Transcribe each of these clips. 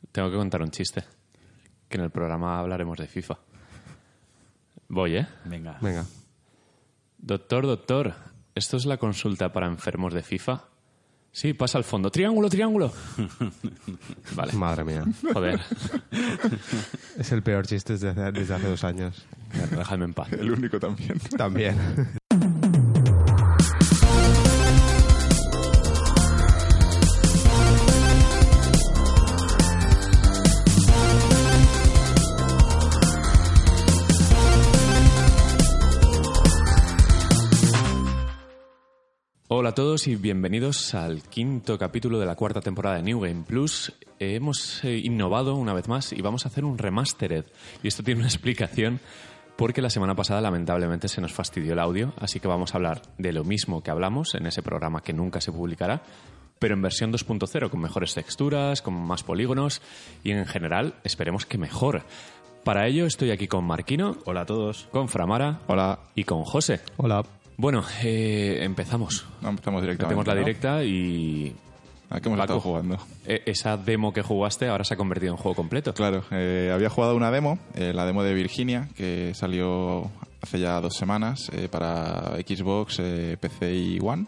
Tengo que contar un chiste. Que en el programa hablaremos de FIFA. Voy, ¿eh? Venga. Doctor, ¿esto es la consulta para enfermos de FIFA? Sí, pasa al fondo. ¡Triángulo! Vale. Madre mía. Joder. Es el peor chiste desde hace 2 años. Déjame en paz. El único también. También. Hola a todos y bienvenidos al 5º capítulo de la 4ª temporada de New Game Plus. Hemos innovado una vez más y vamos a hacer un remastered. Y esto tiene una explicación porque la semana pasada lamentablemente se nos fastidió el audio, así que vamos a hablar de lo mismo que hablamos en ese programa que nunca se publicará, pero en versión 2.0, con mejores texturas, con más polígonos y en general esperemos que mejor. Para ello estoy aquí con Marquino. Hola a todos. Con Framara. Hola. Y con José. Hola. Bueno, empezamos. No, empezamos directamente. Metemos la ¿no? directa y... ¿A qué hemos Paco, estado jugando? Esa demo que jugaste ahora se ha convertido en juego completo. Claro, había jugado una demo, la demo de Virginia, que salió hace ya 2 semanas para Xbox, PC y One.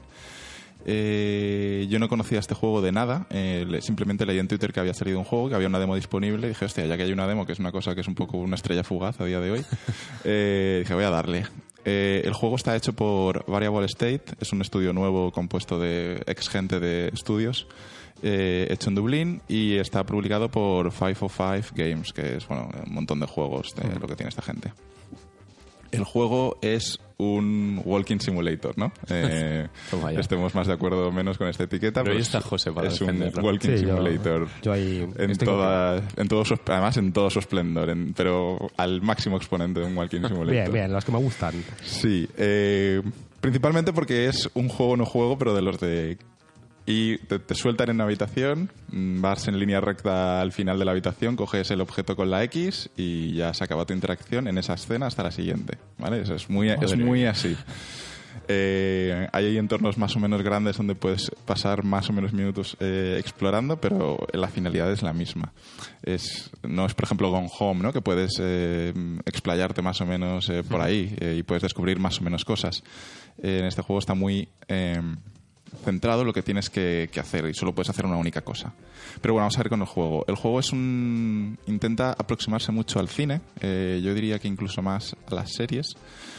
Yo no conocía este juego de nada, simplemente leí en Twitter que había salido un juego, que había una demo disponible y dije, hostia, ya que hay una demo, que es una cosa que es un poco una estrella fugaz a día de hoy, dije, voy a darle. El juego está hecho por Variable State, es un estudio nuevo compuesto de ex gente de estudios, hecho en Dublín, y está publicado por 505 Games, que es un montón de juegos de lo que tiene esta gente. El juego es un walking simulator, ¿no? Toma ya. Estemos más de acuerdo o menos con esta etiqueta. Pero ahí pues está José para es un defenderlo. walking Sí, simulator. yo ahí Además en todo su esplendor, pero al máximo exponente de un walking simulator. Bien, los que me gustan. Sí, principalmente porque es un juego no juego, pero de los de... Y te sueltan en una habitación, vas en línea recta al final de la habitación, coges el objeto con la X y ya se acaba tu interacción en esa escena hasta la siguiente, ¿vale? Eso es muy así. Hay entornos más o menos grandes donde puedes pasar más o menos minutos explorando, pero la finalidad es la misma. No es, por ejemplo, Gone Home, ¿no? Que puedes explayarte más o menos por ahí y puedes descubrir más o menos cosas. En este juego está muy... centrado en lo que tienes que hacer y solo puedes hacer una única cosa. Pero bueno, vamos a ver con el juego. El juego intenta aproximarse mucho al cine, yo diría que incluso más a las series,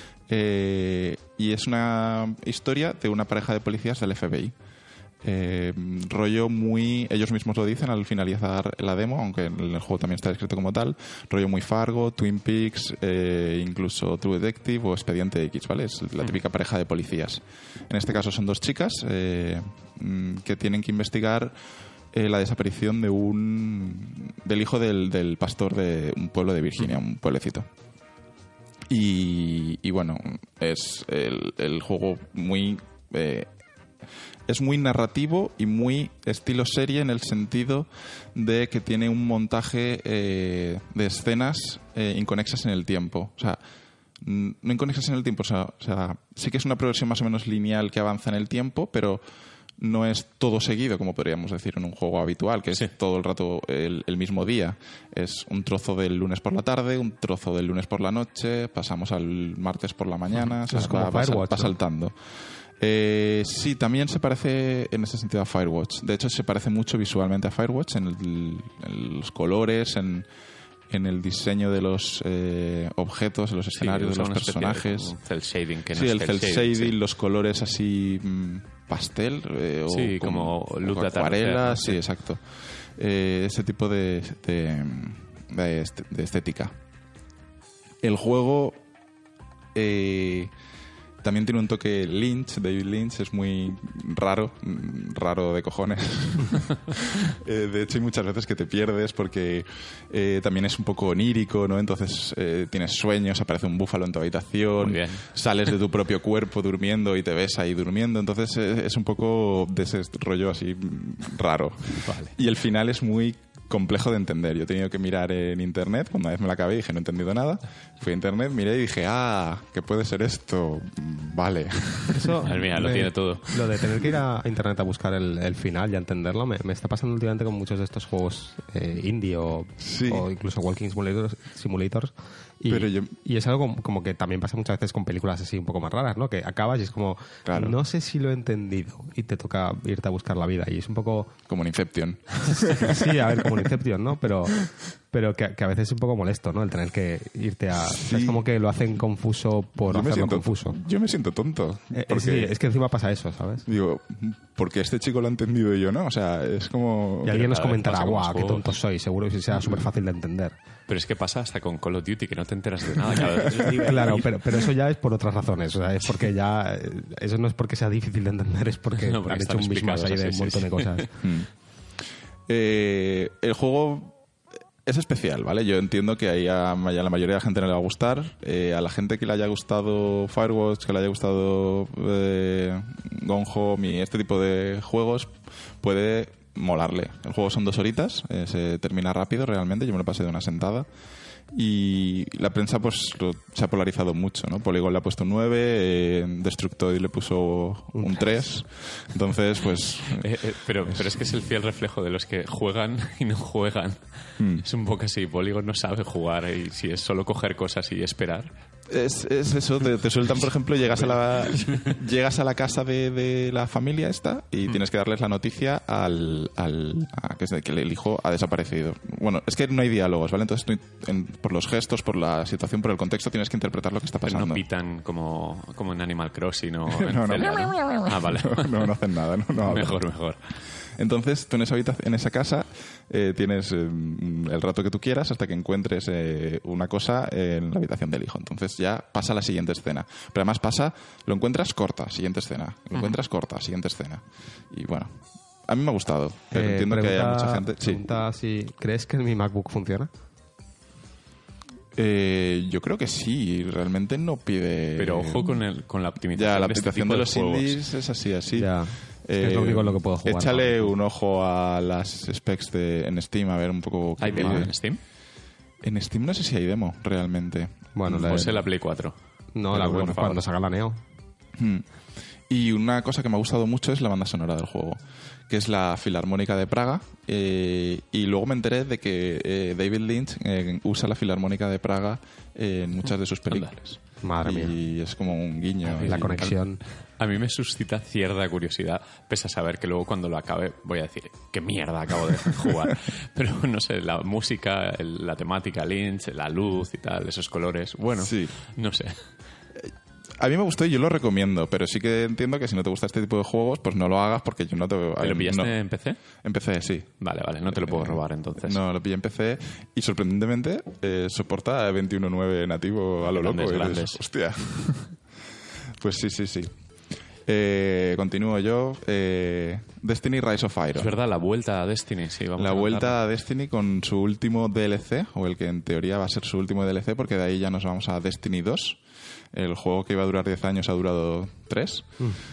y es una historia de una pareja de policías del FBI. Rollo muy... Ellos mismos lo dicen al finalizar la demo, aunque en el juego también está descrito como tal, rollo muy Fargo, Twin Peaks, incluso True Detective o Expediente X, ¿vale? Es la típica pareja de policías. En este caso son 2 chicas que tienen que investigar la desaparición del hijo del pastor de un pueblo de Virginia, un pueblecito. Y bueno, es el juego muy... es muy narrativo y muy estilo serie en el sentido de que tiene un montaje de escenas inconexas en el tiempo. O sea, no inconexas en el tiempo, o sea, sí que es una progresión más o menos lineal que avanza en el tiempo, pero no es todo seguido, como podríamos decir en un juego habitual, que es todo el rato el mismo día. Es un trozo del lunes por la tarde, un trozo del lunes por la noche, pasamos al martes por la mañana, Es como Firewatch, va ¿no? saltando. Sí, también se parece en ese sentido a Firewatch. De hecho, se parece mucho visualmente a Firewatch en los colores, en el diseño de los objetos, de los escenarios, de los personajes. Un cel shading que no Sí, es el cel shading, sí. los colores así pastel Sí, como luz de acuarela, atardecer, sí, exacto. Ese tipo de estética. El juego también tiene un toque Lynch, David Lynch, es muy raro de cojones. De hecho, hay muchas veces que te pierdes porque también es un poco onírico, ¿no? Entonces tienes sueños, aparece un búfalo en tu habitación, Muy bien. sales de tu propio cuerpo durmiendo y te ves ahí durmiendo. Entonces es un poco de ese rollo así raro. Vale. Y el final es muy complejo de entender. Yo he tenido que mirar en internet, cuando una vez me la acabé y dije no he entendido nada, fui a internet, miré y dije, ¿qué puede ser esto? Vale. Eso, Madre mía, lo tiene todo. Lo de tener que ir a internet a buscar el final y a entenderlo me está pasando últimamente con muchos de estos juegos indie o incluso Walking Simulators. Y es algo como que también pasa muchas veces con películas así un poco más raras, ¿no? Que acabas y es como, claro, no sé si lo he entendido y te toca irte a buscar la vida y es un poco... Como en Inception. Sí, a ver, como en Inception, ¿no? Pero que a veces es un poco molesto, ¿no? El tener que irte a... Sí. Es como que lo hacen confuso por hacerlo confuso. Yo me siento tonto. Porque, sí, es que encima pasa eso, ¿sabes? Digo, porque este chico lo ha entendido y yo no. O sea, es como... Y alguien nos comentará, pasa con los guau, qué juegos. tontos sois, seguro que sea súper fácil de entender. Pero es que pasa hasta con Call of Duty, que no te enteras de nada cada vez. Claro, pero eso ya es por otras razones. O sea, es porque ya... Eso no es porque sea difícil de entender, es porque No, porque han hecho están un mismatch ahí de explicados, un montón sí. de cosas. El juego es especial, ¿vale? Yo entiendo que a la mayoría de la gente no le va a gustar. A la gente que le haya gustado Firewatch, que le haya gustado Gone Home y este tipo de juegos, puede molarle. El juego son 2 horitas, se termina rápido realmente. Yo me lo pasé de una sentada. Y la prensa pues se ha polarizado mucho, ¿no? Polygon le ha puesto un 9, Destructoid le puso un 3. Entonces, pues... Pero es que es el fiel reflejo de los que juegan y no juegan. Es un poco así. Polygon no sabe jugar y si es solo coger cosas y esperar. Es eso, te sueltan, por ejemplo, llegas a la casa de la familia esta y tienes que darles la noticia a que el hijo ha desaparecido. Bueno, es que no hay diálogos, ¿vale? Entonces por los gestos, por la situación, por el contexto, tienes que interpretar lo que está Pero pasando. no pitan como en Animal Crossing o en No. Zelda, ¿no? Ah, vale. No hacen nada, no hablan. Mejor. Entonces, tú en esa casa tienes el rato que tú quieras hasta que encuentres una cosa en la habitación del hijo. Entonces ya pasa a la siguiente escena. Pero además lo encuentras corta, siguiente escena. Lo encuentras corta, siguiente escena. Y bueno, a mí me ha gustado. Pero entiendo que haya mucha gente... Pregunta si ¿crees que mi MacBook funciona? Yo creo que sí, realmente no pide... Pero ojo con la optimización. Ya, la de este optimización tipo de los juegos. indies es así. Ya. Es lo único en lo que puedo jugar. Échale un ojo a las specs en Steam, a ver un poco... ¿Hay demo en Steam? En Steam no sé si hay demo, realmente. Bueno, Pues en la Play 4. No, Pero bueno, por cuando favor. salga la Neo. Y una cosa que me ha gustado mucho es la banda sonora del juego, que es la Filarmónica de Praga. Y luego me enteré de que David Lynch usa la Filarmónica de Praga en muchas de sus películas. Madre mía. Y es como un guiño. La conexión. A mí me suscita cierta curiosidad, pese a saber que luego cuando lo acabe voy a decir qué mierda acabo de jugar. Pero no sé, la música, la temática Lynch, la luz y tal, esos colores, bueno, Sí. no sé. A mí me gustó y yo lo recomiendo, pero sí que entiendo que si no te gusta este tipo de juegos, pues no lo hagas porque yo no te... ¿Pero lo pillaste en PC? En PC, sí. Vale, no te lo puedo robar entonces. No, lo pillé en PC y sorprendentemente soporta 21.9 nativo a lo loco. Grandes. Y dices, hostia. Pues sí. Continúo yo. Destiny Rise of Iron. Es verdad, la vuelta a Destiny, sí. Vamos La a vuelta contarlo. a Destiny con su último DLC, o el que en teoría va a ser su último DLC, porque de ahí ya nos vamos a Destiny 2. El juego que iba a durar 10 años ha durado 3.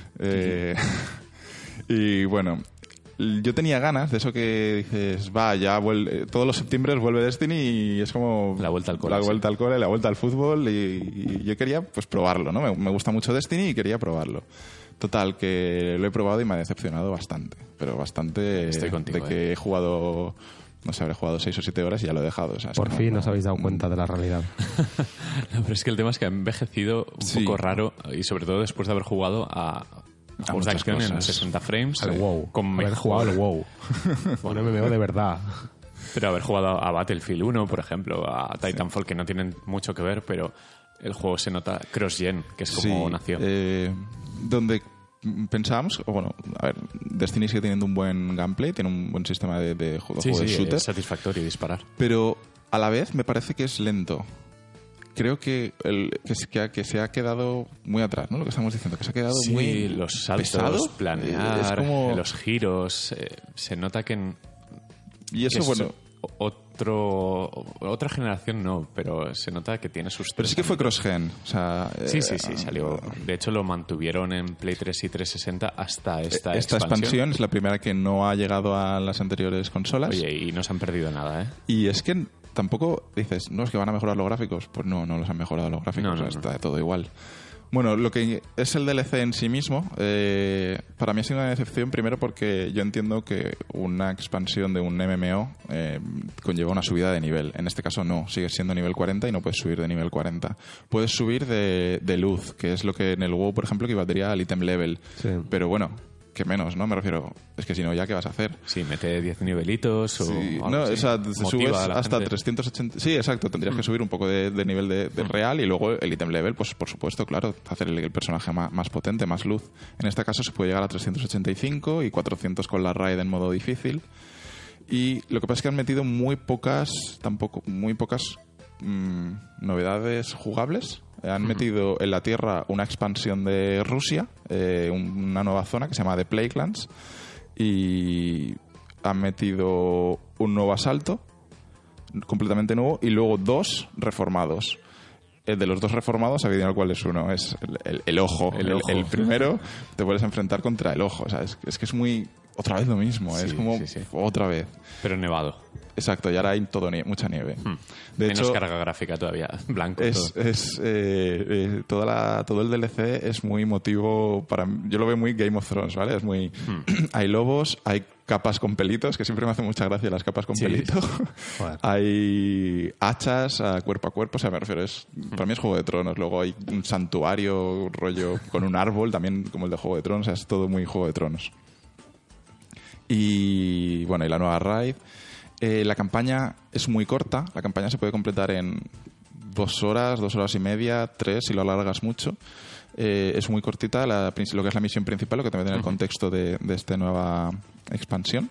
Y bueno, yo tenía ganas de eso que dices, todos los septiembre vuelve Destiny y es como... La vuelta al cole, La sí. vuelta al cole, la vuelta al fútbol y yo quería pues probarlo, ¿no? Me gusta mucho Destiny y quería probarlo. Total, que lo he probado y me ha decepcionado bastante. Pero bastante... Estoy contigo, de que he jugado... No sé, habré jugado 6 o 7 horas y ya lo he dejado. O sea, es Por que fin os habéis dado cuenta de la realidad. No, pero es que el tema es que ha envejecido un Sí. poco raro y sobre todo después de haber jugado a juegos de muchas acción en cosas. 60 frames. Al WoW. Con Haber mejor- jugado al WoW. Un MMO de verdad. Pero haber jugado a Battlefield 1, por ejemplo, a Titanfall, que no tienen mucho que ver, pero el juego se nota cross-gen, que es como Sí, nació. donde pensábamos, o bueno, a ver, Destiny sigue teniendo un buen gameplay, tiene un buen sistema de juego de shooter, es satisfactorio disparar. pero a la vez me parece que es lento. Creo que se ha quedado muy atrás, ¿no? Lo que estamos diciendo, que se ha quedado Sí, muy los saltos, pesado. planear, Es como... los giros, se nota que... Y eso, que bueno, otra generación no, pero se nota que tiene sus... Pero sí que fue cross-gen. O sea, sí, salió. De hecho, lo mantuvieron en Play 3 y 360 hasta esta expansión. Es la primera que no ha llegado a las anteriores consolas. Oye, y no se han perdido nada, ¿eh? Y es que tampoco dices, no, es que van a mejorar los gráficos. Pues no los han mejorado los gráficos. No. Está todo igual. Bueno, lo que es el DLC en sí mismo, para mí ha sido una decepción, primero porque yo entiendo que una expansión de un MMO conlleva una subida de nivel. En este caso no, sigues siendo nivel 40 y no puedes subir de nivel 40. Puedes subir de luz, que es lo que en el WoW, por ejemplo, equivaldría al item level. Sí. Pero bueno, que menos, ¿no? Me refiero, es que si no, ¿ya qué vas a hacer? Sí, mete 10 nivelitos o algo no, así. O sea, te subes hasta gente. 380... Sí, exacto, tendrías que subir un poco de nivel de real y luego el item level, pues por supuesto, claro, hacer el personaje más potente, más luz. En este caso se puede llegar a 385 y 400 con la raid en modo difícil. Y lo que pasa es que han metido muy pocas novedades jugables. Han metido en la Tierra una expansión de Rusia, una nueva zona que se llama The Plaguelands, y han metido un nuevo asalto completamente nuevo y luego 2 reformados. De los 2 reformados, adivinar cuál es uno. Es el ojo. El primero te puedes enfrentar contra el ojo. O sea, es que es muy... Otra vez lo mismo. Sí, es como otra vez. Pero nevado. Exacto, y ahora hay mucha nieve. De Menos hecho, carga gráfica todavía, blanco. Todo el DLC es muy emotivo para... Yo lo veo muy Game of Thrones, ¿vale? Es muy... Hay lobos, hay capas con pelitos, que siempre me hacen mucha gracia las capas con pelito. Hay hachas cuerpo a cuerpo, o sea, me refiero, para mí es Juego de Tronos. Luego hay un santuario, rollo con un árbol, también como el de Juego de Tronos, o sea, es todo muy Juego de Tronos. Y bueno, y la nueva raid. La campaña es muy corta. La campaña se puede completar en 2 horas, 2 horas y media, 3 si lo alargas mucho. Es muy cortita lo que es la misión principal, lo que te mete en el contexto de esta nueva expansión.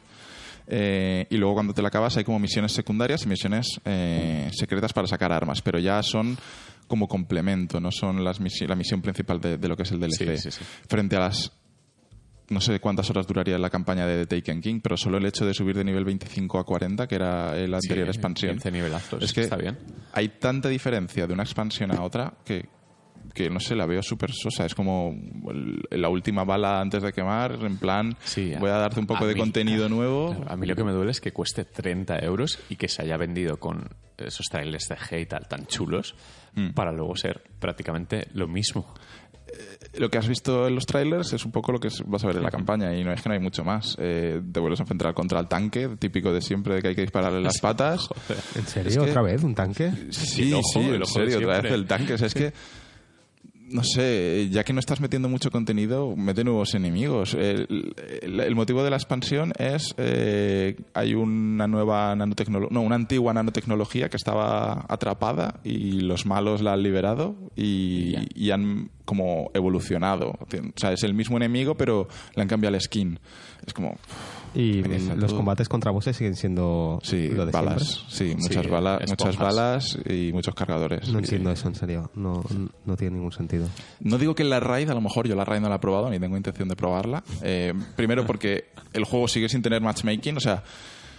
Y luego cuando te la acabas hay como misiones secundarias y misiones secretas para sacar armas, pero ya son como complemento, no son la misión principal de lo que es el DLC. Sí. Frente a las... No sé cuántas horas duraría la campaña de The Taken King, pero solo el hecho de subir de nivel 25 a 40, que era la anterior expansión. 15 nivelazos, es que está bien. Hay tanta diferencia de una expansión a otra que no sé, la veo súper sosa. Es como la última bala antes de quemar, en plan, voy a darte un poco de contenido nuevo. A mí lo que me duele es que cueste 30 euros y que se haya vendido con esos trailers de G y tal tan chulos para luego ser prácticamente lo mismo. Lo que has visto en los trailers es un poco lo que vas a ver en la campaña y no es que no hay mucho más. Te vuelves a enfrentar contra el tanque, típico de siempre, de que hay que dispararle las patas. Joder. ¿En serio? ¿Otra vez un tanque? Sí, en serio, otra vez el tanque. O sea, es que no sé, ya que no estás metiendo mucho contenido, mete nuevos enemigos. El motivo de la expansión es hay una antigua nanotecnología que estaba atrapada y los malos la han liberado y han como evolucionado. O sea, es el mismo enemigo, pero le han cambiado el skin. Es como... Y los combates contra bosses siguen siendo lo de balas, siempre. Muchas balas y muchos cargadores. No entiendo eso, en serio. No tiene ningún sentido. No digo que en la raid, a lo mejor yo la raid no la he probado ni tengo intención de probarla. Primero porque el juego sigue sin tener matchmaking, o sea...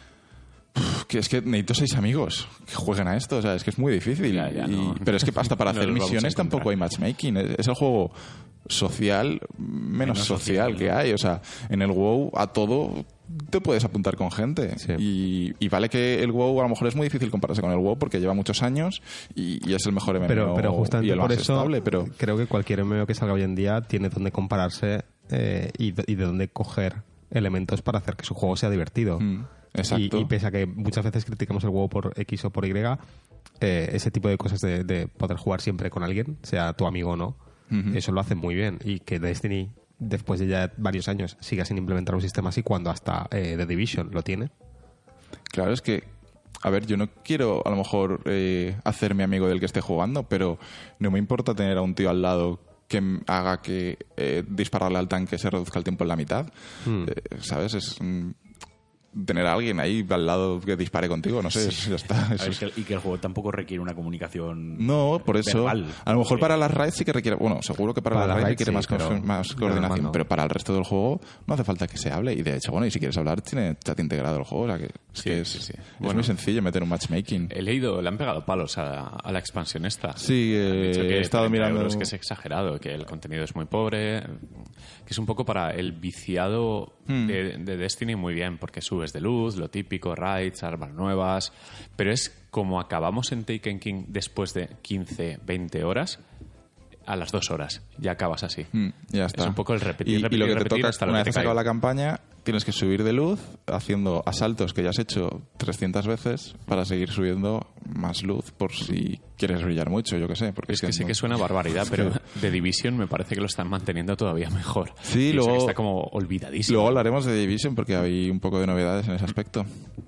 que es que necesito 6 amigos que jueguen a esto, o sea, es que es muy difícil. Pero es que hasta para hacer misiones tampoco hay matchmaking. Es el juego social menos social que hay. O sea, en el WoW a todo te puedes apuntar con gente. Sí. Y vale que el WoW a lo mejor es muy difícil compararse con el WoW porque lleva muchos años y es el mejor MMO pero justamente y el por más eso estable. Pero creo que cualquier MMO que salga hoy en día tiene donde compararse y de dónde coger elementos para hacer que su juego sea divertido. Exacto. Y pese a que muchas veces criticamos el juego por X o por Y, ese tipo de cosas de poder jugar siempre con alguien, sea tu amigo o no, eso lo hace muy bien. Y que Destiny, después de ya varios años, siga sin implementar un sistema así cuando hasta The Division lo tiene. Claro, es que, a ver, yo no quiero a lo mejor hacerme amigo del que esté jugando, pero no me importa tener a un tío al lado que haga que dispararle al tanque se reduzca el tiempo en la mitad. ¿Sabes? tener a alguien ahí al lado que dispare contigo, no sé, ya está. Y que el juego tampoco requiere una comunicación por eso. verbal. A lo mejor para las raids sí que requiere, bueno, seguro que para las raids requiere más coordinación, no. pero para el resto del juego no hace falta que se hable. Y de hecho, bueno, y si quieres hablar, tiene chat integrado el juego, o sea que es muy sencillo meter un matchmaking. He leído, le han pegado palos a la expansión esta. Sí, he estado mirando. Que es exagerado, que el contenido es muy pobre, que es un poco para el viciado de Destiny muy bien, porque subes de luz, lo típico, raids, armas nuevas, pero es como acabamos en Taken King después de 15, 20 horas, a las 2 horas, ya acabas así. Ya está. Es un poco el repetir, y lo que te toca hasta una lo vez que has te acabado caiga. la campaña, tienes que subir de luz haciendo asaltos que ya has hecho 300 veces para seguir subiendo más luz por si quieres brillar mucho, yo qué sé. Porque Es que sí que suena barbaridad, pero de Division me parece que lo están manteniendo todavía mejor. Sí, Y luego eso que está como olvidadísimo. Luego hablaremos de Division porque hay un poco de novedades en ese aspecto.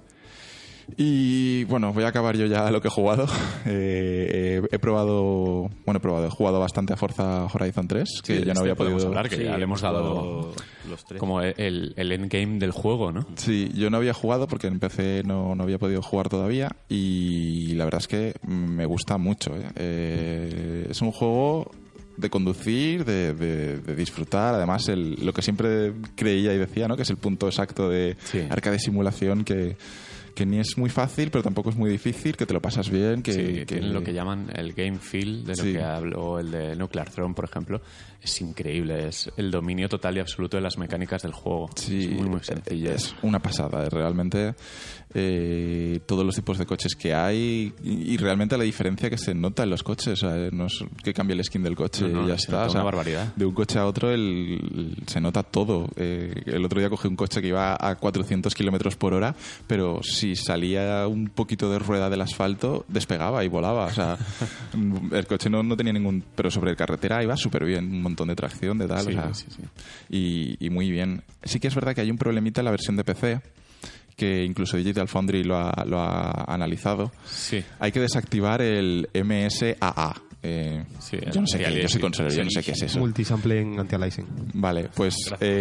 Y bueno, voy a acabar yo ya lo que he jugado. He jugado bastante a Forza Horizon 3, que ya no había podido hablar, que ya le hemos dado los 3. como el endgame del juego, ¿no? Sí, yo no había jugado porque en PC no había podido jugar todavía y la verdad es que me gusta mucho. Es un juego de conducir, de disfrutar, además lo que siempre creía y decía, ¿no? Que es el punto exacto de arcade simulación que ni es muy fácil, pero tampoco es muy difícil, que te lo pasas bien. Que tienen lo que llaman el game feel, de lo que habló el de Nuclear Throne, por ejemplo. Es increíble, es el dominio total y absoluto de las mecánicas del juego. Sí, es muy, muy sencillo. Es una pasada, realmente. Todos los tipos de coches que hay y realmente la diferencia que se nota en los coches, o sea, no es que cambie el skin del coche y ya está. O sea, una barbaridad. De un coche a otro se nota todo. El otro día cogí un coche que iba a 400 kilómetros por hora, pero si salía un poquito de rueda del asfalto, despegaba y volaba. O sea, el coche no tenía ningún... Pero sobre carretera iba súper bien, un montón de tracción, de tal. Sí, o sea, sí. Y muy bien. Sí que es verdad que hay un problemita en la versión de PC, que incluso Digital Foundry lo ha analizado. Sí. Hay que desactivar el MSAA. Yo no sé qué, yo soy consolero, yo no sé qué es eso. Multisampling anti-aliasing. Vale, pues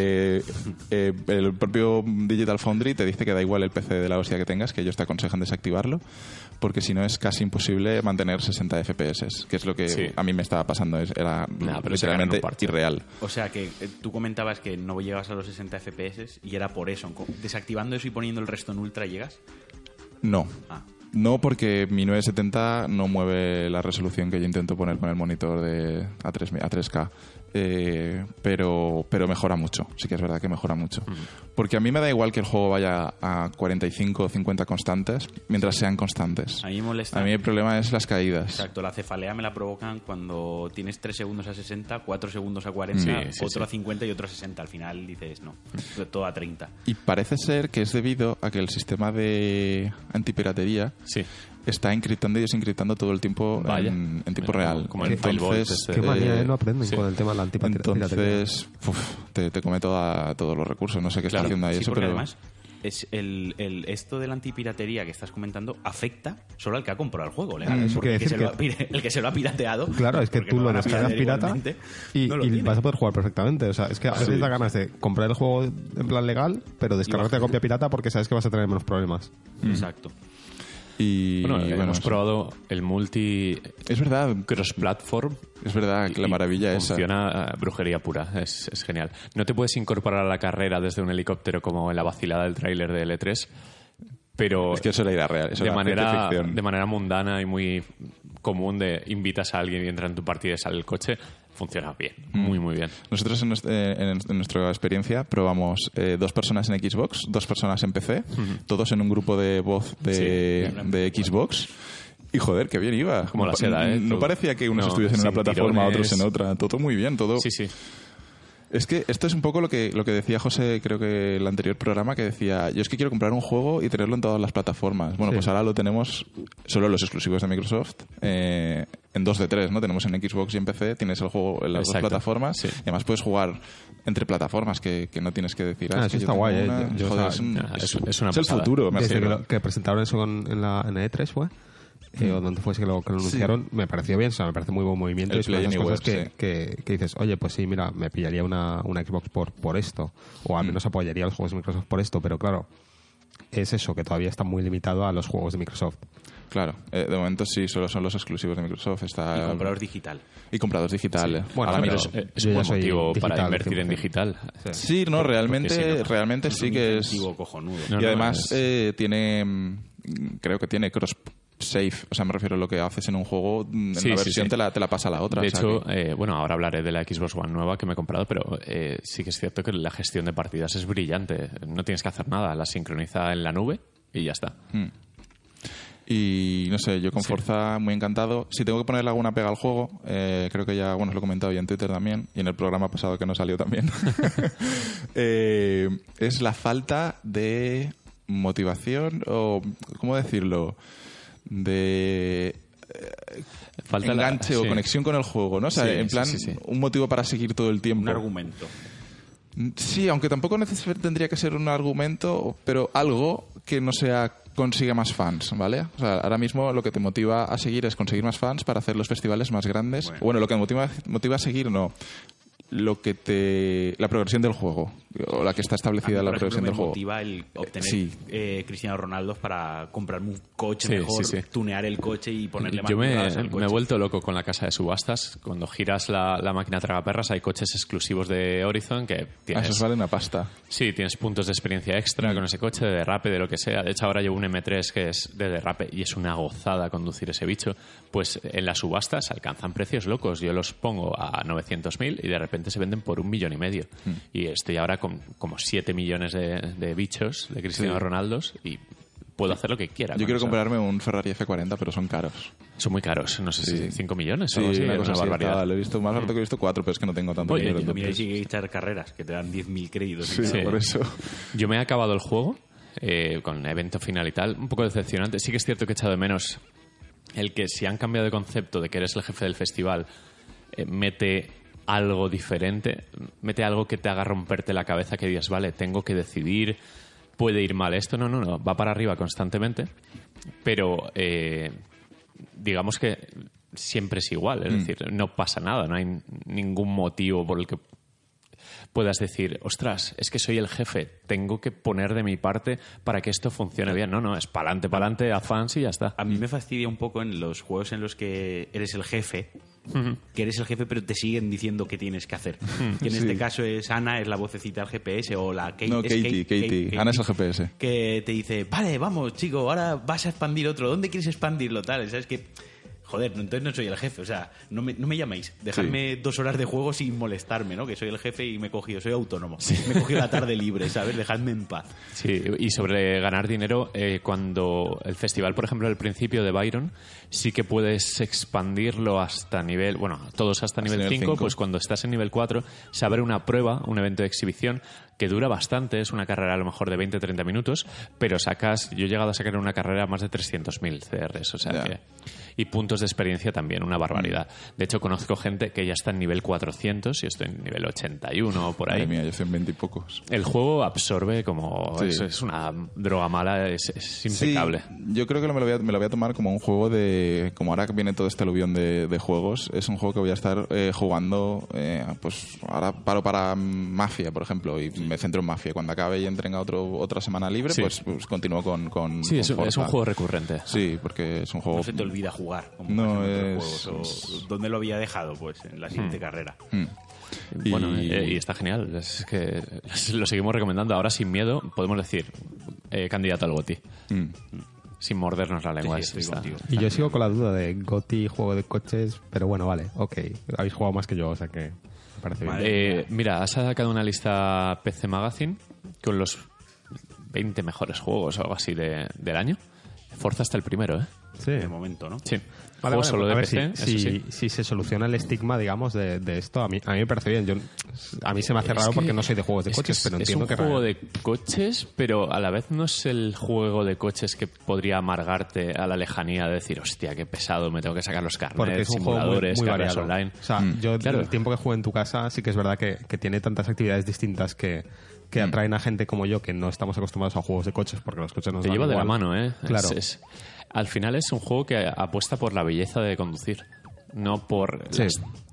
el propio Digital Foundry te dice que da igual el PC de la hostia que tengas, que ellos te aconsejan desactivarlo, porque si no es casi imposible mantener 60 FPS, que es lo que a mí me estaba pasando, era literalmente irreal. O sea que tú comentabas que no llegas a los 60 FPS y era por eso. Desactivando eso y poniendo el resto en ultra, ¿llegas? No. No, porque mi 970 no mueve la resolución que yo intento poner con el monitor a 3K. Pero mejora mucho. Sí que es verdad que mejora mucho. Porque a mí me da igual que el juego vaya a 45 o 50 constantes mientras sean constantes. A mí me molesta. A mí el problema es las caídas. Exacto, la cefalea me la provocan cuando tienes 3 segundos a 60, 4 segundos a 40, otro a 50 y otro a 60. Al final dices, no, todo a 30. Y parece ser que es debido a que el sistema de antipiratería está encriptando y desencriptando todo el tiempo en tiempo real. Como el entonces, qué manía no aprenden con el tema de la antipiratería. Entonces, te come todos los recursos. No sé qué está haciendo ahí eso, pero además es esto de la antipiratería que estás comentando afecta solo al que ha comprado el juego, legal. Porque el que se lo ha pirateado. Claro, es que tú lo descargas pirata y vas a poder jugar perfectamente. O sea, es que a veces da ganas de comprar el juego en plan legal, pero descargarte la copia pirata porque sabes que vas a tener menos problemas. Exacto. Y bueno, hemos probado el multi... Es verdad. Cross-platform. Es verdad, que la maravilla esa. Funciona brujería pura, es genial. No te puedes incorporar a la carrera desde un helicóptero como en la vacilada del tráiler de L3, pero... Es que eso es la idea real. Eso de manera mundana y muy común, invitas a alguien y entra en tu partida y sale el coche, funciona bien, muy muy bien. Nosotros en nuestra experiencia probamos 2 personas en Xbox, 2 personas en PC, todos en un grupo de voz de Xbox. Y joder, qué bien iba. Como la seda, ¿eh? No parecía que unos estuviesen en una plataforma, otros en otra. Todo muy bien, todo... Sí. Es que esto es un poco lo que decía José, creo que el anterior programa, que decía, yo es que quiero comprar un juego y tenerlo en todas las plataformas. Bueno, pues ahora lo tenemos solo los exclusivos de Microsoft, en 2 de 3, ¿no? Tenemos en Xbox y en PC, tienes el juego en las dos plataformas, y además puedes jugar entre plataformas que no tienes que decir. Eso está guay, es el futuro. Desde que presentaron eso en la E3, ¿fue? O donde fuese que lo anunciaron, me pareció bien, o sea, me parece muy buen movimiento. Es una de esas cosas que dices, oye, pues sí, mira, me pillaría una Xbox por esto, o al menos apoyaría los juegos de Microsoft por esto, pero claro, es eso, que todavía está muy limitado a los juegos de Microsoft. Claro, de momento sí, solo son los exclusivos de Microsoft. Y comprador digital. Y compradores digitales. Sí. Bueno, pero es un buen motivo para invertir en digital. Sí, no, realmente sí que es... cojonudo. Y además tiene... Creo que tiene cross save, o sea, me refiero a lo que haces en un juego, en una versión te la pasa a la otra. De hecho, bueno, ahora hablaré de la Xbox One nueva que me he comprado, pero sí que es cierto que la gestión de partidas es brillante. No tienes que hacer nada, la sincroniza en la nube y ya está. Y no sé, yo con Forza muy encantado. Si tengo que ponerle alguna pega al juego, creo que ya, bueno, os lo he comentado ya en Twitter también y en el programa pasado que no salió también, es la falta de motivación o, ¿cómo decirlo?, de falta enganche o conexión con el juego, ¿no? O sea, en plan, un motivo para seguir todo el tiempo. Un argumento. Sí, aunque tampoco necesariamente tendría que ser un argumento, pero algo que no sea consigue más fans, ¿vale? O sea, ahora mismo lo que te motiva a seguir es conseguir más fans para hacer los festivales más grandes. Bueno, lo que me motiva a seguir no. Lo que la progresión del juego, o la que está establecida la progresión del juego. Me motiva el obtener Cristiano Ronaldo para comprarme un coche mejor, tunear el coche y ponerle más cosas al coche. Me he vuelto loco con la casa de subastas. Cuando giras la máquina tragaperras hay coches exclusivos de Horizon que tienes... Esos valen una pasta. Sí, tienes puntos de experiencia extra con ese coche, de derrape, de lo que sea. De hecho, ahora llevo un M3 que es de derrape y es una gozada conducir ese bicho. Pues en las subastas alcanzan precios locos. Yo los pongo a 900.000 y de repente se venden por 1,5 millones. Y estoy ahora con como 7 millones de bichos de Cristiano Ronaldo y puedo hacer lo que quiera. Yo quiero comprarme un Ferrari F40, pero son caros. Son muy caros, no sé si 5 millones o algo así, una cosa barbaridad. Lo he visto más barato que he visto 4, pero es que no tengo tanto dinero. Mira, hay que echar carreras, que te dan 10.000 créditos. Sí, por eso. Yo me he acabado el juego con evento final y tal, un poco decepcionante. Sí que es cierto que he echado de menos el que si han cambiado de concepto de que eres el jefe del festival, mete algo diferente, mete algo que te haga romperte la cabeza, que digas, vale, tengo que decidir, puede ir mal esto. No, va para arriba constantemente, pero digamos que siempre es igual, es decir, no pasa nada, no hay ningún motivo por el que puedas decir, ostras, es que soy el jefe, tengo que poner de mi parte para que esto funcione bien. No, es pa'lante, a fans y ya está. A mí me fastidia un poco en los juegos en los que eres el jefe, que eres el jefe pero te siguen diciendo qué tienes que hacer. Que en este caso es Ana, es la vocecita del GPS, o la Kate. No, Katie. Ana es el GPS. Que te dice, vale, vamos, chico, ahora vas a expandir otro. ¿Dónde quieres expandirlo? Tal, ¿sabes qué? Joder, entonces no soy el jefe, o sea, no me llaméis. Dejadme 2 horas de juego sin molestarme, ¿no? Que soy el jefe y me he cogido, soy autónomo. Me he cogido la tarde libre, ¿sabes? Dejadme en paz. Sí, y sobre ganar dinero, cuando el festival, por ejemplo, al principio de Byron, sí que puedes expandirlo hasta nivel, bueno, todos hasta nivel 5, pues cuando estás en nivel 4 se abre una prueba, un evento de exhibición que dura bastante, es una carrera a lo mejor de 20-30 minutos, pero yo he llegado a sacar en una carrera más de 300.000 CRs, o sea que... Y puntos de experiencia también, una barbaridad. De hecho, conozco gente que ya está en nivel 400 y estoy en nivel 81 o por ahí. Madre mía, yo estoy en 20 y pocos. El juego absorbe como... Es una droga mala, es impecable. Sí, yo creo que me lo voy a tomar como un juego de... Como ahora que viene todo este aluvión de juegos, es un juego que voy a estar jugando, pues ahora paro para Mafia, por ejemplo, y me centro en Mafia. Cuando acabe y entren a otra semana libre, pues continúo con Sí, con es un juego recurrente. Sí, porque es un juego... No se te olvida jugar. Como no es... juegos, ¿dónde lo había dejado? Pues en la siguiente carrera. Bueno, y está genial. Es que lo seguimos recomendando. Ahora, sin miedo, podemos decir candidato al GOTY. Sin mordernos la lengua. Sí, y yo sigo con la duda de GOTY, juego de coches, pero bueno, vale, ok. Habéis jugado más que yo, o sea que me parece bien. Mira, has sacado una lista PC Magazine con los 20 mejores juegos o algo así del año. Forza hasta el primero, ¿eh? Sí. De momento, ¿no? Sí. Vale, solo de PC, si se soluciona el estigma, digamos, de esto, a mí me parece bien. A mí se me hace raro porque no soy de juegos de coches, pero entiendo que... Es un juego de coches, pero a la vez no es el juego de coches que podría amargarte a la lejanía de decir, hostia, qué pesado, me tengo que sacar los carnets, simuladores, muy carreras variado. online. O sea, yo el tiempo que juego en tu casa sí que es verdad que tiene tantas actividades distintas que atraen a gente como yo que no estamos acostumbrados a juegos de coches porque los coches nos dan lleva igual. De la mano, ¿eh? Claro. Al final es un juego que apuesta por la belleza de conducir, no por las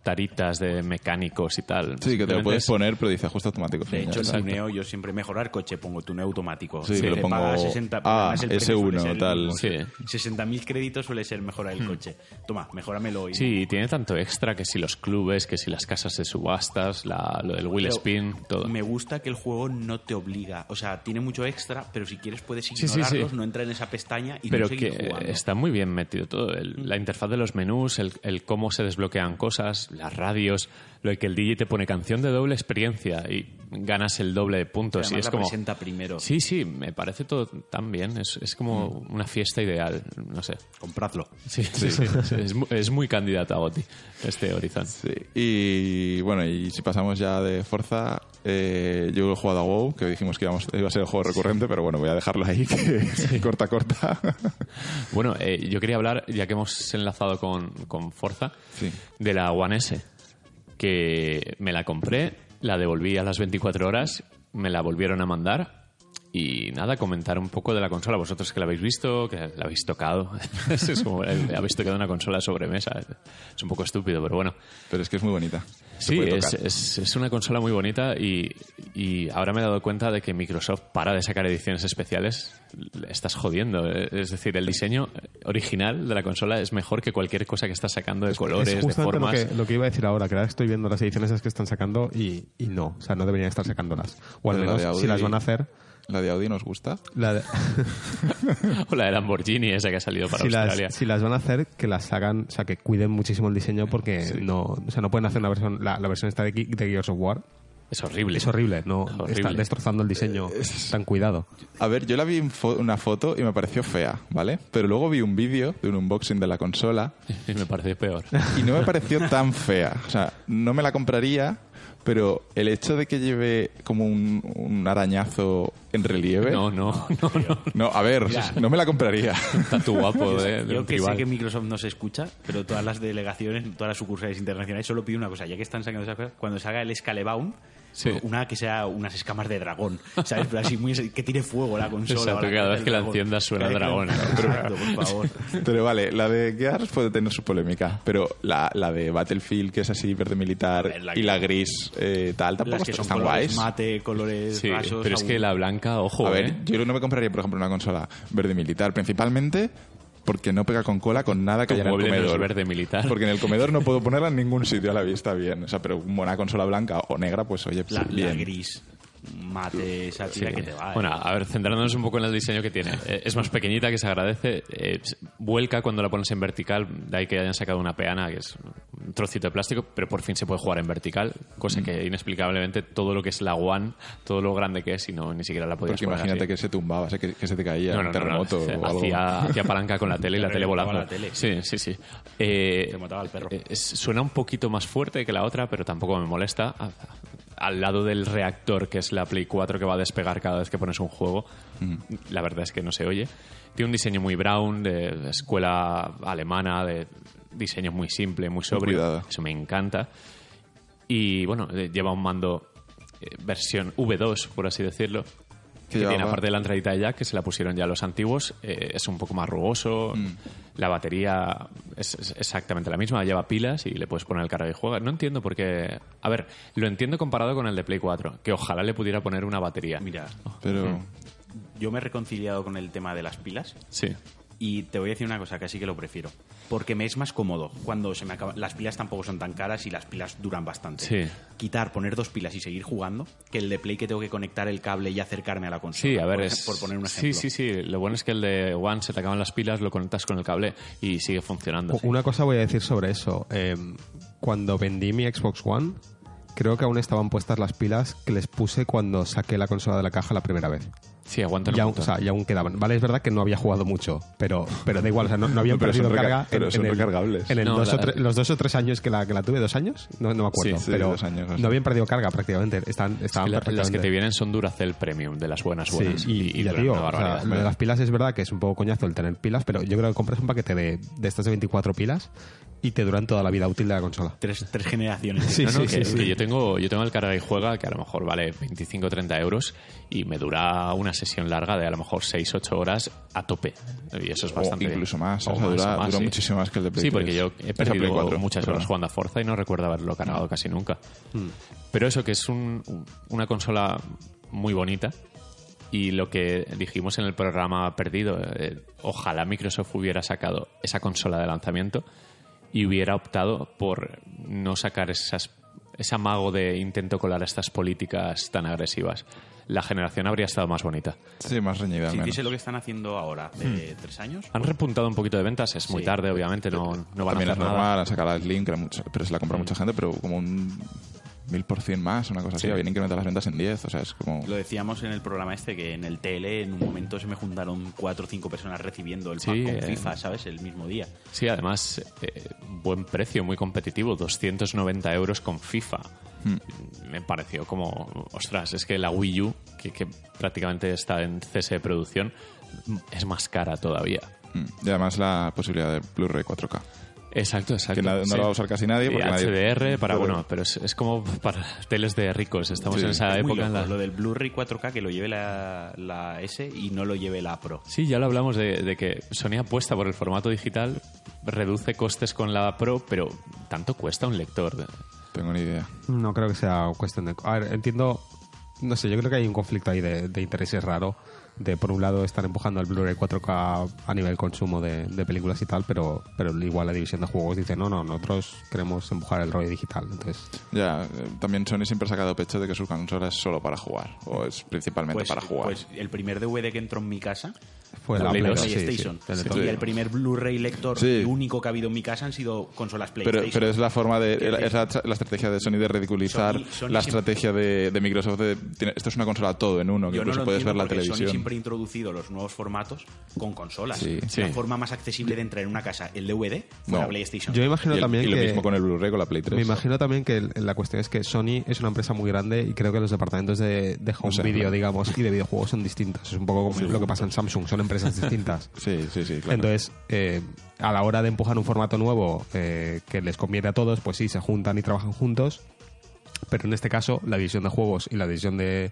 taritas de mecánicos y tal. Sí, que te lo puedes poner, pero dice ajuste automático. De hecho, el tuneo, yo siempre mejorar coche pongo tuneo automático. Sí, lo pongo S1 tal. Sí. 60.000 créditos suele ser mejorar el coche. Toma, mejóramelo. Sí, tiene tanto extra que si los clubes, que si las casas de subastas, lo del wheel spin, todo. Me gusta que el juego no te obliga. O sea, tiene mucho extra, pero si quieres puedes ignorarlos, no entra en esa pestaña y pero no seguir que jugando. Está muy bien metido todo. La interfaz de los menús, el cómo se desbloquean cosas, las radios, lo de que el DJ te pone canción de doble experiencia y ganas el doble de puntos. Y es como presenta primero. Sí, me parece todo tan bien. Es como una fiesta ideal, no sé. Compradlo. Sí. Es muy candidato a GOTY este Horizon. Sí. Y bueno, y si pasamos ya de Forza, yo he jugado a WoW, que dijimos que iba a ser el juego recurrente, pero bueno, voy a dejarlo ahí, que corta. Bueno, yo quería hablar, ya que hemos enlazado con Forza, de la One S, que me la compré, la devolví a las 24 horas, me la volvieron a mandar. Y nada, comentar un poco de la consola. Vosotros que la habéis visto, que la habéis tocado. Es como, habéis tocado una consola de sobremesa. Es un poco estúpido, pero bueno. Pero es que es muy bonita. Sí, es una consola muy bonita y ahora me he dado cuenta de que Microsoft para de sacar ediciones especiales. Estás jodiendo. Es decir, el diseño original de la consola es mejor que cualquier cosa que estás sacando de colores, es de formas. Lo que iba a decir ahora, que ahora estoy viendo las ediciones que están sacando y no. O sea, no deberían estar sacándolas. O al menos, si las van a hacer... ¿La de Audi nos gusta? O la de Lamborghini, esa que ha salido para Australia. Si las van a hacer, que las hagan, o sea, que cuiden muchísimo el diseño porque no pueden hacer una versión, la versión esta de Gears of War. Es horrible. Es horrible, están destrozando el diseño tan cuidado. A ver, yo la vi en una foto y me pareció fea, ¿vale? Pero luego vi un vídeo de un unboxing de la consola y me pareció peor. Y no me pareció tan fea. O sea, no me la compraría, pero el hecho de que lleve como un arañazo en relieve... No, a ver, no me la compraría. Está tú guapo Yo que sé que Microsoft no se escucha, pero todas las delegaciones, todas las sucursales internacionales solo pido una cosa, ya que están sacando esas cosas, cuando salga el Scalebound, una que sea unas escamas de dragón, ¿sabes? Pero así muy que tire fuego la consola. Exacto, cada vez que la enciendas suena dragón. Exacto, por favor. Pero vale, la de Gears puede tener su polémica, pero la de Battlefield, que es así verde militar, y la gris tampoco las que son están colores guays. mate, colores rasos. Pero es que la blanca, ojo, a ver, yo no me compraría, por ejemplo, una consola verde militar, principalmente porque no pega con cola con nada que haya en el comedor. No es verde militar. Porque en el comedor no puedo ponerla en ningún sitio a la vista bien. O sea, pero una consola blanca o negra, pues oye, bien. La gris, mate, esa tira que te va. Bueno, a ver, centrándonos un poco en el diseño que tiene. Es más pequeñita, que se agradece. Vuelca cuando la pones en vertical. De ahí que hayan sacado una peana, que es un trocito de plástico, pero por fin se puede jugar en vertical. Cosa que inexplicablemente todo lo que es la One, todo lo grande que es, y ni siquiera la podías poner. Porque imagínate que se tumbaba, que se te caía un terremoto o algo. Hacía palanca con la tele y la tele volando. La tele. Sí. Te mataba al perro. Suena un poquito más fuerte que la otra, pero tampoco me molesta. Al lado del reactor, que es la Play 4 que va a despegar cada vez que pones un juego, la verdad es que no se oye. Tiene un diseño muy brown, de escuela alemana, de diseño muy simple, muy sobrio. Eso me encanta. Y bueno, lleva un mando versión V2, por así decirlo. Que tiene, aparte de la entradita de jack, que se la pusieron ya los antiguos, es un poco más rugoso. La batería es exactamente la misma, lleva pilas y le puedes poner el carga y juega. No entiendo por qué... A ver, lo entiendo comparado con el de Play 4, que ojalá le pudiera poner una batería. Mira, pero... Yo me he reconciliado con el tema de las pilas. Sí. Y te voy a decir una cosa, que así que lo prefiero. Porque me es más cómodo cuando se me acaban. Las pilas tampoco son tan caras y las pilas duran bastante. Sí. Quitar, poner 2 pilas y seguir jugando, que el de Play que tengo que conectar el cable y acercarme a la consola. Sí, a ver, por poner un ejemplo. Sí. Lo bueno es que el de One se te acaban las pilas, lo conectas con el cable y sigue funcionando. Una cosa voy a decir sobre eso. Cuando vendí mi Xbox One, creo que aún estaban puestas las pilas que les puse cuando saqué la consola de la caja la primera vez. Sí, aguantan un montón. O sea, y aún quedaban. Vale, es verdad que no había jugado mucho, pero da igual, o sea, no habían perdido carga. Pero son recargables. En los 2 o 3 años que la tuve, 2 años, no me acuerdo. Sí, pero 2 años. No habían perdido carga prácticamente. Estaban perfectamente. Las que te vienen son Duracell Premium, de las buenas. Sí, y ya digo, lo de las pilas es verdad que es un poco coñazo el tener pilas, pero yo creo que compras un paquete de estas de 24 pilas y te duran toda la vida útil de la consola. 3 generaciones. Sí. Que yo tengo el carga y juega, que a lo mejor vale 25 o 30 euros y me dura unas sesión larga de a lo mejor 6-8 horas a tope. Y eso es bastante o incluso bien. más. O sea, duró muchísimo más que el de Play 3. Sí, porque yo he perdido muchas horas jugando a Forza y no recuerdo haberlo cargado casi nunca. Pero eso, que es una consola muy bonita. Y lo que dijimos en el programa perdido, ojalá Microsoft hubiera sacado esa consola de lanzamiento y hubiera optado por no sacar ese amago de intento colar estas políticas tan agresivas. La generación habría estado más bonita. Sí, más reñida. Si hiciese lo que están haciendo ahora, de 3 años... Han repuntado un poquito de ventas, es muy tarde, obviamente, no van a hacer nada. Normal, han sacado el Link, pero se la compra mucha gente, pero como un 1000% más, una cosa así. Habían incrementado las ventas en 10, o sea, es como... Lo decíamos en el programa que en el TL en un momento se me juntaron 4 o 5 personas recibiendo el pack con FIFA, ¿sabes? El mismo día. Sí, además, buen precio, muy competitivo, 290 euros con FIFA. Me pareció como, ostras, es que la Wii U, que prácticamente está en cese de producción, es más cara todavía. Y además la posibilidad de Blu-ray 4K. Exacto. Que no lo va a usar casi nadie. Porque HDR pero es como para teles de ricos. Estamos en esa época. Lo del Blu-ray 4K, que lo lleve la S y no lo lleve la Pro. Sí, ya lo hablamos de que Sony apuesta por el formato digital, reduce costes con la Pro, pero ¿tanto cuesta un lector? Tengo ni idea. No creo que sea cuestión de... A ver, entiendo... No sé, yo creo que hay un conflicto ahí de intereses raro. Por un lado, están empujando el Blu-ray 4K a nivel consumo de películas y tal, pero igual la división de juegos dice, no, nosotros queremos empujar el rollo digital. Entonces... Ya, también Sony siempre ha sacado pecho de que su consola es solo para jugar, o es principalmente para jugar. Pues el primer DVD que entró en mi casa fue la PlayStation. Sí. Y el primer Blu-ray lector único que ha habido en mi casa han sido consolas PlayStation. Pero es la forma es la estrategia de Sony de ridiculizar la estrategia de Microsoft esto es una consola todo en uno, que incluso puedes ver la televisión. Sony siempre ha introducido los nuevos formatos con consolas. La forma más accesible de entrar en una casa, el DVD, fue la PlayStation. Yo imagino también y lo mismo con el Blu-ray, con la Play 3. Me imagino también que la cuestión es que Sony es una empresa muy grande y creo que los departamentos de home video, digamos, y de videojuegos son distintos. Es un poco como lo que pasa en Samsung, son empresas distintas. Sí, claro. Entonces, a la hora de empujar un formato nuevo que les conviene a todos, pues sí, se juntan y trabajan juntos. Pero en este caso, la división de juegos y la división de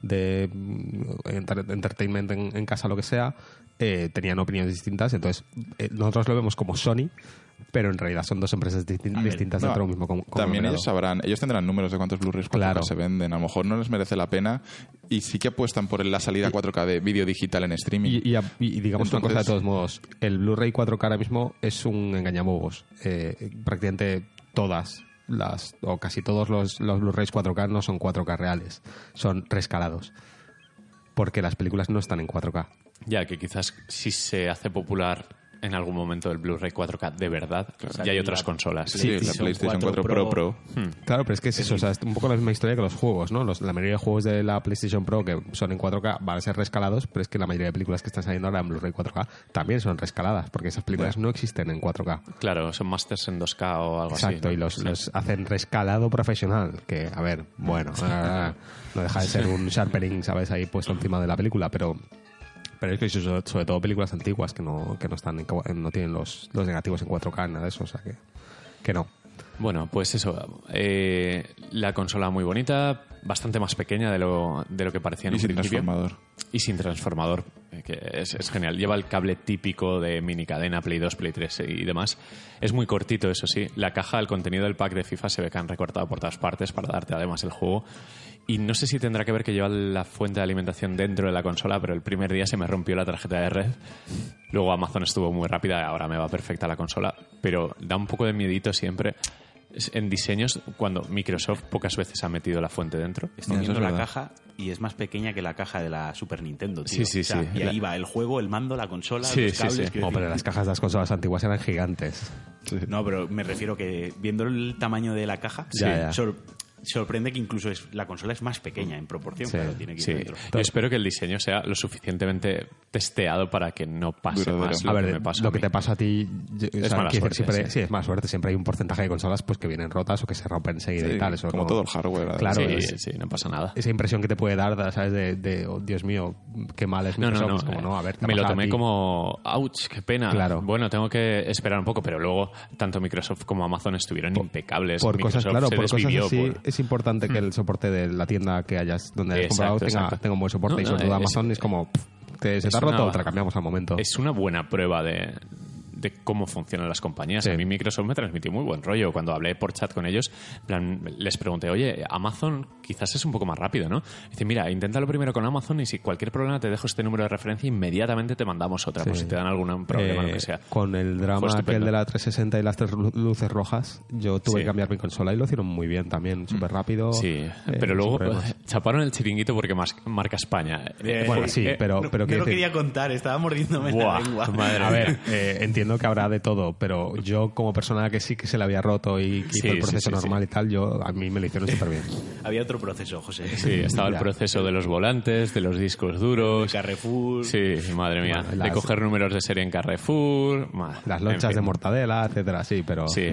entertainment en casa, lo que sea, tenían opiniones distintas. Entonces, nosotros lo vemos como Sony, pero en realidad son dos empresas distintas dentro del mismo También ellos tendrán números de cuántos Blu-rays 4K se venden. A lo mejor no les merece la pena y sí que apuestan por la salida 4K de vídeo digital en streaming. Y digamos una cosa de todos modos, el Blu-ray 4K ahora mismo es un engañabobos. Prácticamente todas o casi todos los Blu-rays 4K no son 4K reales, son rescalados. Porque las películas no están en 4K. Ya, que quizás si se hace popular en algún momento el Blu-ray 4K de verdad, ya hay otras consolas. Sí, la PlayStation 4 Pro. Claro, pero es que es eso, o sea, es un poco la misma historia que los juegos, ¿no? La mayoría de juegos de la PlayStation Pro que son en 4K van a ser rescalados, pero es que la mayoría de películas que están saliendo ahora en Blu-ray 4K también son rescaladas, porque esas películas no existen en 4K. Claro, son masters en 2K o algo así. Exacto, y los hacen rescalado profesional, que, a ver, bueno, no deja de ser un sharpening, ¿sabes? Ahí puesto encima de la película, pero es que sobre todo películas antiguas que no no tienen los negativos en 4K, nada de eso, o sea que no. Bueno, pues eso, la consola muy bonita, bastante más pequeña de lo que parecía en un principio. Y sin transformador, que es genial. Lleva el cable típico de mini cadena, Play 2, Play 3 y demás. Es muy cortito, eso sí. La caja, el contenido del pack de FIFA se ve que han recortado por todas partes para darte además el juego. Y no sé si tendrá que ver que lleva la fuente de alimentación dentro de la consola, pero el primer día se me rompió la tarjeta de red. Luego Amazon estuvo muy rápida y ahora me va perfecta la consola. Pero da un poco de miedito siempre en diseños cuando Microsoft pocas veces ha metido la fuente dentro. Estoy viendo la caja y es más pequeña que la caja de la Super Nintendo, tío. Sí. Y ahí va el juego, el mando, la consola, los cables... Sí. Pero las cajas de las consolas antiguas eran gigantes. Sí. No, pero me refiero que viendo el tamaño de la caja... sorprende que incluso la consola es más pequeña en proporción, claro, tiene que ir dentro. Yo espero que el diseño sea lo suficientemente testeado para que no pase más. A ver, lo que te pasa a ti es mala suerte. Sí, es mala suerte. Siempre hay un porcentaje de consolas pues que vienen rotas o que se rompen enseguida y tal. Eso como todo el hardware. Claro, sí, no pasa nada. Esa impresión que te puede dar, ¿sabes? De oh, Dios mío, qué mal es Microsoft. No. A ver, me lo tomé como, ouch, qué pena. Claro. Bueno, tengo que esperar un poco, pero luego tanto Microsoft como Amazon estuvieron impecables. Por cosas, Microsoft se desvivió así, es importante que el soporte de la tienda que donde hayas comprado tenga un buen soporte. Y sobre todo Amazon es como... se te ha roto, te la cambiamos al momento. Es una buena prueba de cómo funcionan las compañías. Sí. A mí Microsoft me transmitió muy buen rollo. Cuando hablé por chat con ellos, en plan, les pregunté, oye, Amazon quizás es un poco más rápido, ¿no? Dice, mira, inténtalo primero con Amazon y si cualquier problema te dejo este número de referencia, inmediatamente te mandamos otra, por si te dan algún problema, lo que sea. Con el drama aquel de la 360 y las 3 luces rojas, yo tuve que cambiar mi consola y lo hicieron muy bien también, súper rápido. Sí, pero luego chaparon el chiringuito porque marca España. Bueno, sí, pero no lo quería contar, estaba mordiéndome la lengua. Madre. A ver, entiendo que habrá de todo, pero yo como persona que sí que se le había roto y que hizo el proceso normal y tal, a mí me lo hicieron súper bien. Había otro proceso, José. Sí, estaba el proceso de los volantes, de los discos duros. De Carrefour. Sí, madre mía. De coger números de serie en Carrefour. Las lonchas de mortadela, etcétera, sí, pero... Sí,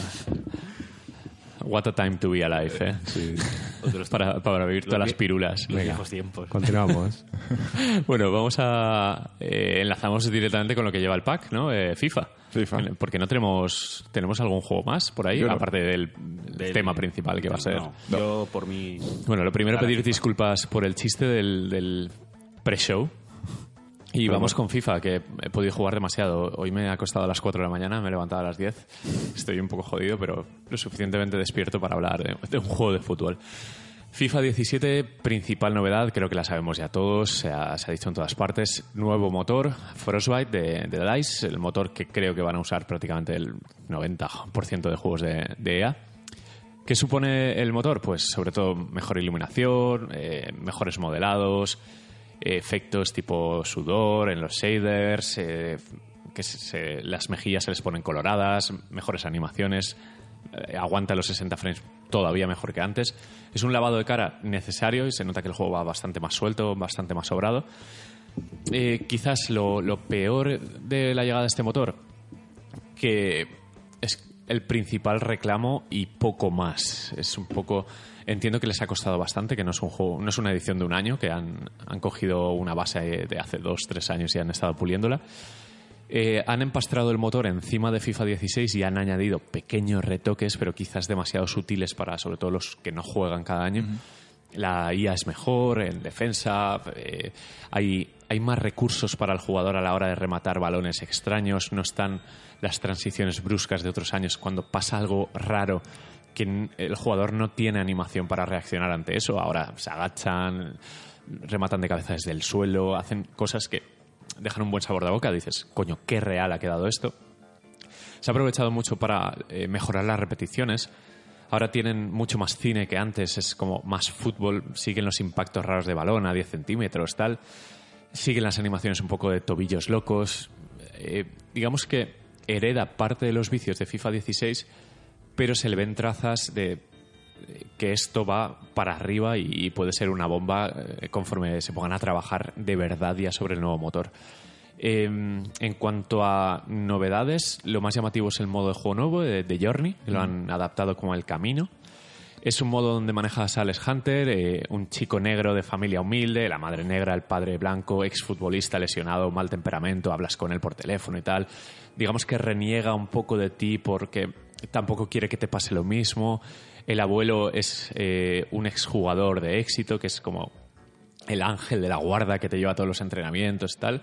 what a time to be alive, ¿eh? Sí. para vivir todas las pirulas. Los viejos tiempos. Continuamos. Bueno, enlazamos directamente con lo que lleva el pack, ¿no? FIFA. Porque no tenemos algún juego más por ahí, aparte del tema principal que va a ser. No. Yo, por mí... Bueno, lo primero, pedir disculpas por el chiste del pre-show. Y vamos con FIFA, que he podido jugar demasiado. Hoy me he acostado a las 4 de la mañana, me he levantado a las 10. Estoy un poco jodido, pero lo suficientemente despierto para hablar de un juego de fútbol. FIFA 17, principal novedad, creo que la sabemos ya todos, se ha dicho en todas partes. Nuevo motor, Frostbite de DICE, el motor que creo que van a usar prácticamente el 90% de juegos de EA. ¿Qué supone el motor? Pues sobre todo mejor iluminación, mejores modelados, efectos tipo sudor en los shaders, las mejillas se les ponen coloradas, mejores animaciones, aguanta los 60 frames todavía mejor que antes. Es un lavado de cara necesario y se nota que el juego va bastante más suelto, bastante más sobrado. Quizás lo peor de la llegada de este motor, que es el principal reclamo y poco más. Es un poco... Entiendo que les ha costado bastante, que no es un juego, no es una edición de un año, que han cogido una base de hace 2-3 años y han estado puliéndola. Han empastrado el motor encima de FIFA 16 y han añadido pequeños retoques, pero quizás demasiado sutiles para sobre todo los que no juegan cada año. La IA es mejor en defensa, hay más recursos para el jugador a la hora de rematar balones extraños, no están las transiciones bruscas de otros años cuando pasa algo raro que el jugador no tiene animación para reaccionar ante eso. Ahora se agachan, rematan de cabeza desde el suelo, hacen cosas que dejan un buen sabor de boca. Dices, coño, qué real ha quedado esto. Se ha aprovechado mucho para mejorar las repeticiones. Ahora tienen mucho más cine que antes, es como más fútbol, siguen los impactos raros de balón a 10 centímetros, tal. Siguen las animaciones un poco de tobillos locos. Digamos que hereda parte de los vicios de FIFA 16, pero se le ven trazas de que esto va para arriba y puede ser una bomba conforme se pongan a trabajar de verdad ya sobre el nuevo motor. En cuanto a novedades, lo más llamativo es el modo de juego nuevo de Journey, que lo han adaptado como El Camino. Es un modo donde manejas a Alex Hunter, un chico negro de familia humilde, la madre negra, el padre blanco, exfutbolista lesionado, mal temperamento, hablas con él por teléfono y tal. Digamos que reniega un poco de ti porque tampoco quiere que te pase lo mismo. El abuelo es un exjugador de éxito, que es como el ángel de la guarda que te lleva a todos los entrenamientos y tal.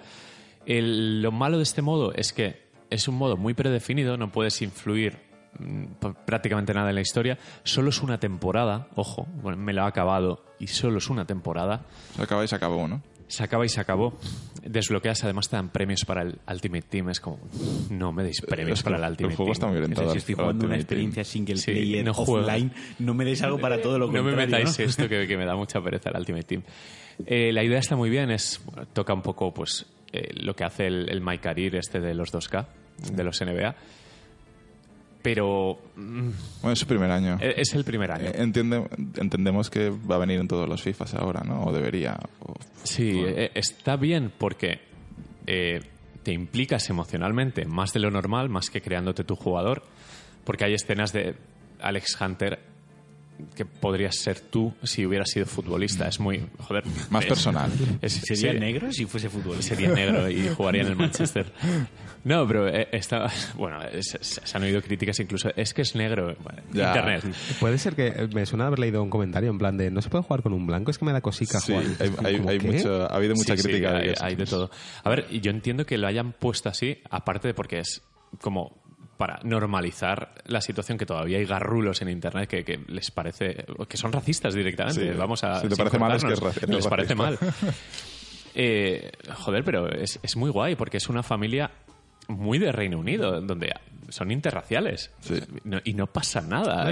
Lo malo de este modo es que es un modo muy predefinido, no puedes influir prácticamente nada en la historia. Solo es una temporada, ojo, me lo ha acabado y solo es una temporada. Se acaba y se acabó, ¿no? Se acaba y se acabó. Desbloqueas, además te dan premios para el Ultimate Team. Es como, no me deis premios para el Ultimate Team. El juego está muy orientado. Si estoy jugando una experiencia single player offline, no me deis algo para todo lo contrario. No me metáis esto que me da mucha pereza el Ultimate Team. La idea está muy bien, toca un poco pues lo que hace el My Career de los 2K, de los NBA. Pero... Bueno, es su primer año. Es el primer año. Entendemos que va a venir en todos los FIFAs ahora, ¿no? O debería. Sí, bueno. Está bien porque te implicas emocionalmente más de lo normal, más que creándote tu jugador, porque hay escenas de Alex Hunter que podrías ser tú si hubieras sido futbolista. Es muy... Joder. Más personal. ¿Sería negro si fuese futbolista? Sería negro y jugaría en el Manchester. No, pero bueno, se han oído críticas incluso. Es que es negro. Bueno, Internet. Puede ser que... Me suena haber leído un comentario en plan de ¿no se puede jugar con un blanco? Es que me da cosica jugar. Ha habido mucha crítica. Hay de todo. A ver, yo entiendo que lo hayan puesto así, aparte de porque es como para normalizar la situación, que todavía hay garrulos en Internet que les parece... que son racistas directamente. Sí, Vamos a... si te parece mal es que les parece mal. Joder, pero es muy guay porque es una familia muy de Reino Unido, donde son interraciales. Sí. Y no pasa nada.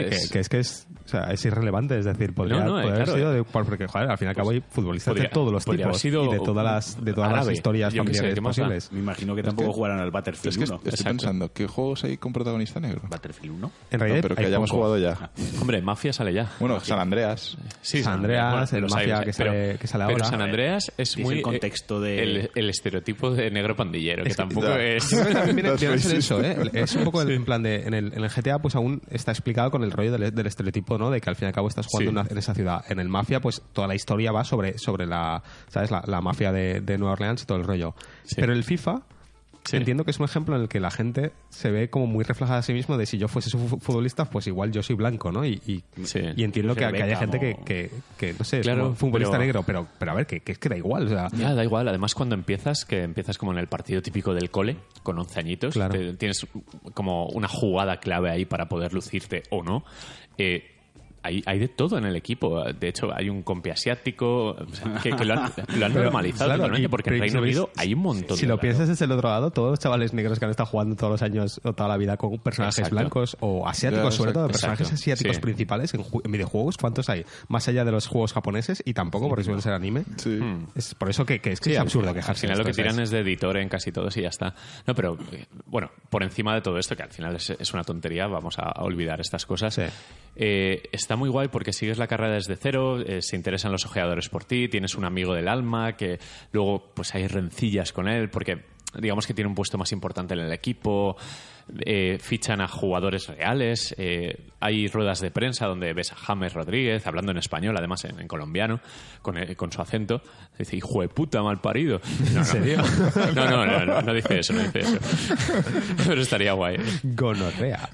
Es irrelevante, es decir, podría haber sido porque, joder, al fin y al cabo hay futbolistas de todos los tipos y de todas las historias familiares posibles. Me imagino que tampoco jugarán al Battlefield 1. Estoy pensando, ¿qué juegos hay con protagonista negro? ¿Battlefield 1? En realidad, pero que hayamos jugado ya. Hombre, Mafia sale ya. Bueno, San Andreas. Sí, San Andreas, el Mafia que sale ahora. Pero San Andreas es muy... el contexto de... El estereotipo de negro pandillero, que tampoco es... Viene a ser eso, ¿eh? Es un poco en plan de... En el GTA pues aún está explicado con el rollo del estereotipo, ¿no? De que al fin y al cabo estás jugando en esa ciudad. En el Mafia pues toda la historia va sobre la, ¿sabes? La mafia de Nueva Orleans y todo el rollo. Sí. Pero el FIFA... Sí. Entiendo que es un ejemplo en el que la gente se ve como muy reflejada a sí mismo de si yo fuese futbolista, pues igual yo soy blanco, ¿no? Y entiendo que haya gente que no sé, claro, es futbolista negro, pero a ver, que es que da igual. O sea, ya, da igual. Además, cuando empiezas como en el partido típico del cole, con 11 añitos, claro. Tienes como una jugada clave ahí para poder lucirte o no. Hay de todo en el equipo. De hecho, hay un compi asiático que lo han normalizado totalmente, porque en Reino Unido hay un montón. Si lo piensas desde el otro lado, todos los chavales negros que han estado jugando todos los años o toda la vida con personajes blancos o asiáticos, sobre todo personajes asiáticos principales en videojuegos, ¿cuántos hay? Más allá de los juegos japoneses, y tampoco porque suelen ser anime. Sí. Es por eso que es absurdo quejarse. Al final lo que tiran es de editor en casi todos y ya está. No, pero bueno, por encima de todo esto, que al final es una tontería, vamos a olvidar estas cosas. Sí. Está muy guay porque sigues la carrera desde cero, se interesan los ojeadores por ti, tienes un amigo del alma que luego pues hay rencillas con él porque digamos que tiene un puesto más importante en el equipo, fichan a jugadores reales, hay ruedas de prensa donde ves a James Rodríguez hablando en español, además en colombiano, con su acento. Dice, hijo de puta, mal parido. ¿En serio? No dice eso, pero estaría guay. Gonorrea.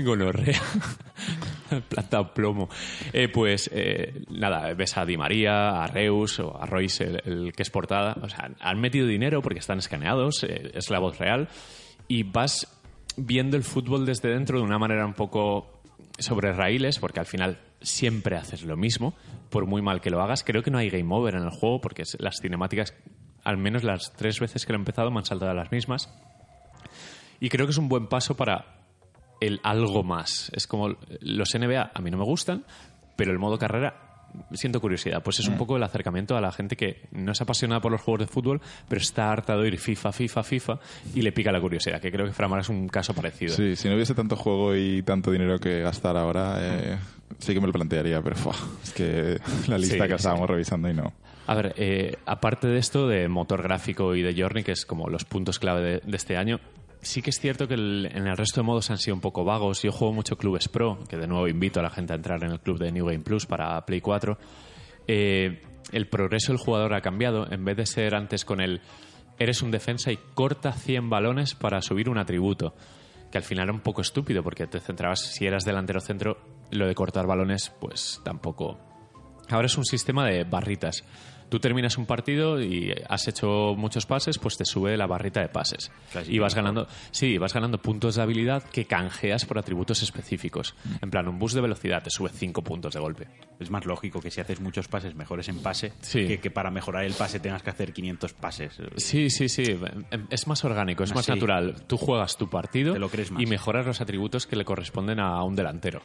Planta plomo. Nada, ves a Di María, a Reus o a Royce, el que es portada. O sea, han metido dinero porque están escaneados, es la voz real, y vas viendo el fútbol desde dentro de una manera un poco sobre raíles, porque al final siempre haces lo mismo, por muy mal que lo hagas. Creo que no hay game over en el juego, porque las cinemáticas, al menos las 3 veces que lo he empezado, me han saltado las mismas. Y creo que es un buen paso para el algo más. Es como los NBA a mí no me gustan, pero el modo carrera siento curiosidad. Pues es un poco el acercamiento a la gente que no es apasionada por los juegos de fútbol, pero está harta de oír FIFA y le pica la curiosidad, que creo que Framara es un caso parecido. Sí, si no hubiese tanto juego y tanto dinero que gastar ahora, sí que me lo plantearía, pero es que la lista que estábamos revisando y no. A ver, aparte de esto, de motor gráfico y de Journey, que es como los puntos clave de este año, sí que es cierto que en el resto de modos han sido un poco vagos. Yo juego mucho Clubes Pro, que de nuevo invito a la gente a entrar en el club de New Game Plus para Play 4. El progreso del jugador ha cambiado. En vez de ser antes con el eres un defensa y corta 100 balones para subir un atributo, que al final era un poco estúpido porque te centrabas, si eras delantero centro, lo de cortar balones pues tampoco. Ahora es un sistema de barritas. Tú terminas un partido y has hecho muchos pases, pues te sube la barrita de pases. Casi y vas ganando puntos de habilidad que canjeas por atributos específicos. En plan, un boost de velocidad te sube 5 puntos de golpe. Es más lógico que si haces muchos pases mejores en pase, que para mejorar el pase tengas que hacer 500 pases. Sí. Es más orgánico, es más natural. Tú juegas tu partido te lo crees más. Y mejoras los atributos que le corresponden a un delantero.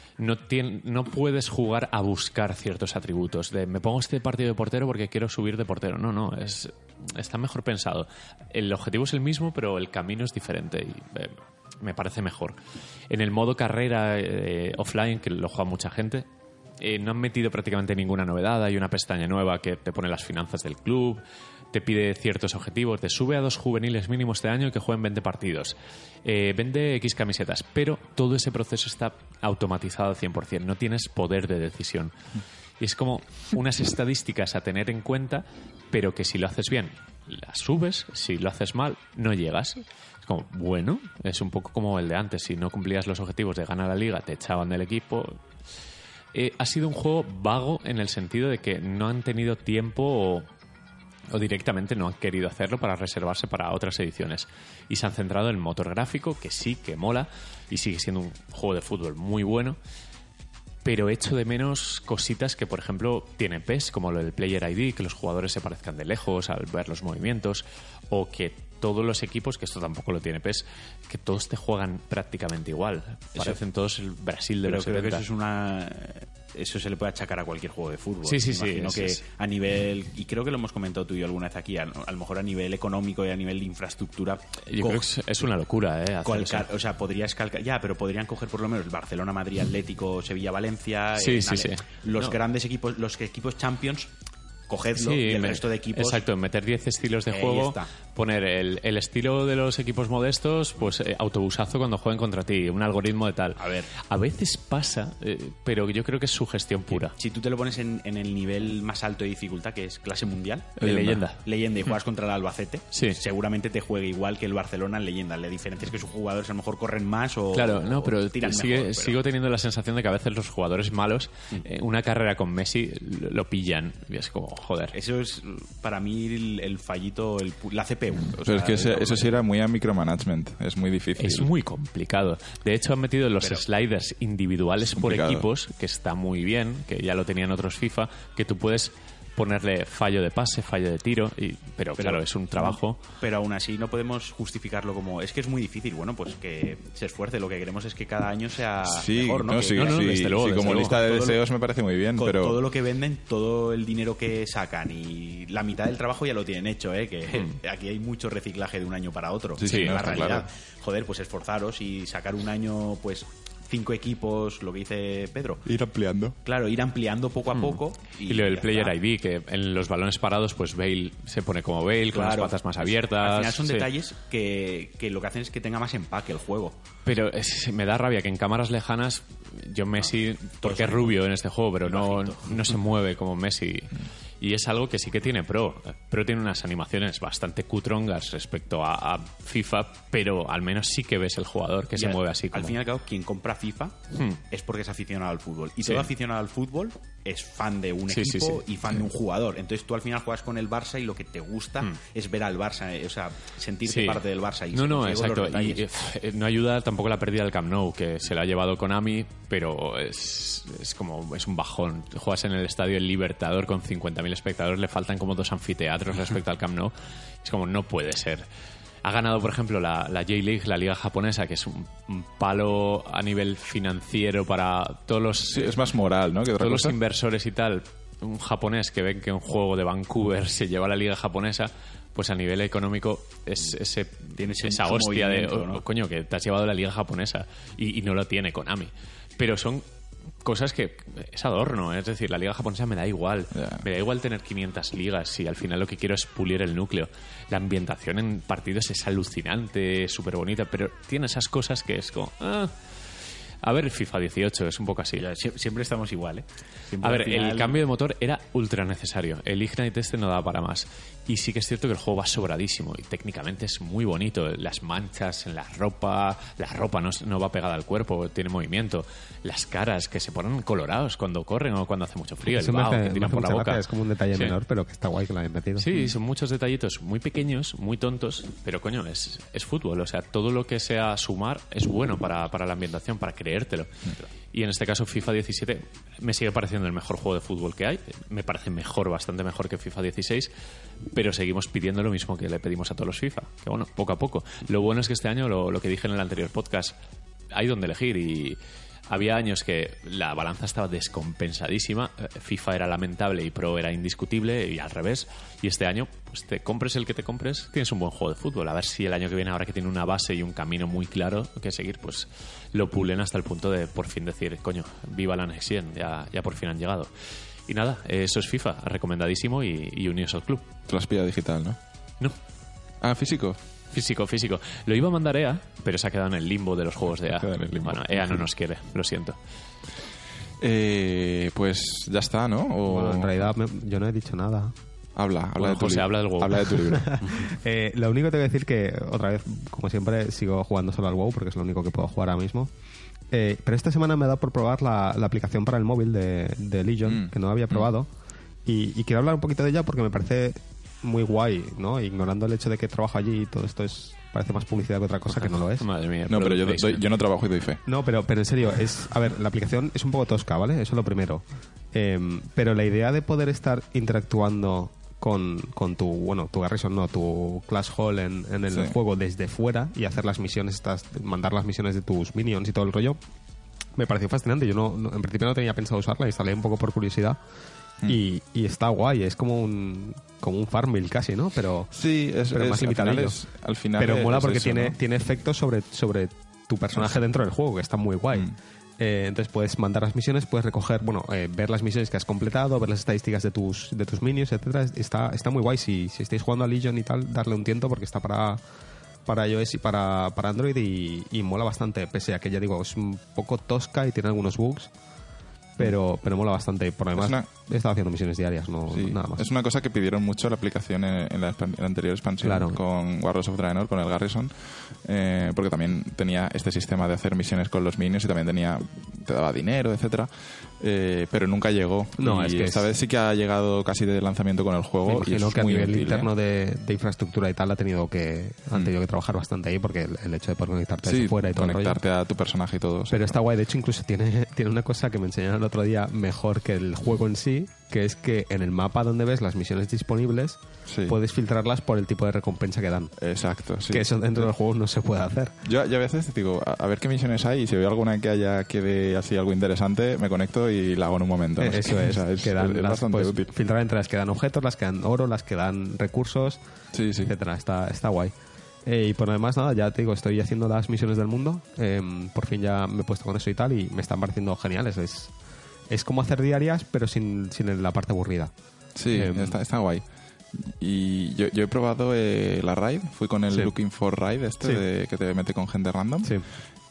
No puedes jugar a buscar ciertos atributos de me pongo este partido de portero porque quiero subir de portero. No, está mejor pensado. El objetivo es el mismo, pero el camino es diferente y me parece mejor. En el modo carrera offline, que lo juega mucha gente, no han metido prácticamente ninguna novedad. Hay una pestaña nueva que te pone las finanzas del club, te pide ciertos objetivos, te sube a 2 juveniles mínimos este año y que jueguen 20 partidos. Vende X camisetas, pero todo ese proceso está automatizado al 100%. No tienes poder de decisión. Y es como unas estadísticas a tener en cuenta, pero que si lo haces bien, las subes. Si lo haces mal, no llegas. Es como, bueno, es un poco como el de antes. Si no cumplías los objetivos de ganar la liga, te echaban del equipo. Ha sido un juego vago en el sentido de que no han tenido tiempo o directamente no han querido hacerlo para reservarse para otras ediciones. Y se han centrado en el motor gráfico, que sí, que mola, y sigue siendo un juego de fútbol muy bueno. Pero echo de menos cositas que, por ejemplo, tiene PES, como lo del Player ID, que los jugadores se parezcan de lejos al ver los movimientos, o que todos los equipos, que esto tampoco lo tiene PES, que todos te juegan prácticamente igual. Parecen todos el Brasil de los 70. Pero creo que eso se le puede achacar a cualquier juego de fútbol. Sí. Imagino que a nivel, y creo que lo hemos comentado tú y yo alguna vez aquí, a lo mejor a nivel económico y a nivel de infraestructura, yo creo que es una locura, o sea, podrías calcar, pero podrían coger por lo menos el Barcelona, Madrid, Atlético, Sevilla, Valencia, los grandes equipos, los equipos Champions, cogedlo, y el resto de equipos. Exacto, meter 10 estilos de juego, poner el estilo de los equipos modestos, pues autobusazo cuando jueguen contra ti, un algoritmo de tal. A veces pasa, pero yo creo que es su gestión pura. Si tú te lo pones en el nivel más alto de dificultad, que es clase mundial, leyenda, y juegas contra el Albacete, seguramente te juegue igual que el Barcelona en leyenda. La diferencia es que sus jugadores a lo mejor corren más o tiran mejor, sigo teniendo la sensación de que a veces los jugadores malos, una carrera con Messi lo pillan y es como, joder. Eso es para mí el fallito, la CPU. Pero es que eso sí era muy a micromanagement. Es muy difícil. Es muy complicado. De hecho, han metido los sliders individuales por equipos, que está muy bien, que ya lo tenían otros FIFA, que tú puedes ponerle fallo de pase, fallo de tiro, pero claro, es un trabajo. Pero aún así no podemos justificarlo como... Es que es muy difícil. Bueno, pues que se esfuerce. Lo que queremos es que cada año sea mejor, ¿no? Desde luego, como lista de deseos me parece muy bien, pero... Todo lo que venden, todo el dinero que sacan y la mitad del trabajo ya lo tienen hecho, que aquí hay mucho reciclaje de un año para otro. La realidad. Claro. Joder, pues esforzaros y sacar un año, pues... 5 equipos, lo que dice Pedro. Ir ampliando. Claro, ir ampliando poco a poco. Y lo del Player ID, que en los balones parados, pues Bale se pone como Bale, con las patas más abiertas. Al final son detalles que lo que hacen es que tenga más empaque el juego. Pero me da rabia que en cámaras lejanas, yo Messi, porque es rubio en este juego, pero no se mueve como Messi. Y es algo que sí que tiene Pro. Pro tiene unas animaciones bastante cutrongas respecto a FIFA, pero al menos sí que ves el jugador que se mueve así. Al fin y al cabo, quien compra FIFA es porque es aficionado al fútbol. Y todo aficionado al fútbol es fan de un equipo y fan de un jugador. Entonces tú al final juegas con el Barça y lo que te gusta es ver al Barça, o sea, sentirte parte del Barça. Y exacto. Y no ayuda tampoco la pérdida del Camp Nou, que se la ha llevado Konami, pero es un bajón. Juegas en el estadio El Libertador con 50.000 espectadores, le faltan como 2 anfiteatros respecto al Camp Nou. Es como, no puede ser. Ha ganado, por ejemplo, la J-League, la liga japonesa, que es un palo a nivel financiero para todos los... Sí, es más moral, ¿no? Que otra todos cosa. Los inversores y tal. Un japonés que ven que un juego de Vancouver se lleva a la liga japonesa, pues a nivel económico tiene esa hostia de, ¿no? Coño, que te has llevado a la liga japonesa y no lo tiene Konami. Pero son cosas que es adorno, es decir, la liga japonesa me da igual. Me da igual tener 500 ligas si al final lo que quiero es pulir el núcleo. La ambientación en partidos es alucinante, súper bonita, pero tiene esas cosas que es como... A ver, FIFA 18 es un poco así. Siempre estamos igual, A ver, el cambio de motor era ultra necesario. El Ignite no daba para más. Y sí que es cierto que el juego va sobradísimo y técnicamente es muy bonito. Las manchas en la ropa no va pegada al cuerpo, tiene movimiento. Las caras que se ponen colorados cuando corren o cuando hace mucho frío. Eso que tiran por la boca. Es como un detalle menor, pero que está guay que lo hayan metido. Sí, son muchos detallitos muy pequeños, muy tontos, pero coño, es fútbol. O sea, todo lo que sea sumar es bueno para la ambientación, para creértelo. Y en este caso FIFA 17 me sigue pareciendo el mejor juego de fútbol que hay. Me parece bastante mejor que FIFA 16, pero seguimos pidiendo lo mismo que le pedimos a todos los FIFA, que bueno, poco a poco. Lo bueno es que este año, lo que dije en el anterior podcast, hay donde elegir y había años que la balanza estaba descompensadísima, FIFA era lamentable y Pro era indiscutible y al revés, y este año pues te compres el que te compres, tienes un buen juego de fútbol. A ver si el año que viene, ahora que tiene una base y un camino muy claro que seguir, pues lo pulen hasta el punto de por fin decir, coño, viva la Next Gen, ya por fin han llegado. Y nada, eso es FIFA, recomendadísimo y uníos al club. Tú lo has pillado digital, ¿no? No. Ah, físico. Físico. Lo iba a mandar EA, pero se ha quedado en el limbo de los juegos de EA. Bueno, EA no nos quiere, lo siento. Pues ya está, ¿no? Bueno, en realidad yo no he dicho nada. Habla bueno, de tu José, libro. habla del WoW. Habla de tu libro. Lo único que tengo que decir que, otra vez, como siempre, sigo jugando solo al WoW porque es lo único que puedo jugar ahora mismo. Pero esta semana me ha dado por probar la aplicación para el móvil de Legion, que no había probado. Y quiero hablar un poquito de ella porque me parece muy guay, ¿no? Ignorando el hecho de que trabajo allí y todo esto parece más publicidad que otra cosa, que no lo es. Madre mía. No, pero yo no trabajo y doy fe. No, pero en serio, a ver, la aplicación es un poco tosca, ¿vale? Eso es lo primero. Pero la idea de poder estar interactuando con tu Garrison, no, tu Clash Hall en el juego desde fuera y hacer las misiones mandar las misiones de tus minions y todo el rollo, me pareció fascinante. Yo en principio no tenía pensado usarla, instalé un poco por curiosidad. Y está guay, es como un Farmville casi, ¿no? Pero sí, pero más limitadillo. Al final pero mola porque eso, tiene efectos sobre tu personaje dentro del juego, que está muy guay. Entonces puedes mandar las misiones, puedes recoger, ver las misiones que has completado, ver las estadísticas de tus minions, etcétera. Está muy guay. Si estáis jugando a Legion y tal, darle un tiento porque está para iOS y para Android y mola bastante, pese a que ya digo, es un poco tosca y tiene algunos bugs. Pero mola bastante. Por además, he estado haciendo misiones diarias, nada más. Es una cosa que pidieron mucho la aplicación en la anterior expansión con Warlords of Draenor, con el Garrison, porque también tenía este sistema de hacer misiones con los minions y también te daba dinero, etcétera, pero nunca llegó. No, y es que esta vez sí que ha llegado casi de lanzamiento con el juego. Me imagino y es que a muy nivel útil, interno de infraestructura y tal han tenido que trabajar bastante ahí, porque el hecho de poder conectarte desde fuera y todo conectarte el rollo, a tu personaje y todo. pero está guay. De hecho, incluso tiene una cosa que me enseñaron el otro día mejor que el juego en sí, que es que en el mapa donde ves las misiones disponibles puedes filtrarlas por el tipo de recompensa que dan. Exacto, sí. Que eso dentro del juego no se puede hacer. Yo a veces digo, a ver qué misiones hay, y si veo alguna que dé así algo interesante, me conecto y la hago en un momento. Eso es. Es bastante útil. Filtrar entre las que dan objetos, las que dan oro, las que dan recursos, etcétera. Está guay. Y por lo demás, nada, ya te digo, estoy haciendo las misiones del mundo. Por fin ya me he puesto con eso y tal, y me están pareciendo geniales. Es como hacer diarias, pero sin la parte aburrida. Sí, está guay. Y yo he probado la raid, fui con el Looking for Raid que te mete con gente random. Sí.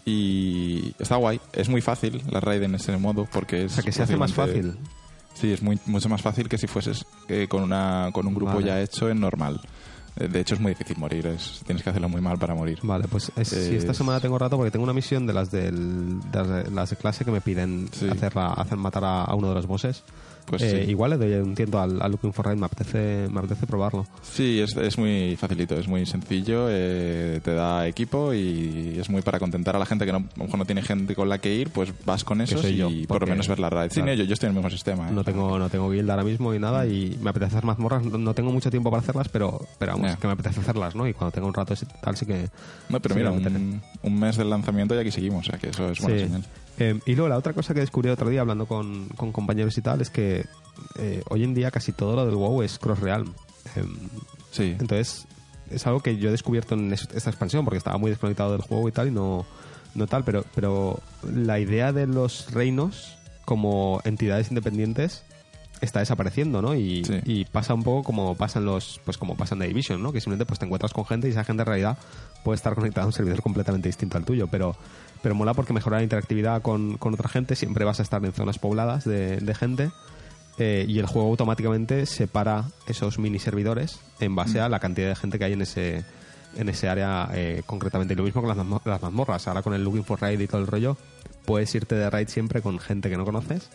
Y está guay, es muy fácil la raid en ese modo porque es... O sea, que se hace más fácil. Sí, es mucho más fácil que si fueses con un grupo ya hecho en normal. De hecho, es muy difícil morir. Tienes que hacerlo muy mal para morir. Vale, pues si esta semana tengo rato, porque tengo una misión de las de clase que me piden hacer matar a uno de los bosses. Pues igual le doy un tiento al Looking for Raid, me apetece probarlo. Sí, es muy facilito, es muy sencillo, te da equipo y es muy para contentar a la gente que a lo mejor no tiene gente con la que ir, pues vas con esos y por lo menos ver la raid. Claro, sí, yo estoy en el mismo sistema. No tengo guild ahora mismo y nada, y me apetece hacer mazmorras. No tengo mucho tiempo para hacerlas, pero vamos, que me apetece hacerlas, ¿no? Y cuando tenga un rato tal sí que... No, pero mira, un mes del lanzamiento y aquí seguimos, o sea que eso es buena señal. Y luego la otra cosa que descubrí otro día hablando con compañeros y tal es que hoy en día casi todo lo del WoW es cross-realm. Sí. Entonces es algo que yo he descubierto en esta expansión porque estaba muy desconectado del juego y tal, y no tal, pero la idea de los reinos como entidades independientes está desapareciendo, ¿no? Y pasa un poco como pasan como pasan de Division, ¿no? Que simplemente pues te encuentras con gente y esa gente en realidad puede estar conectada a un servidor completamente distinto al tuyo, pero mola porque mejora la interactividad con otra gente. Siempre vas a estar en zonas pobladas de gente, y el juego automáticamente separa esos mini servidores en base a la cantidad de gente que hay en ese área concretamente. Y lo mismo con las mazmorras. Ahora con el Looking for Raid y todo el rollo, puedes irte de raid siempre con gente que no conoces,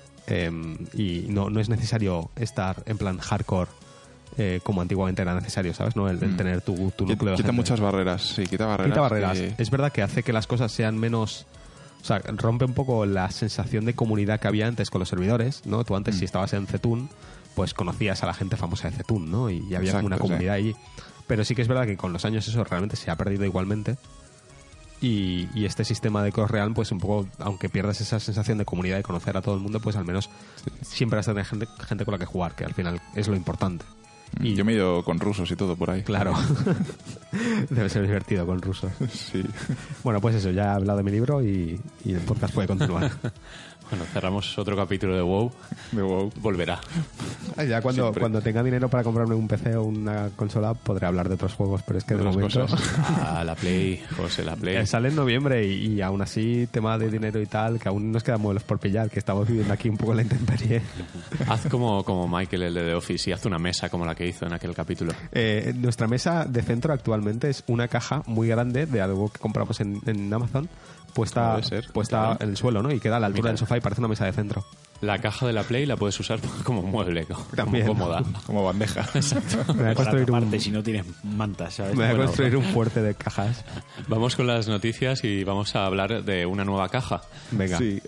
y no es necesario estar en plan hardcore como antiguamente era necesario, ¿sabes? ¿No? El tener tu núcleo de gente. Quita muchas barreras, sí, quita barreras. Es verdad que hace que las cosas sean menos... O sea, rompe un poco la sensación de comunidad que había antes con los servidores, ¿no? Tú antes, si estabas en Zetun, pues conocías a la gente famosa de Zetun, ¿no? Y había como una comunidad allí. Pero sí que es verdad que con los años eso realmente se ha perdido igualmente. y este sistema de cross-realm, pues un poco, aunque pierdas esa sensación de comunidad y conocer a todo el mundo, pues al menos siempre vas a tener gente con la que jugar, que al final es lo importante. Y yo me he ido con rusos y todo por ahí. Claro. Debe ser divertido con rusos. Sí. Bueno, pues eso, ya he hablado de mi libro y el podcast puede continuar. Bueno, cerramos otro capítulo de WoW. De WoW. Volverá. Ya cuando tenga dinero para comprarme un PC o una consola podré hablar de otros juegos, pero es que de momento... La Play, José, la Play. Sale en noviembre y aún así, tema de dinero y tal, que aún nos quedan muebles por pillar, que estamos viviendo aquí un poco la intemperie. Haz como Michael, el de The Office, y haz una mesa como la que hizo en aquel capítulo. Nuestra mesa de centro actualmente es una caja muy grande de algo que compramos en Amazon, puesta en el suelo, ¿no? Y queda a la altura del sofá y parece una mesa de centro. La caja de la Play la puedes usar como mueble, como cómoda. Como bandeja. Exacto. Me voy a construir si no tienes mantas, ¿sabes? Me voy a construir un fuerte de cajas. Vamos con las noticias y vamos a hablar de una nueva caja. Venga. Sí.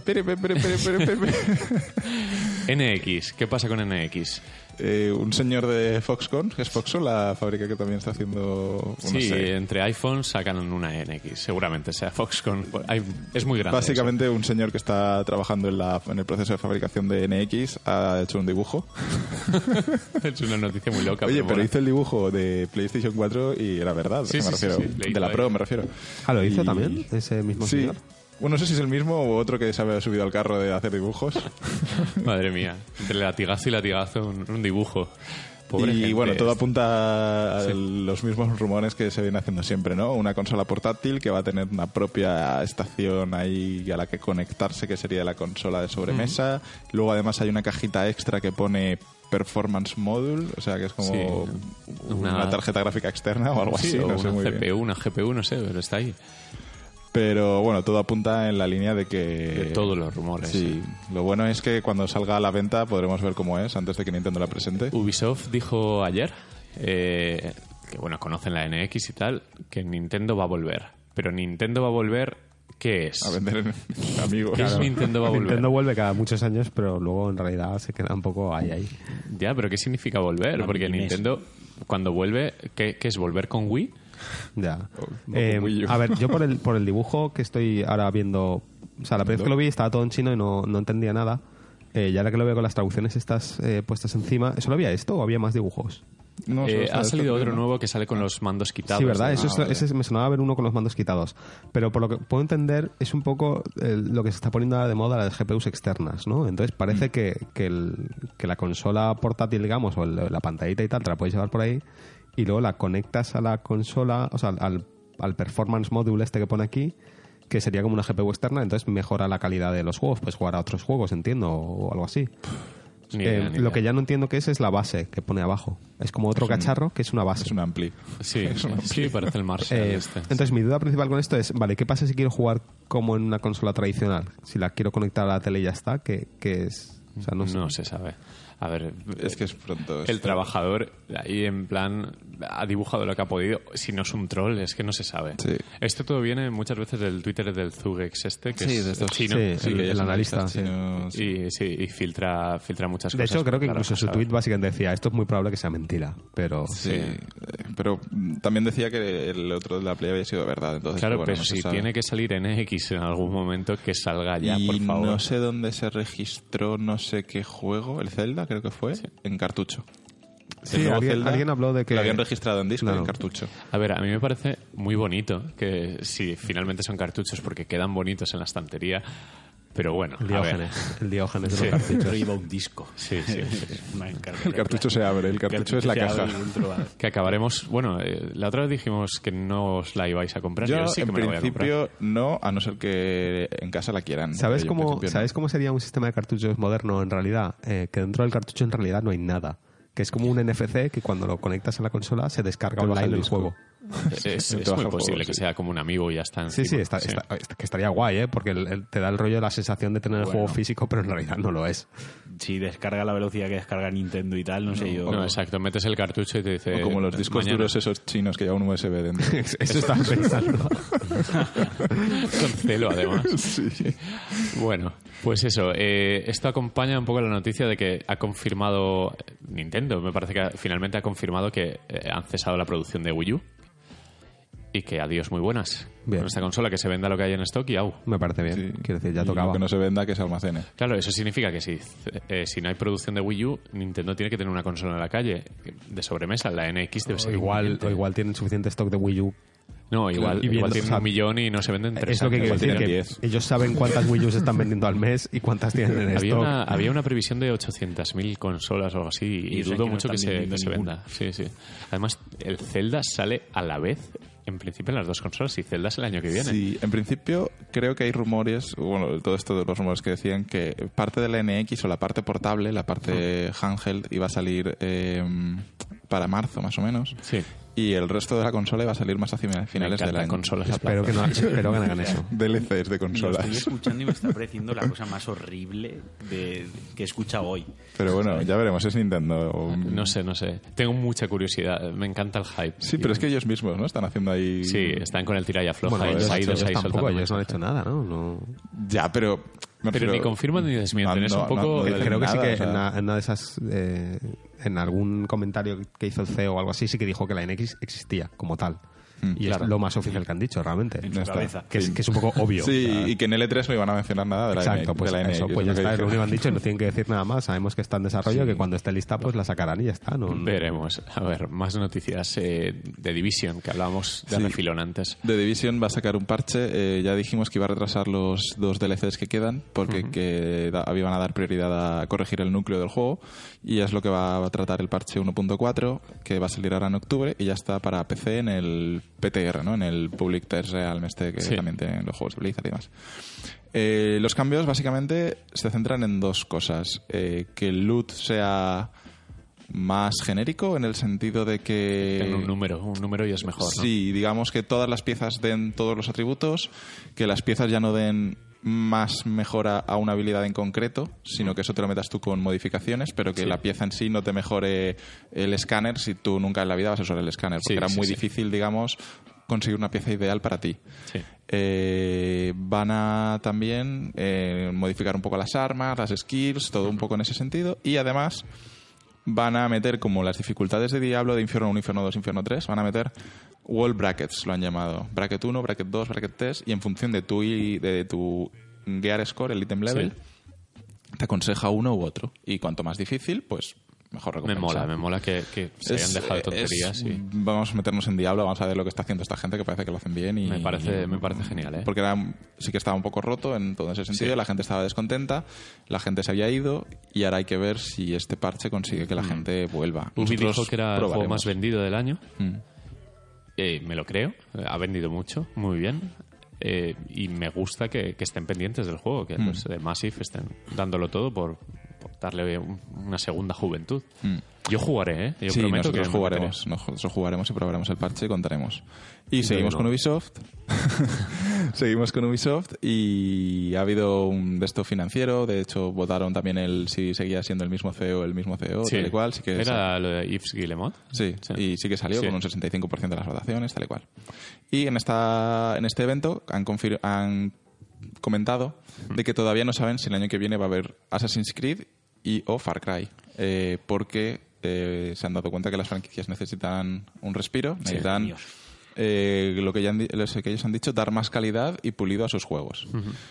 NX, ¿qué pasa con NX? Un señor de Foxconn, que es Foxconn, la fábrica que también está haciendo... entre iPhones sacan una NX, seguramente sea Foxconn. Es muy grande. Básicamente un señor que está trabajando en el proceso de fabricación de NX ha hecho un dibujo. Es una noticia muy loca. Oye, pero hizo el dibujo de PlayStation 4 y era verdad, Sí, me refiero. De la Pro, me refiero. Ah, ¿lo hizo también ese mismo señor? Bueno, no sé si es el mismo o otro que se había subido al carro de hacer dibujos. Madre mía, entre latigazo y latigazo, un dibujo. Pobre gente. Bueno, todo apunta a los mismos rumores que se vienen haciendo siempre, ¿no? Una consola portátil que va a tener una propia estación ahí a la que conectarse, que sería la consola de sobremesa. Luego, además, hay una cajita extra que pone Performance Module, o sea, que es como una tarjeta gráfica externa o algo así. O no sé una muy CPU, bien. una GPU, no sé, pero está ahí. Pero bueno, todo apunta en la línea de que... De todos los rumores. Sí. Lo bueno es que cuando salga a la venta podremos ver cómo es antes de que Nintendo la presente. Ubisoft dijo ayer que, bueno, conocen la NX y tal, que Nintendo va a volver. Pero Nintendo va a volver, ¿qué es? A vender amigos. ¿Qué es Nintendo va a volver? Nintendo vuelve cada muchos años, pero luego en realidad se queda un poco ahí. Ya, pero ¿qué significa volver? Porque Nintendo, cuando vuelve, ¿qué es? ¿Volver con Wii? Ya. A ver, yo por el dibujo que estoy ahora viendo, o sea, la primera vez que lo vi estaba todo en chino y no entendía nada. Y ahora que lo veo con las traducciones estas puestas encima, ¿solo había esto o había más dibujos? No, ha salido otro nuevo que sale con los mandos quitados. Sí, ¿verdad? Ese me sonaba ver uno con los mandos quitados. Pero por lo que puedo entender, es un poco lo que se está poniendo ahora de moda las GPUs externas, ¿no? Entonces parece que la consola portátil, digamos, o la pantallita y tal, te la puedes llevar por ahí y luego la conectas a la consola, o sea, al performance module este que pone aquí, que sería como una GPU externa, entonces mejora la calidad de los juegos, puedes jugar a otros juegos, entiendo, o algo así. Ni idea. Lo que ya no entiendo qué es la base que pone abajo. Es como otro cacharro que es una base. Es un ampli. Sí, sí, parece el Marshall este. Entonces mi duda principal con esto es, vale, ¿qué pasa si quiero jugar como en una consola tradicional? Si la quiero conectar a la tele y ya está, ¿qué es? O sea, no se sabe. A ver, es que es pronto. El trabajador ahí en plan ha dibujado lo que ha podido. Si no es un troll, es que no se sabe. Sí. Esto todo viene muchas veces del Twitter del Zugex que sí, es de estos chino. Sí, el analista. Chino, sí. Y filtra muchas cosas. De hecho, creo que claro, incluso su tweet básicamente decía, esto es muy probable que sea mentira, pero... Sí, pero también decía que el otro de la Play había sido verdad. Entonces, claro, bueno, pero no si sabe. tiene que salir en X en algún momento, que salga ya, y por favor. No sé dónde se registró no sé qué juego, el Zelda creo que fue, en cartucho. Sí, alguien habló de que... Lo habían registrado en disco y en cartucho. A ver, a mí me parece muy bonito que si finalmente son cartuchos porque quedan bonitos en la estantería, pero bueno, el Diógenes de los cartuchos. Pero iba un disco. Sí. El cartucho se abre, el cartucho es la caja. Que acabaremos... Bueno, la otra vez dijimos que no os la ibais a comprar. Yo sí que en me la voy a principio no, a no ser que en casa la quieran. ¿Sabes cómo sería un sistema de cartuchos moderno en realidad? Que dentro del cartucho en realidad no hay nada. Que es como un NFC que cuando lo conectas a la consola se descarga online el juego. Es muy posible que sea como un amigo y ya está encima. Sí, que estaría guay, ¿eh? Porque te da el rollo, la sensación de tener el juego físico, pero en realidad no lo es. Si descarga la velocidad que descarga Nintendo y tal, no sé yo. No, exacto, metes el cartucho y te dice... O como los discos duros esos chinos que llevan un USB dentro. Eso estaba pensando. Con celo, además. Sí. Bueno, pues eso. Esto acompaña un poco la noticia de que ha confirmado Nintendo, me parece que finalmente ha confirmado que han cesado la producción de Wii U. Y que adiós muy buenas. Bien. Con esta consola que se venda lo que hay en stock y au. Me parece bien. Sí. Quiero decir, ya Y tocaba. que no se venda, que se almacene. Claro, eso significa que si no hay producción de Wii U, Nintendo tiene que tener una consola en la calle de sobremesa. La NX debe ser O igual tienen suficiente stock de Wii U. No, igual viendo, tienen 1 millón y no se venden 3 Es lo que quiero decir, que 10. ellos saben cuántas Wii U se están vendiendo al mes y cuántas tienen en stock. Había una previsión de 800.000 consolas o algo así y o sea, dudo que no mucho que están se vendiendo venda. Sí, sí. Además, el Zelda sale a la vez, en principio, en las dos consolas y Zelda es el año que viene. Sí, en principio creo que hay rumores, bueno, todo esto de los rumores que decían que parte de la NX o la parte portable, la parte handheld, iba a salir para marzo más o menos. Sí. Y el resto de la consola iba a salir más a finales del año. Consolas a Espero plazo. que no hagan eso. DLCs de Lo consolas. estoy escuchando y me está pareciendo la cosa más horrible que he escuchado hoy. Pero bueno, ya veremos, es Nintendo. No sé. Tengo mucha curiosidad. Me encanta el hype. Sí, pero es que ellos mismos, ¿no? Están haciendo ahí... Sí, están con el tira y afloja Bueno, y ellos, se ha ido ellos ahí tampoco, soltando ellos no han mensajes. hecho nada, ¿no? Ya, pero... me Pero ni refiero- confirman ni desmienten. No, Es un no, poco... no, Creo que sí nada, que o sea. en una de esas... en algún comentario que hizo el CEO o algo así, sí que dijo que la NX existía como tal. Y claro. es lo más oficial que han dicho, realmente. En Ya su está. cabeza. Que es un poco obvio. Sí, O sea, y que en L3 no iban a mencionar nada de la exacto, N, pues de la eso, NX, pues ya es lo que está, es lo dijeron. único que han dicho, no tienen que decir nada más, sabemos que está en desarrollo, Sí. que cuando esté lista pues la sacarán y ya está. No, Veremos. A ver, más noticias de Division, que hablábamos de Sí. refilón antes. The Division va a sacar un parche. Ya dijimos que iba a retrasar los 2 DLCs que quedan porque iban a dar prioridad a corregir el núcleo del juego y es lo que va a tratar el parche 1.4 que va a salir ahora en octubre y ya está para PC en el PTR, ¿no? En el Public Test Realm que Sí. también tienen los juegos de Blizzard y demás. Los cambios básicamente se centran en dos cosas. Que el loot sea más genérico en el sentido de que... Tengo un número y es mejor, ¿no? Sí, digamos que todas las piezas den todos los atributos, que las piezas ya no den más mejora a una habilidad en concreto, sino que eso te lo metas tú con modificaciones, pero que Sí. la pieza en sí no te mejore el escáner si tú nunca en la vida vas a usar el escáner, porque Sí, era sí, muy sí. difícil, digamos, conseguir una pieza ideal para ti. Sí. Van a también modificar un poco las armas, las skills, todo un poco en ese sentido, y además van a meter como las dificultades de Diablo, de Infierno 1, Infierno 2, Infierno 3, van a meter wall brackets, lo han llamado. Bracket 1, bracket 2, bracket 3, y en función de tu gear score, el item level, te aconseja uno u otro. Y cuanto más difícil, pues mejor recompensa. Me mola que se hayan dejado de tonterías. Y Vamos a meternos en Diablo, vamos a ver lo que está haciendo esta gente, que parece que lo hacen bien. Y, me parece genial, ¿eh? Porque sí que estaba un poco roto en todo ese sentido, Sí. la gente estaba descontenta, la gente se había ido y ahora hay que ver si este parche consigue que la gente vuelva. Ubi Nosotros dijo que era el juego probaremos. más vendido del año. Mm. Me lo creo. Ha vendido mucho, muy bien. Y me gusta que estén pendientes del juego, que los de Massive estén dándolo todo por darle una segunda juventud. Yo jugaré, ¿eh? Yo Sí, prometo nosotros que me jugaremos. Nosotros jugaremos y probaremos el parche y contaremos. Y Sí, seguimos no. con Ubisoft. Seguimos con Ubisoft y ha habido un de esto financiero. De hecho, votaron también si seguía siendo el mismo CEO, Sí. tal y cual. Sí que ¿Era lo de Yves Guillemot? Sí, Sí. y sí que salió Sí. con un 65% de las votaciones, tal y cual. Y en este evento han comentado de que todavía no saben si el año que viene va a haber Assassin's Creed o Far Cry, porque se han dado cuenta que las franquicias necesitan un respiro, necesitan Dios. lo que ellos han dicho, dar más calidad y pulido a sus juegos.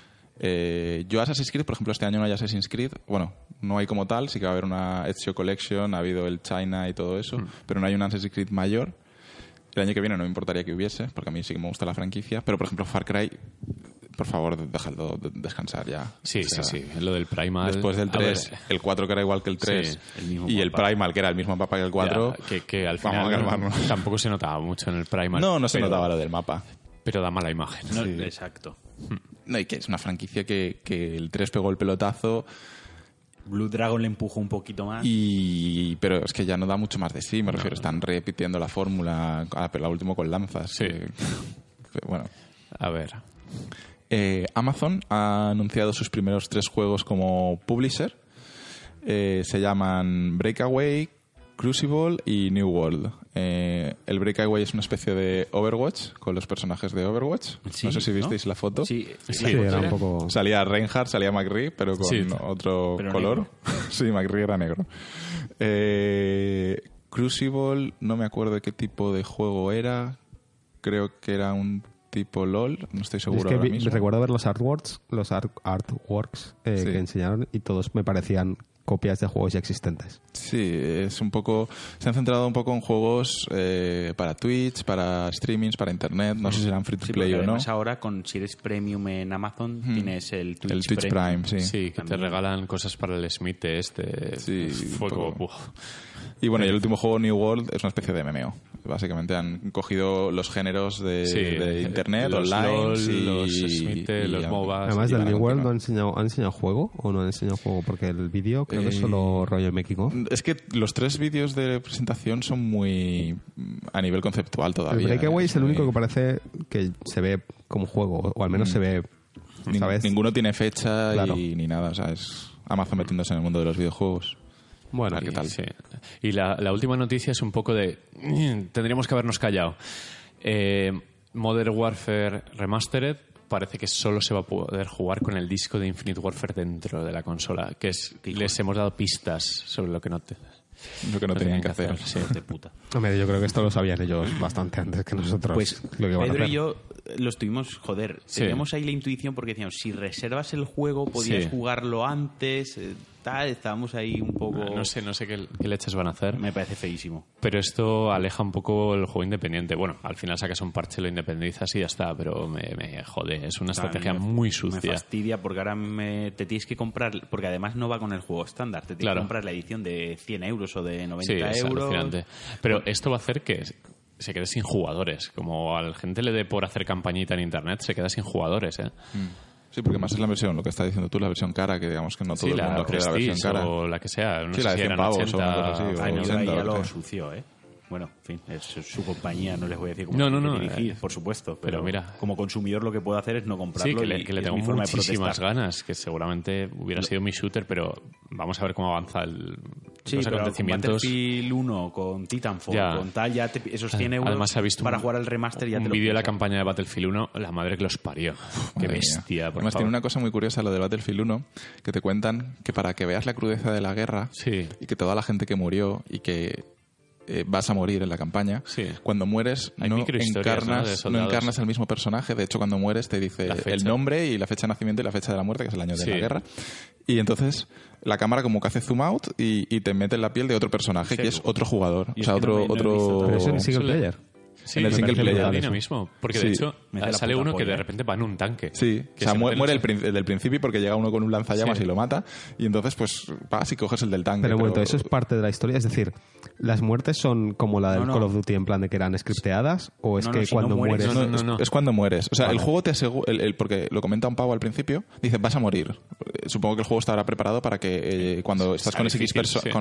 Yo Assassin's Creed, por ejemplo, este año no hay Assassin's Creed. Bueno, no hay como tal, sí que va a haber una Ezio Collection, ha habido el China y todo eso, pero no hay un Assassin's Creed mayor. El año que viene no me importaría que hubiese, porque a mí sí que me gusta la franquicia, pero por ejemplo Far Cry, por favor, dejadlo descansar ya. Sí, O sea, sí. Lo del Primal. Después del A ver, 3, el 4 que era igual que el 3 Sí, el mismo y el mapa. Primal que era el mismo mapa que el 4, ya, que al vamos final a calmarnos. tampoco se notaba mucho en el Primal. No se pero- notaba lo del mapa. Pero da mala imagen. No, Sí. Exacto. No, y que es una franquicia que el 3 pegó el pelotazo, Blue Dragon le empujó un poquito más. pero es que ya no da mucho más de sí, me refiero, están repitiendo la fórmula, la última con lanzas. Sí. Bueno. A ver. Amazon ha anunciado sus primeros 3 juegos como publisher. Se llaman Breakaway, Crucible y New World. El Breakaway es una especie de Overwatch con los personajes de Overwatch. Sí, no sé si visteis la foto. Sí, Sí, era un poco... Salía Reinhardt, salía McRae, pero con Sí. otro Pero color. negro. Sí, McRae era negro. Crucible, no me acuerdo de qué tipo de juego era. creo que era un tipo LOL, no estoy seguro es que ahora mismo. Recuerdo ver los artworks que enseñaron y todos me parecían copias de juegos ya existentes. Sí, es un poco... Se han centrado un poco en juegos para Twitch, para streamings, para Internet. No sé si serán free to play o no. Además ahora, si eres Premium en Amazon, tienes el Twitch Prime, sí. Sí, que te regalan cosas para el Smith Sí, fue como... Y bueno, y el último juego, New World, es una especie de MMO. Básicamente han cogido los géneros de Internet, los online, LOL, los Smith, los MOBAs. Además del New World, ¿han enseñado juego o no han enseñado juego? Porque el vídeo creo que es solo rollo México. Es que los 3 vídeos de presentación son muy a nivel conceptual todavía. El Breakaway es el único que parece que se ve como juego, o al menos se ve, ¿sabes? Ninguno tiene fecha ni nada. O sea, es Amazon metiéndose en el mundo de los videojuegos. Bueno, ¿qué tal? Sí. Y la última noticia es un poco de... Tendríamos que habernos callado. Modern Warfare Remastered parece que solo se va a poder jugar con el disco de Infinite Warfare dentro de la consola. Les hemos dado pistas sobre lo que no tenían que hacer. Sí, de puta. Hombre, yo creo que esto lo sabían ellos bastante antes que nosotros. Pues lo que Pedro y yo los tuvimos, teníamos ahí la intuición porque decíamos, si reservas el juego podías jugarlo antes, estábamos ahí un poco... No sé qué leches van a hacer. Me parece feísimo. Pero esto aleja un poco el juego independiente. Bueno, al final sacas un parche, lo independizas y ya está, pero me jode. Es una estrategia muy sucia. Me fastidia porque ahora te tienes que comprar, porque además no va con el juego estándar, te tienes que comprar la edición de 100 euros o de 90 euros. Es alucinante. Pero esto va a hacer que se quede sin jugadores. Como a la gente le dé por hacer campañita en internet, se queda sin jugadores, ¿eh? Sí, porque más es la versión, lo que estás diciendo tú, la versión cara, que digamos que no todo el mundo quiere la versión cara. O la que sea. No sé la de si 100 eran pavos 80, o una cosa así. Ahí ya lo sució, ¿eh? Bueno, en fin, es su compañía, no les voy a decir cómo dirigir, por supuesto. Pero mira, como consumidor lo que puedo hacer es no comprarlo. Sí, que le tengo muchísimas ganas, que seguramente hubiera sido mi shooter, pero vamos a ver cómo avanza los acontecimientos. Con Battlefield 1, con Titanfall, con tal, esos 100 euros además, para jugar al remaster ya te un lo vídeo de la piensas. campaña de Battlefield 1, la madre que los parió. Qué bestia, por Además favor. tiene una cosa muy curiosa lo de Battlefield 1, que te cuentan que para que veas la crudeza de la guerra y que toda la gente que murió y que vas a morir en la campaña, cuando mueres no encarnas al mismo personaje. De hecho, cuando mueres te dice el nombre y la fecha de nacimiento y la fecha de la muerte, que es el año de la guerra, y entonces la cámara como que hace zoom out y te mete en la piel de otro personaje que es otro jugador, o sea, otro Pero eso en single player. Sí, en el single player mismo. Porque de hecho sale uno que de repente va en un tanque. Sí, o sea, muere el del principio porque llega uno con un lanzallamas y lo mata. Y entonces, pues, vas y coges el del tanque. Pero bueno, eso es parte de la historia. Es decir, ¿las muertes son como la del Call of Duty en plan de que eran scripteadas? ¿O es que cuando mueres? Es cuando mueres. O sea, el juego te asegura... porque lo comenta un pavo al principio, dice, vas a morir. Supongo que el juego estará preparado para que cuando estás con X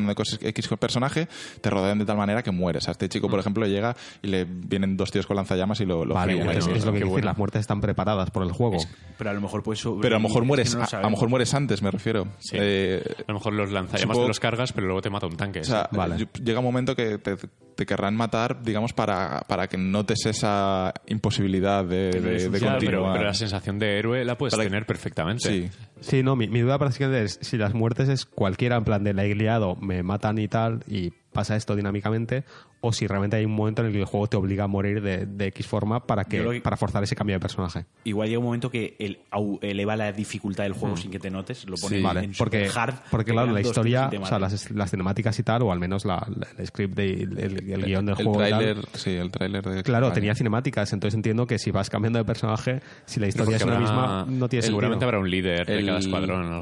personaje, te rodeen de tal manera que mueres. A este chico, por ejemplo, llega y le vienen 2 tíos con lanzallamas y lo vale, frigan. es lo que decir, las muertes están preparadas por el juego. Pero a lo mejor pero a lo mejor mueres a lo mejor mueres antes, me refiero. Sí. A lo mejor los lanzallamas te los cargas, pero luego te mata un tanque. O sea, llega un momento que te querrán matar, digamos, para que notes esa imposibilidad de continuar. Pero la sensación de héroe la puedes tener perfectamente. Sí, no, mi duda prácticamente es si las muertes es cualquiera, en plan de la he liado, me matan y tal, y pasa esto dinámicamente, o si realmente hay un momento en el que el juego te obliga a morir de X forma para forzar ese cambio de personaje. Igual llega un momento que eleva la dificultad del juego sin que te notes, lo pone en super hard. Porque claro, la historia, o sea, las cinemáticas y tal, o al menos el script, el guión del juego. El tráiler de... Claro, tenía cinemáticas, entonces entiendo que si vas cambiando de personaje, si la historia es la misma, no tiene sentido. Seguramente habrá un líder de cada escuadrón.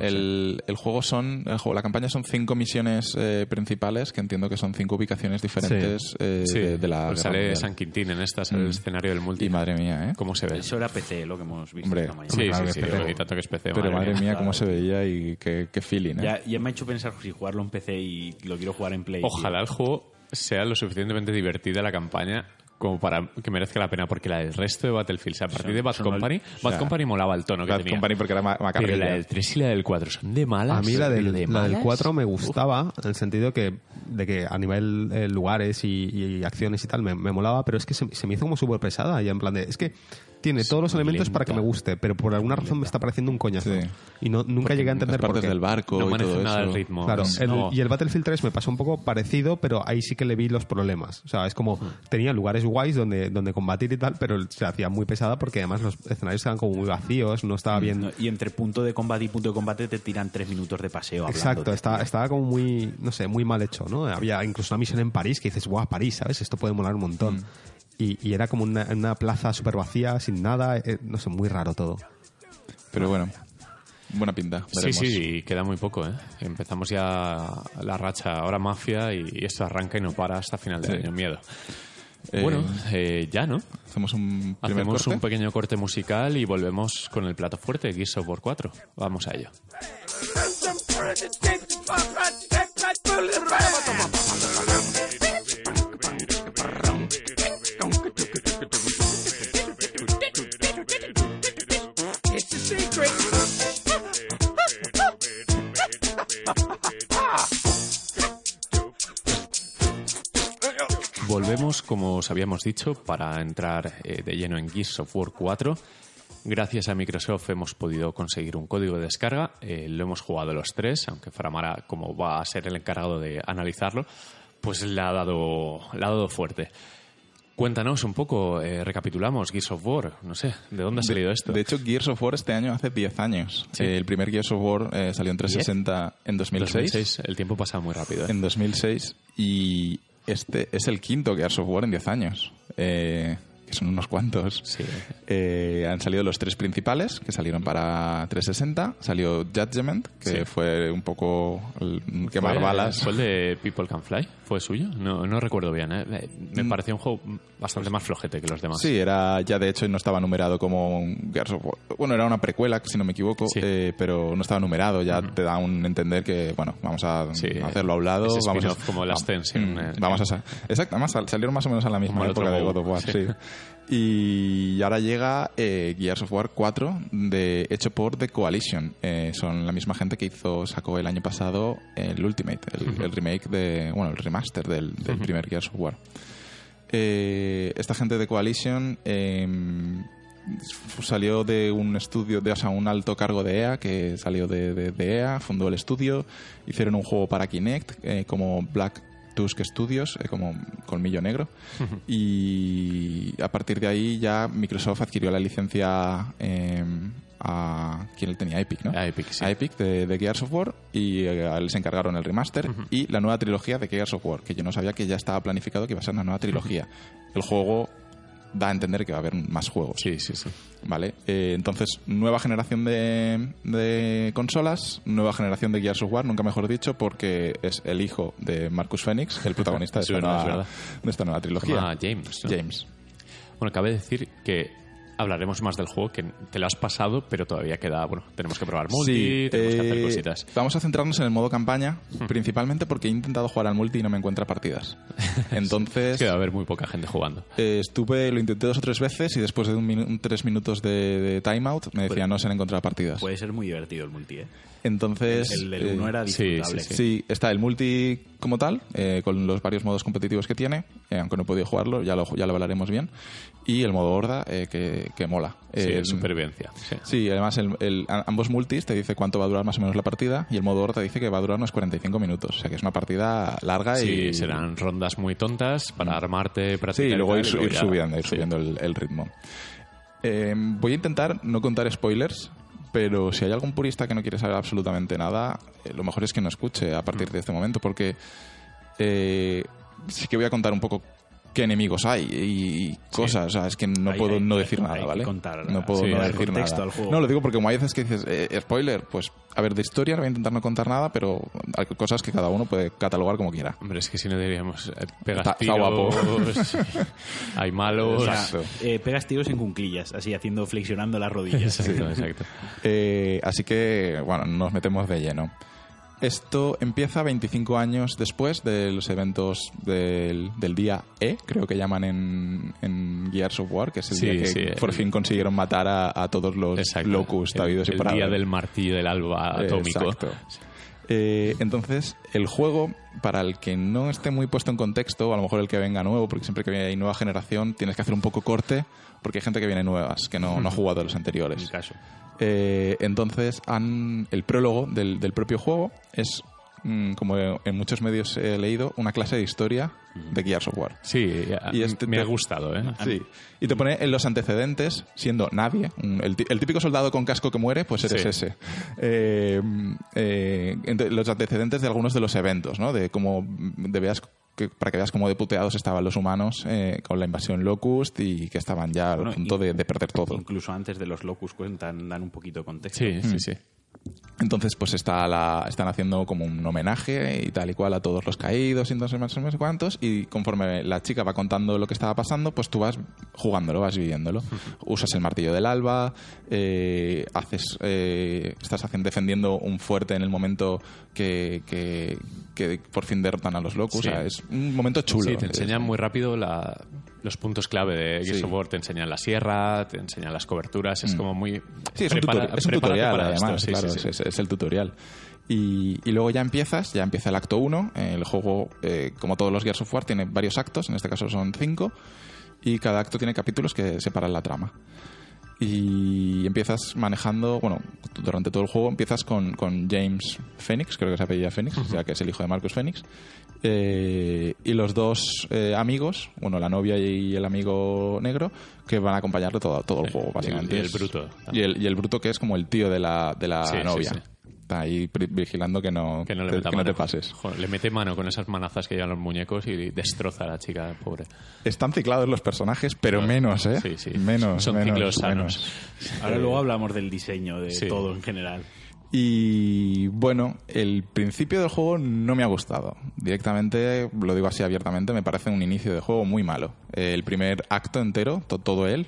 La campaña son 5 misiones principales, que entiendo que son 5 ubicaciones diferentes de la pues Guerra sale Mundial. San Quintín en el escenario del multi. Y madre mía, ¿cómo se ve? Eso era PC, lo que hemos visto. Hombre, esta mañana. Sí, y tanto que es PC. Pero madre mía, cómo se veía y qué feeling, Ya me ha hecho pensar si jugarlo en PC y lo quiero jugar en Play. Ojalá el juego sea lo suficientemente divertida la campaña como para que merezca la pena, porque la del resto de Battlefield, o sea, a partir de Bad Company molaba el tono que tenía. Bad Company porque era macarrilla. Pero la del 3 y la del 4 son de malas. A mí la del 4 me gustaba, en el sentido de que a nivel lugares y acciones y tal me molaba, pero es que se me hizo como súper pesada. Y en plan de, es que tiene todos los elementos para que me guste, pero por alguna razón me está pareciendo un coñazo. Sí. Y nunca llegué a entender por qué. Del barco no y maneja todo nada eso. el ritmo. Claro, No. y el Battlefield 3 me pasó un poco parecido, pero ahí sí que le vi los problemas. O sea, es como, tenía lugares guays donde combatir y tal, pero se hacía muy pesada porque además los escenarios estaban como muy vacíos, no estaba bien... No, y entre punto de combate y punto de combate te tiran 3 minutos de paseo hablando. Exacto, estaba como muy, no sé, muy mal hecho, ¿no? Había incluso una misión en París que dices, guau, París, ¿sabes? Esto puede molar un montón. Y era como una plaza súper vacía, sin nada, no sé, muy raro todo. Pero bueno, buena pinta. Veremos. Sí, queda muy poco, ¿eh? Empezamos ya la racha, ahora Mafia, y esto arranca y no para hasta final de año. Miedo. Bueno, ya, ¿no? Hacemos un pequeño corte musical y volvemos con el plato fuerte, Gears of War 4. Vamos a ello. Volvemos, como os habíamos dicho, para entrar de lleno en Gears of War 4. Gracias a Microsoft hemos podido conseguir un código de descarga. Lo hemos jugado los tres, aunque Framara, como va a ser el encargado de analizarlo, pues le ha dado fuerte. Cuéntanos un poco, recapitulamos Gears of War, no sé, ¿de dónde ha salido esto? De hecho, Gears of War este año hace 10 años. ¿Sí? El primer Gears of War salió en 360 en 2006. El tiempo pasa muy rápido. En 2006, y este es el quinto Gears of War en 10 años. Que son unos cuantos. Sí. Han salido los tres principales, que salieron para 360. Salió Judgment, que fue un poco quemar balas. ¿Fue el de People Can Fly? ¿Fue suyo? No recuerdo bien, ¿eh? Me pareció un juego bastante más flojete que los demás. Sí, era ya de hecho no estaba numerado como Gears of War. Bueno, era una precuela, si no me equivoco, sí. Pero no estaba numerado. Ya te da un entender que, bueno, vamos a hacerlo a un lado. Vamos a, como el Ascension. Exacto, además salieron más o menos a la misma época de God of War, sí. Y ahora llega Gears of War 4 hecho por The Coalition. Son la misma gente que sacó el año pasado el Ultimate, el remake el remaster del primer Gears of War. Esta gente de Coalition salió de un estudio, un alto cargo de EA, que salió de EA, fundó el estudio, hicieron un juego para Kinect como Black Tusk Studios, como Colmillo Negro, y a partir de ahí ya Microsoft adquirió la licencia a quien le tenía, Epic, ¿no? A Epic, sí. A Epic de Gears of War, y les encargaron el remaster y la nueva trilogía de Gears of War, que yo no sabía que ya estaba planificado que iba a ser una nueva trilogía. El juego da a entender que va a haber más juegos. Sí. Vale, entonces, nueva generación de consolas, nueva generación de Gears of War, nunca mejor dicho, porque es el hijo de Marcus Phoenix, el protagonista de esta nueva trilogía. Se llama James, ¿no? James. Bueno, cabe decir que hablaremos más del juego, que te lo has pasado, pero todavía queda, tenemos que probar multi, tenemos que hacer cositas. Vamos a centrarnos en el modo campaña, principalmente porque he intentado jugar al multi y no me encuentra partidas. Entonces... Es que va a haber muy poca gente jugando. Lo intenté 2 o 3 veces y después de 3 minutos de timeout me decía no se han encontrado partidas. Puede ser muy divertido el multi, ¿eh? Entonces... El 1 era disfrutable. Sí, está el multi como tal, con los varios modos competitivos que tiene, aunque no he podido jugarlo, ya lo hablaremos bien. Y el modo horda, que mola. Supervivencia. Sí, además ambos multis te dice cuánto va a durar más o menos la partida, y el modo horda dice que va a durar unos 45 minutos. O sea que es una partida larga. Y serán rondas muy tontas para armarte, practicar. Sí, y luego ir subiendo el ritmo. Voy a intentar no contar spoilers, pero si hay algún purista que no quiere saber absolutamente nada, lo mejor es que no escuche a partir de este momento, porque sí que voy a contar un poco qué enemigos hay y cosas. O sea, es que no puedo no decir nada, ¿vale? No puedo no decir nada. No, lo digo porque como hay veces que dices spoiler, pues a ver, de historia no voy a intentar no contar nada, pero hay cosas que cada uno puede catalogar como quiera. Hombre, es que si no diríamos pegas tiros, está guapo. Hay malos. Exacto. Pegas tiros en cunclillas, así flexionando las rodillas. Exacto. Así que, bueno, nos metemos de lleno. Esto empieza 25 años después de los eventos del día E, creo que llaman en Gears of War, que es el día que por fin consiguieron matar a todos los Locust habidos y por haber. El día del martillo del alba atómico. Exacto. Entonces, el juego, para el que no esté muy puesto en contexto, o a lo mejor el que venga nuevo, porque siempre que hay nueva generación tienes que hacer un poco corte, porque hay gente que viene nuevas, que no ha jugado a los anteriores. En mi caso. Entonces, el prólogo del propio juego es, como en muchos medios he leído, una clase de historia de Gears of War. Sí, y me ha gustado, ¿eh? Sí. Y te pone en los antecedentes, siendo nadie, el típico soldado con casco que muere, pues eres ese. Los antecedentes de algunos de los eventos, ¿no? De cómo para que veas cómo de puteados estaban los humanos con la invasión Locust y que estaban ya al punto de perder todo. Incluso antes de los Locust dan un poquito de contexto. Sí. Entonces, pues están haciendo como un homenaje y tal y cual a todos los caídos y entonces más o menos cuantos, y conforme la chica va contando lo que estaba pasando, pues tú vas jugándolo, vas viviéndolo. Usas el martillo del alba, estás defendiendo un fuerte en el momento que por fin derrotan a los Locust. Sí. O sea, es un momento chulo. Sí, te enseñan muy rápido los puntos clave de Gears of War. Te enseñan la sierra, te enseñan las coberturas, es como muy... Sí, es un tutorial además, esto. claro, Sí. Es el tutorial. Y luego ya empieza el acto 1. El juego, como todos los Gears of War, tiene varios actos, en este caso son 5, y cada acto tiene capítulos que separan la trama. Y empiezas manejando, durante todo el juego empiezas con James Phoenix, creo que se apellida Phoenix, o sea que es el hijo de Marcus Phoenix, y los dos amigos, la novia y el amigo negro, que van a acompañarle todo el juego, básicamente. Y el bruto. Y el bruto, que es como el tío de la novia. Sí. Está ahí vigilando que no te pases. Joder, le mete mano con esas manazas que llevan los muñecos y destroza a la chica, pobre. Están ciclados los personajes, pero menos, ¿eh? Sí. Menos. Son ciclos sanos. Ahora luego hablamos del diseño de todo en general. Y bueno, el principio del juego no me ha gustado. Directamente, lo digo así abiertamente, me parece un inicio de juego muy malo. El primer acto entero, todo él,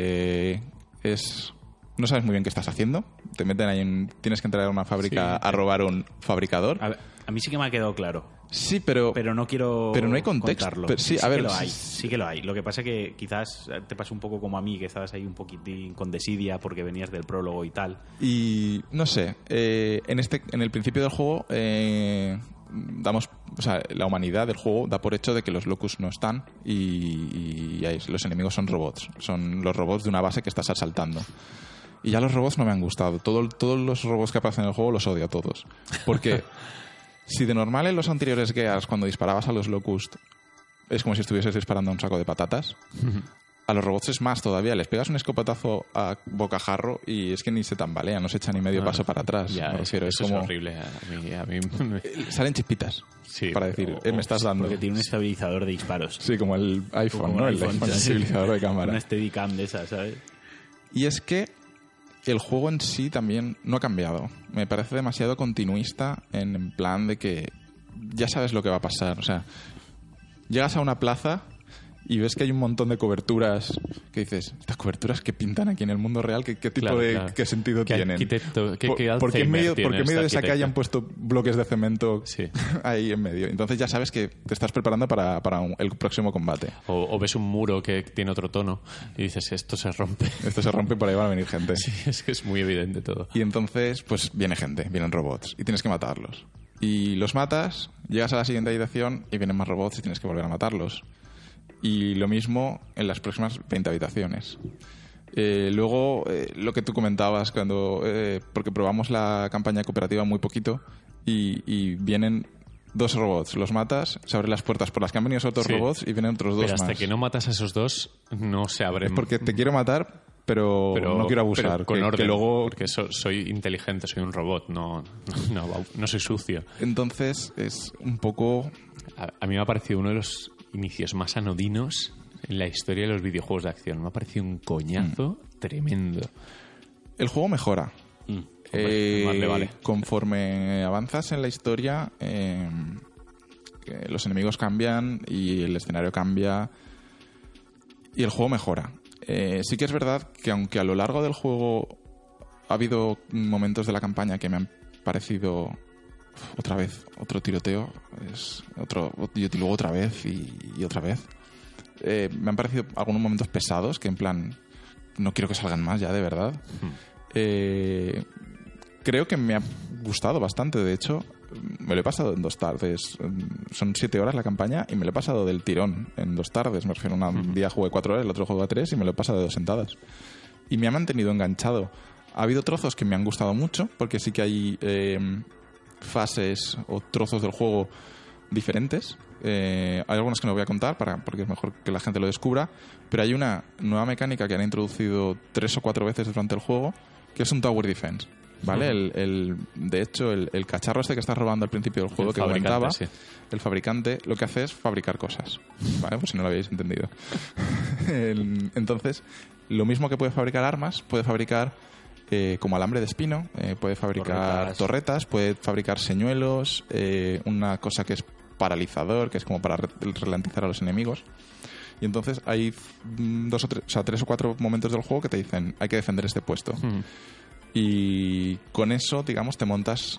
no sabes muy bien qué estás haciendo. Te meten ahí tienes que entrar a una fábrica a robar un fabricador. A mí sí que me ha quedado claro. Sí, pero no quiero no hay contexto. contarlo. Pero sí que lo hay. Lo que pasa es que quizás te pasa un poco como a mí, que estabas ahí un poquitín con desidia porque venías del prólogo y tal. Y no sé, en el principio del juego la humanidad del juego da por hecho de que los Locust no están y los enemigos son robots. Son los robots de una base que estás asaltando. Y ya los robots no me han gustado. Todos los robots que aparecen en el juego los odio a todos. Porque si de normal en los anteriores Gears, cuando disparabas a los Locust, es como si estuvieses disparando a un saco de patatas, a los robots es más todavía. Les pegas un escopetazo a bocajarro y es que ni se tambalean, no se echan ni medio paso para atrás. Ya, eso es horrible. A mí salen chispitas. Sí, para decir, me estás dando. Porque tiene un estabilizador de disparos. Sí, como el iPhone, como ¿no? el iPhone, el estabilizador de cámara. Una Steadicam de esas, ¿sabes? Y es que el juego en sí también no ha cambiado. Me parece demasiado continuista en plan de que ya sabes lo que va a pasar. O sea, llegas a una plaza y ves que hay un montón de coberturas que dices, ¿estas coberturas que pintan aquí en el mundo real? ¿Qué tipo qué sentido tienen? ¿Por qué en medio de esa calle han puesto bloques de cemento ahí en medio? Entonces ya sabes que te estás preparando para el próximo combate. O ves un muro que tiene otro tono y dices, esto se rompe. Esto se rompe y por ahí van a venir gente. Sí, es que es muy evidente todo. Y entonces, pues viene gente, vienen robots y tienes que matarlos. Y los matas, llegas a la siguiente habitación y vienen más robots y tienes que volver a matarlos. Y lo mismo en las próximas 20 habitaciones. Luego, lo que tú comentabas, porque probamos la campaña cooperativa muy poquito y vienen 2 robots, los matas, se abren las puertas por las que han venido otros robots y vienen otros 2 más. Pero hasta que no matas a esos 2, no se abren. Es porque te quiero matar, pero no quiero abusar. Pero con orden, que luego... porque soy inteligente, soy un robot, no soy sucio. Entonces, es un poco... A mí me ha parecido uno de los inicios más anodinos en la historia de los videojuegos de acción. Me ha parecido un coñazo tremendo. El juego mejora. Vale. Conforme avanzas en la historia, los enemigos cambian y el escenario cambia y el juego mejora. Sí que es verdad que aunque a lo largo del juego ha habido momentos de la campaña que me han parecido... Otra vez, otro tiroteo, y luego otra vez y otra vez. Me han parecido algunos momentos pesados que en plan, no quiero que salgan más ya, de verdad. Creo que me ha gustado bastante, de hecho. me lo he pasado en 2 tardes. Son 7 horas la campaña y me lo he pasado del tirón en 2 tardes. Me refiero, un día jugué 4 horas, el otro jugué 3 y me lo he pasado de 2 sentadas. Y me ha mantenido enganchado. Ha habido trozos que me han gustado mucho, porque sí que hay fases o trozos del juego diferentes. Hay algunos que no voy a contar porque es mejor que la gente lo descubra, pero hay una nueva mecánica que han introducido 3 o 4 veces durante el juego, que es un Tower Defense, ¿vale? De hecho, el cacharro este que estás robando al principio del juego, que comentaba, sí. El fabricante lo que hace es fabricar cosas, ¿vale? Pues si no lo habéis entendido. Entonces, lo mismo que puede fabricar armas, puede fabricar como alambre de espino, puede fabricar torretas, puede fabricar señuelos, una cosa que es paralizador, que es como para ralentizar a los enemigos. Y entonces hay 3 o 4 momentos del juego que te dicen hay que defender este puesto. Y con eso, digamos, te montas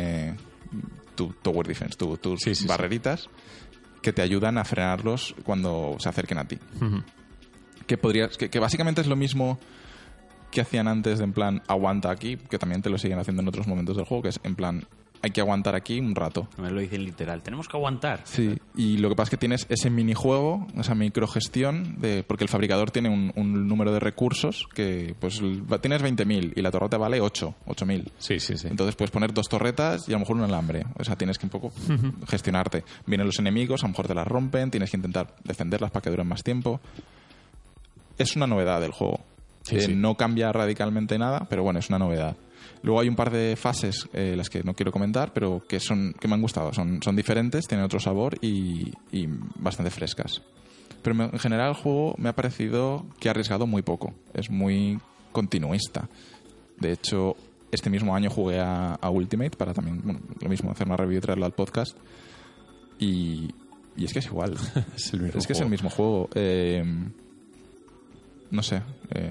tu Tower Defense, tus barreritas que te ayudan a frenarlos cuando se acerquen a ti. Que básicamente es lo mismo que hacían antes de en plan aguanta aquí, que también te lo siguen haciendo en otros momentos del juego, que es en plan hay que aguantar aquí un rato. Me lo dicen literal, tenemos que aguantar. Sí, y lo que pasa es que tienes ese minijuego, esa microgestión, porque el fabricador tiene un número de recursos que pues tienes 20.000 y la torreta vale 8.000. Sí. Entonces puedes poner 2 torretas y a lo mejor un alambre. O sea, tienes que un poco gestionarte. Vienen los enemigos, a lo mejor te las rompen, tienes que intentar defenderlas para que duren más tiempo. Es una novedad del juego. No cambia radicalmente nada, pero bueno, es una novedad. Luego hay un par de fases, las que no quiero comentar, pero que me han gustado. Son diferentes, tienen otro sabor y bastante frescas. Pero en general el juego me ha parecido que ha arriesgado muy poco. Es muy continuista. De hecho, este mismo año jugué a Ultimate para también, bueno, lo mismo, hacer una review y traerlo al podcast. Y es que es igual. Es que es el mismo juego. No sé.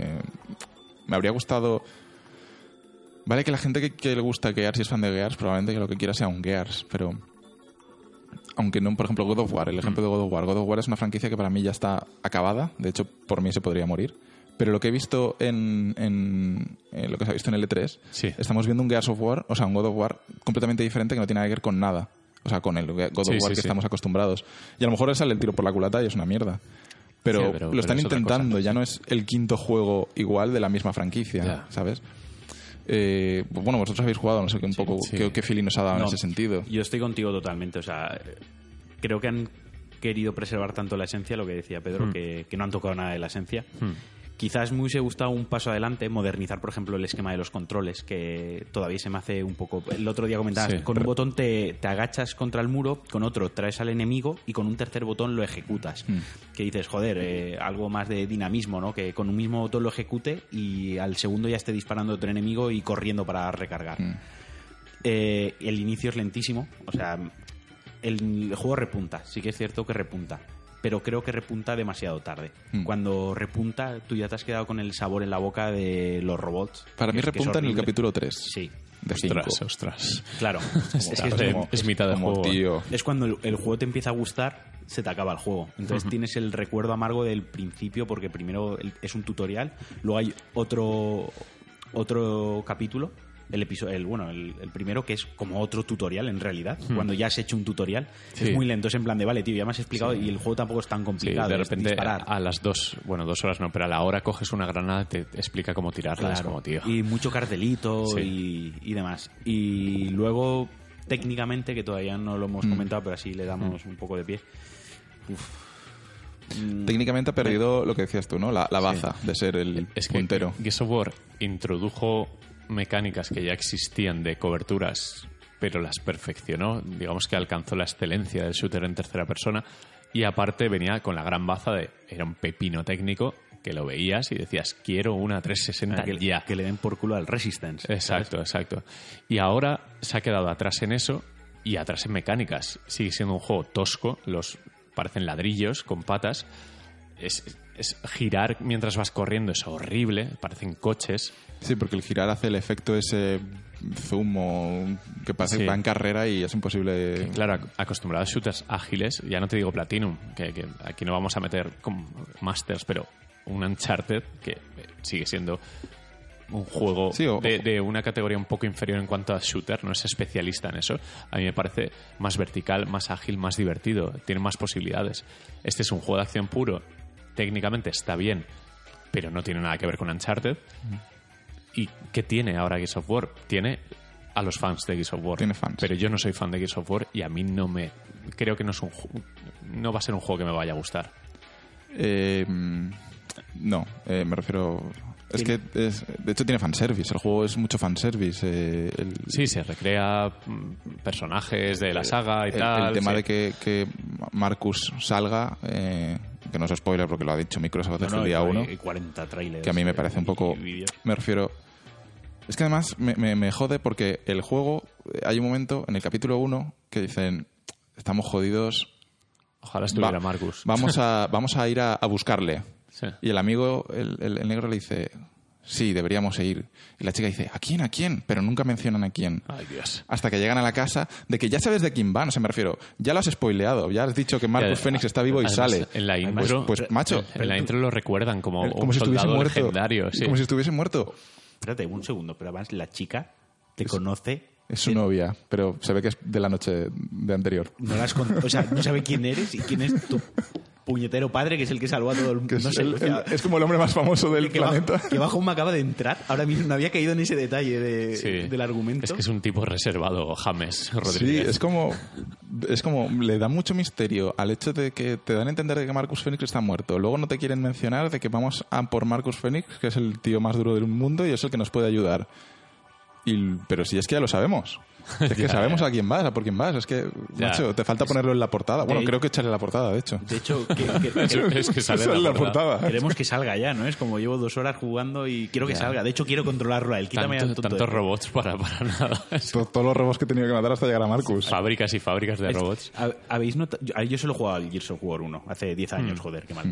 Me habría gustado... Vale que la gente que le gusta Gears y es fan de Gears probablemente que lo que quiera sea un Gears, pero aunque no, por ejemplo, God of War, el ejemplo de God of War es una franquicia que para mí ya está acabada, de hecho por mí se podría morir, pero lo que he visto en lo que se ha visto en el E3, estamos viendo un Gears of War, o sea, un God of War completamente diferente que no tiene nada que ver con nada, o sea, con el God of War que estamos acostumbrados, y a lo mejor le sale el tiro por la culata y es una mierda. Pero lo están intentando, ya no es el quinto juego igual de la misma franquicia, ¿sabes? Bueno, vosotros habéis jugado, no sé un poco qué feeling os ha dado en ese sentido. Yo estoy contigo totalmente, o sea, creo que han querido preservar tanto la esencia, lo que decía Pedro, que no han tocado nada de la esencia. Quizás me hubiese gustado un paso adelante, modernizar, por ejemplo, el esquema de los controles, que todavía se me hace un poco... El otro día comentabas, con un botón te agachas contra el muro, con otro traes al enemigo y con un tercer botón lo ejecutas. Que dices, joder, algo más de dinamismo, ¿no? Que con un mismo botón lo ejecute y al segundo ya esté disparando a otro enemigo y corriendo para recargar. El inicio es lentísimo, o sea, el juego repunta, sí que es cierto que repunta. Pero creo que repunta demasiado tarde. Cuando repunta, tú ya te has quedado con el sabor en la boca de los robots. Para mí repunta en el capítulo 3. Sí. De 5. Ostras. Claro. Es mitad del juego. Tío. Es cuando el juego te empieza a gustar, se te acaba el juego. Entonces tienes el recuerdo amargo del principio, porque primero es un tutorial, luego hay otro capítulo. El primero, que es como otro tutorial en realidad, cuando ya has hecho un tutorial, es muy lento, es en plan de vale, tío, ya me has explicado y el juego tampoco es tan complicado. De repente a las 2 horas no, pero a la hora coges una granada, te explica cómo tirarla, claro, es como, tío. Y mucho cartelito y demás. Y luego, técnicamente, que todavía no lo hemos comentado, pero así le damos un poco de pie. Técnicamente ha perdido lo que decías tú, ¿no? La baza de ser el puntero. Gears of War introdujo mecánicas que ya existían de coberturas, pero las perfeccionó, digamos que alcanzó la excelencia del shooter en tercera persona, y aparte venía con la gran baza de, era un pepino técnico que lo veías y decías, quiero una 360 ya. Que le den por culo al Resistance. Exacto. Y ahora se ha quedado atrás en eso y atrás en mecánicas. Sigue siendo un juego tosco, parecen ladrillos con patas, es girar mientras vas corriendo, es horrible, parecen coches. Sí, porque el girar hace el efecto ese zoom que parece que va en carrera y es imposible... Que, claro, acostumbrado a shooters ágiles, ya no te digo Platinum, que aquí no vamos a meter como Masters, pero un Uncharted que sigue siendo un juego Sí, de una categoría un poco inferior en cuanto a shooter, no es especialista en eso. A mí me parece más vertical, más ágil, más divertido, tiene más posibilidades. Este es un juego de acción puro, técnicamente está bien, pero no tiene nada que ver con Uncharted. ¿Y qué tiene ahora Gears of War? Tiene a los fans de Gears of War. Tiene fans. Pero yo no soy fan de Gears of War y a mí no creo que no va a ser un juego que me vaya a gustar. No, me refiero... Es que, de hecho, tiene fanservice. El juego es mucho fanservice. Sí, se recrea personajes de la saga y tal. El tema sí. de que Marcus salga, que no es spoiler porque lo ha dicho Microsoft desde el día 1, 40 trailers. que a mí me parece un poco... Me refiero... Es que además me jode porque el juego... Hay un momento en el capítulo 1 que dicen, estamos jodidos... Ojalá estuviera Marcus. Vamos a ir a buscarle. Sí. Y el amigo, el negro, le dice, sí, deberíamos ir. Y la chica dice, ¿a quién? ¿A quién? Pero nunca mencionan a quién. Ay, Dios. Hasta que llegan a la casa, de que ya sabes de quién van. O sea, me refiero, ya lo has spoileado. Ya has dicho que Marcus Fenix está vivo y Además, sale. En la intro, pues macho. En la intro lo recuerdan como un si estuviese soldado muerto. legendario. Sí. Como si estuviese muerto. Espérate un segundo, pero además la chica te conoce. Es su novia, pero se ve que es de la noche de anterior. No o sea, no sabe quién eres y quién es tu puñetero padre, que es el que salvó a todo el mundo. Que No es, sé, o sea, es como el hombre más famoso del planeta. Que bajo me acaba de entrar. Ahora mismo no había caído en ese detalle Sí. del argumento. Es que es un tipo reservado, James Sí, Rodríguez. es como le da mucho misterio al hecho de que te dan a entender de que Marcus Fenix está muerto. Luego no te quieren mencionar de que vamos a por Marcus Fenix, que es el tío más duro del mundo y es el que nos puede ayudar. Pero si es que ya lo sabemos. Es que sabemos a quién vas, a por quién vas. Es que, macho, te falta ponerlo en la portada. Bueno, creo que echarle la portada, de hecho. De hecho, Es que sale Eso en es la la portada. portada. queremos que salga ya, ¿no? Es como llevo 2 horas jugando y quiero que salga. De hecho, quiero controlarlo a él. Quítame al tonto. Tantos robots para nada. Todos los robots que he tenido que matar hasta llegar a Marcus. Fábricas y fábricas de robots. ¿Habéis notado? Yo solo he jugado al Gears of War 1 hace 10 años, joder, qué mal.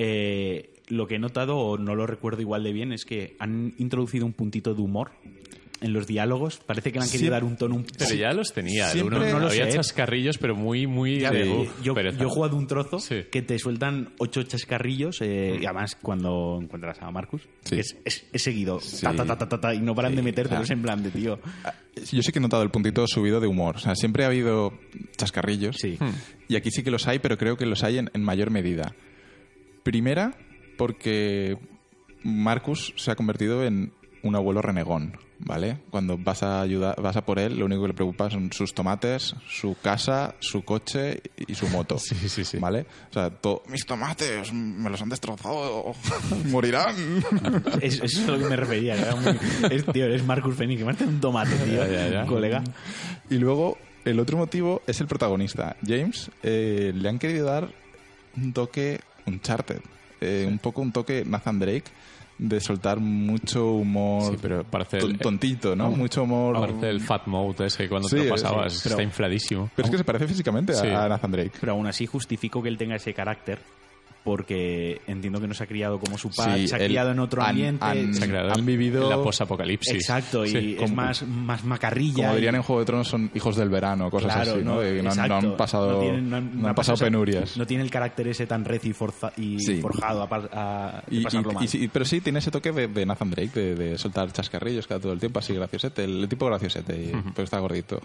Lo que he notado, o no lo recuerdo igual de bien, es que han introducido un puntito de humor en los diálogos. Parece que le han querido dar un tono Pero ya los tenía. Siempre- Uno, no lo había sé. chascarrillos, pero muy Ya, de yo pereza. he jugado un trozo Sí. que te sueltan 8 chascarrillos y además cuando encuentras a Marcus Sí. es seguido ta, y no paran de metértelos en plan de tío. Yo sí que he notado el puntito subido de humor. O sea, siempre ha habido chascarrillos. Sí. Y aquí sí que los hay, pero creo que los hay en mayor medida. Primera, porque Marcus se ha convertido en un abuelo renegón, ¿vale? Cuando vas a por él, lo único que le preocupa son sus tomates, su casa, su coche y su moto. Sí. ¿Vale? O sea, mis tomates me los han destrozado, morirán. Eso es a lo que me refería. Tío, eres Marcus Fenix, que me hace un tomate, tío, Ya. colega. Y luego, el otro motivo es el protagonista. James, le han querido dar un toque Uncharted. Un poco un toque Nathan Drake, de soltar mucho humor. Sí, pero parece tontito, ¿no? Mucho humor. Parece el Fat Mode ese cuando Sí, te lo pasabas. sí, Está infladísimo. Pero es que se parece físicamente Sí. a Nathan Drake. Pero aún así justifico que él tenga ese carácter porque entiendo que no se ha criado como su padre, Sí, se ha él- criado en otro ambiente. Se ha creado han vivido... en la posapocalipsis. Exacto, y Sí. es más macarrilla. Como y- dirían en Juego de Tronos, son hijos del verano, cosas Claro, así, ¿no? De que no exacto. han pasado, no han pasado penurias. No tiene el carácter ese tan recio y Sí. forjado de pasarlo mal. Pero sí, tiene ese toque de Nathan Drake, de soltar chascarrillos cada todo el tiempo, así graciosete, el tipo graciosete, pero está gordito.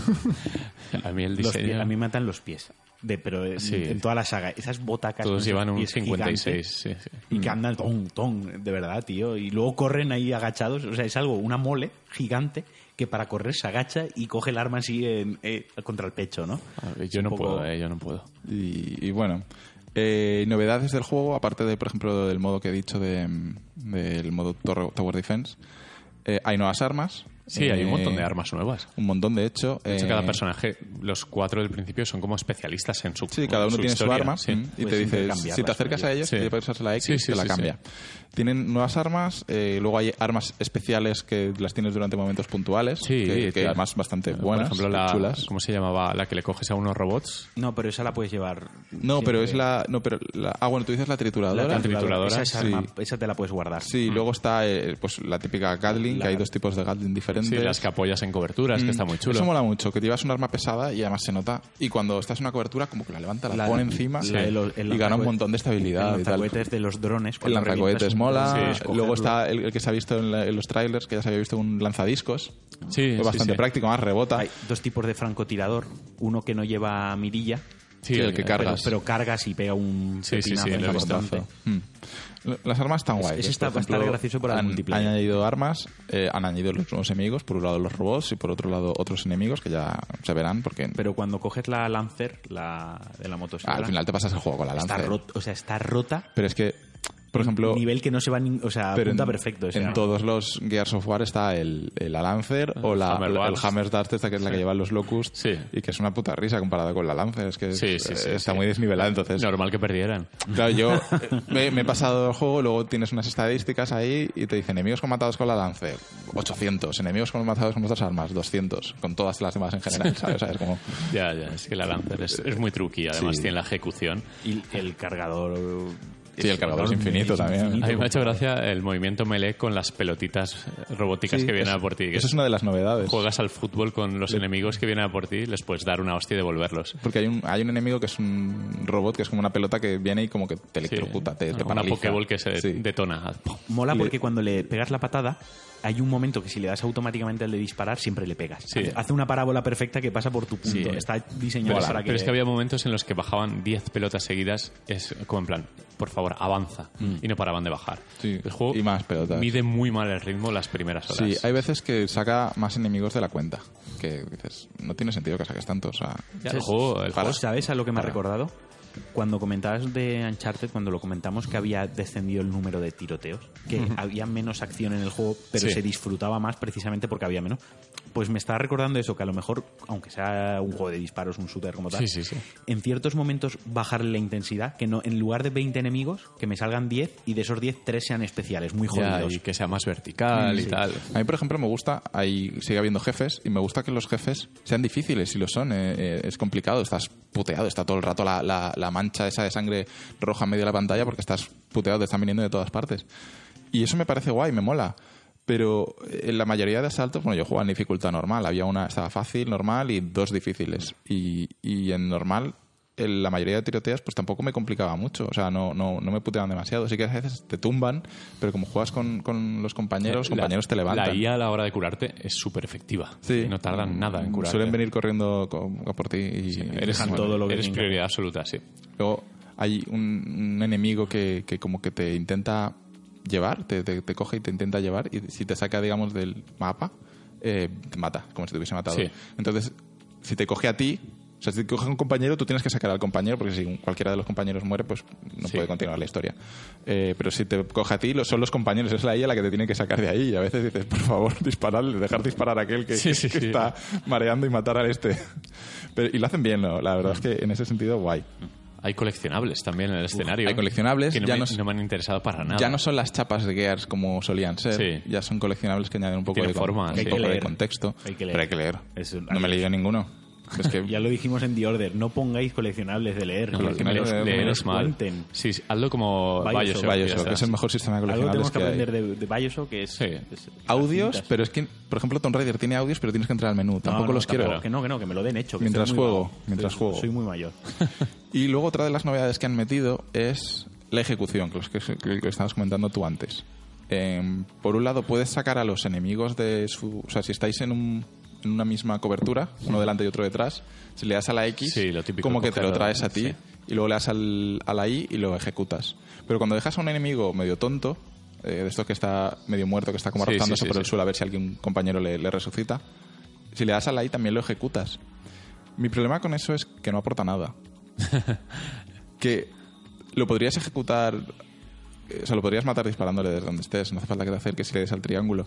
A mí el Los diseño... pies, a mí me matan los pies. Pero Sí. en toda la saga, esas botacas. Todos con llevan esos un pies 56. gigantes, Sí. Y que andan de verdad, tío. Y luego corren ahí agachados. O sea, es algo, una mole gigante que para correr se agacha y coge el arma así contra el pecho, ¿no? A ver, Es yo un no poco- puedo, yo no puedo. Y bueno, novedades del juego, aparte de, por ejemplo, del modo que he dicho del modo Tower Defense, hay nuevas armas. Sí, hay un montón de armas nuevas. Un montón, de hecho. De hecho, cada personaje, los 4 del principio, son como especialistas en su Sí, cada uno tiene historia. su arma Sí. y Puedes te dice, intercambiarlas si te acercas con a ellos, Sí. y puedes usar la X, Sí, sí, te la sí, cambia. Tienen nuevas armas, luego hay armas especiales que las tienes durante momentos puntuales, Sí, que claro. además bastante buenas, Por ejemplo, chulas. ¿cómo se llamaba? La que le coges a unos robots. No, pero esa la puedes llevar. No, siempre. pero es bueno, tú dices la trituradora. La trituradora, Esa, es sí. arma, esa te la puedes guardar. Sí, luego está pues la típica Gatling, que hay dos tipos de Gatling diferentes. Sí, las que apoyas en coberturas, que está muy chulo. Eso mola mucho, que llevas un arma pesada y además se nota. Y cuando estás en una cobertura, como que la levanta, la pone encima y gana un montón de estabilidad. El lanzacohetes de los drones. El lanzacohetes mola. Sí, luego está el que se ha visto en los trailers, que ya se había visto un lanzadiscos. Sí, es bastante práctico, más rebota. Hay dos tipos de francotirador. Uno que no lleva mirilla. Sí, el que cargas. Pero cargas y pega un pepinazo importante. Las armas están guays. Ese está bastante gracioso para el multiplayer. Han añadido armas, han añadido los nuevos enemigos, por un lado los robots y por otro lado otros enemigos que ya se verán. Pero cuando coges la Lancer, de la motosierra... al final te pasas el juego con la Lancer. Está rota. Pero es que, por ejemplo... Nivel que no se va... apunta perfecto. En todos los Gears of War está la Lancer o el Hammersdust, esta que es la que llevan los Locust, y que es una puta risa comparada con la Lancer. Es que está muy desnivelada, entonces... Normal que perdieran. Claro, yo me he pasado el juego, luego tienes unas estadísticas ahí y te dice enemigos matados con la Lancer, 800. Enemigos matados con otras armas, 200. Con todas las demás en general, ¿sabes? O sea, es como... Ya, es que la Lancer es muy truqui. Además tiene la ejecución. Y el cargador... Sí, el cargador es infinito también. A mí me ha hecho gracia el movimiento melee con las pelotitas robóticas que vienen a por ti. Eso es una de las novedades. Juegas al fútbol con los enemigos que vienen a por ti, les puedes dar una hostia y devolverlos. Porque hay un enemigo que es un robot, que es como una pelota que viene y como que te electrocuta, te paraliza. Una Pokéball que se detona. Mola porque cuando le pegas la patada, hay un momento que si le das automáticamente al de disparar, siempre le pegas. Sí. Hace una parábola perfecta que pasa por tu punto. Está diseñado para que... Pero es que había momentos en los que bajaban 10 pelotas seguidas, es como en plan, por favor, avanza. Y no paraban de bajar. Sí. El juego y más pelotas. mide muy mal el ritmo las primeras horas. Sí, hay veces que saca más enemigos de la cuenta. Que dices, no tiene sentido que saques tantos. O sea, el juego, ¿sabes a lo que me ha recordado? Cuando comentabas de Uncharted, cuando lo comentamos que había descendido el número de tiroteos, que había menos acción en el juego, pero se disfrutaba más precisamente porque había menos. Pues me estaba recordando eso, que a lo mejor, aunque sea un juego de disparos, un shooter como tal, en ciertos momentos bajarle la intensidad, que no, en lugar de 20 enemigos, que me salgan 10 y de esos 10, 3 sean especiales, muy jodidos. Y que sea más vertical y tal. A mí, por ejemplo, me gusta, sigue habiendo jefes, y me gusta que los jefes sean difíciles, si lo son. Es complicado, estás puteado, está todo el rato la mancha esa de sangre roja en medio de la pantalla porque estás puteado, te están viniendo de todas partes. Y eso me parece guay, me mola. Pero en la mayoría de asaltos, bueno, yo jugaba en dificultad normal. Había una, estaba fácil, normal y 2 difíciles. Y en normal, en la mayoría de tiroteos, pues tampoco me complicaba mucho. O sea, no me puteaban demasiado. Sí que a veces te tumban, pero como juegas con los compañeros, te levantan. La IA a la hora de curarte es súper efectiva. Sí. No tardan nada en curarte. Suelen venir corriendo por ti y eres prioridad absoluta, sí. Luego hay un enemigo que como que te intenta llevar, te coge y te intenta llevar, y si te saca, digamos, del mapa, te mata, como si te hubiese matado. Entonces, si te coge a ti, o sea, si te coge a un compañero, tú tienes que sacar al compañero, porque si cualquiera de los compañeros muere, pues no puede continuar la historia. Pero si te coge a ti, son los compañeros, es la IA la que te tiene que sacar de ahí, y a veces dices, por favor, dispararle, dejar disparar a aquel que está mareando y matar al este. Y lo hacen bien, ¿no? La verdad es que en ese sentido, guay. Hay coleccionables también en el escenario. Hay coleccionables. Que no me han interesado para nada. Ya no son las chapas de Gears como solían ser. Ya son coleccionables que añaden un poco de contexto. Pero hay que leer. No me he leído ninguno. Es que... Ya lo dijimos en The Order. No pongáis coleccionables de leer. Leer es mal. Sí, hazlo como Bioshock, que es el mejor sistema de coleccionables. Algo tenemos que aprender de Bioshock, que es audios, pero es que, por ejemplo, Tomb Raider tiene audios, pero tienes que entrar al menú. Tampoco los quiero. Que no, que me lo den hecho. Mientras juego. Soy muy mayor. Y luego otra de las novedades que han metido es la ejecución, que estabas comentando tú antes. Por un lado, puedes sacar a los enemigos de su... O sea, si estáis en una misma cobertura, uno delante y otro detrás, si le das a la X, como que te lo traes a ti, y luego le das a la Y y lo ejecutas. Pero cuando dejas a un enemigo medio tonto, de estos que está medio muerto, que está como arrastrándose por el suelo a ver si algún compañero le resucita, si le das a la Y también lo ejecutas. Mi problema con eso es que no aporta nada. Que lo podrías ejecutar, o sea, lo podrías matar disparándole desde donde estés, no hace falta que te acerques y le des al triángulo.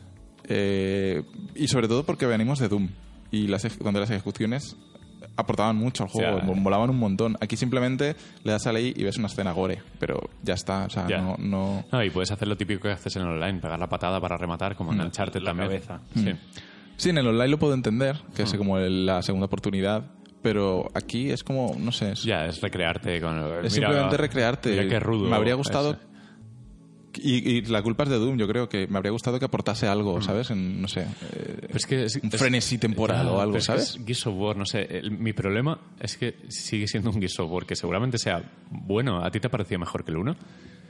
Y sobre todo porque venimos de Doom y donde las ejecuciones aportaban mucho al juego, molaban un montón. Aquí simplemente le das a la I y ves una escena gore, pero ya está, o sea, no... No, y puedes hacer lo típico que haces en el online, pegar la patada para rematar, como en Uncharted también. Cabeza. Sí, en el online lo puedo entender, que es como la segunda oportunidad, pero aquí es como, no sé... Es recrearte con... Es simplemente recrearte. Mira qué rudo. Me habría gustado Y la culpa es de Doom, yo creo que me habría gustado que aportase algo, ¿sabes? No sé, un frenesí temporal o algo, ¿sabes? Gears of War, no sé, mi problema es que sigue siendo un Gears of War que seguramente sea bueno. ¿A ti te parecía mejor que el 1?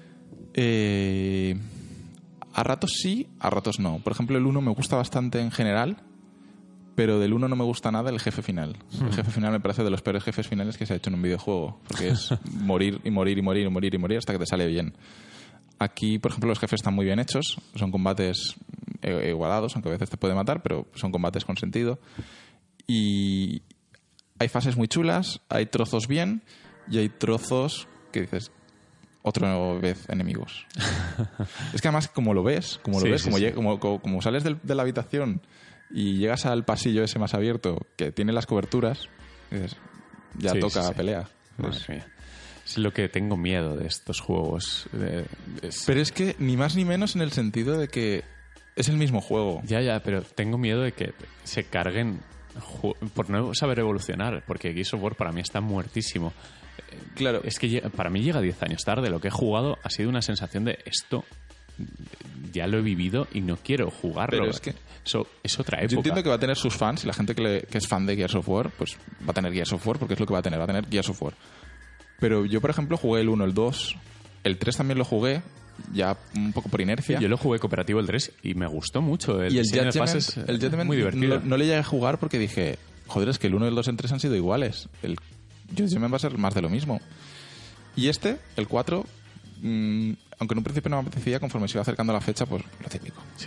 A ratos sí, a ratos no. Por ejemplo, el 1 me gusta bastante en general, pero del 1 no me gusta nada el jefe final. El jefe final me parece de los peores jefes finales que se ha hecho en un videojuego, porque es morir y morir y morir y morir y morir hasta que te sale bien. Aquí, por ejemplo, los jefes están muy bien hechos, son combates igualados, aunque a veces te puede matar, pero son combates con sentido. Y hay fases muy chulas, hay trozos bien y hay trozos que dices, otra vez enemigos. Es que además, como lo ves, como sales de la habitación y llegas al pasillo ese más abierto que tiene las coberturas, dices, ya toca pelea. Madre mía. Es lo que tengo miedo de estos juegos. Pero es que ni más ni menos en el sentido de que es el mismo juego. Ya, pero tengo miedo de que se carguen por no saber evolucionar, porque Gears of War para mí está muertísimo. Claro. Es que para mí llega 10 años tarde. Lo que he jugado ha sido una sensación de esto ya lo he vivido y no quiero jugarlo. Pero es que eso es otra época. Yo entiendo que va a tener sus fans y la gente que es fan de Gears of War, pues va a tener Gears of War porque es lo que va a tener Gears of War. Pero yo, por ejemplo, jugué el 1, el 2, el 3 también lo jugué, ya un poco por inercia. Yo lo jugué cooperativo el 3 y me gustó mucho. Y el Judgment es muy divertido. No le llegué a jugar porque dije, joder, es que el 1, el 2 y el 3 han sido iguales. El Judgment va a ser más de lo mismo. Y el 4, aunque en un principio no me apetecía, conforme se iba acercando la fecha, pues lo típico. Sí.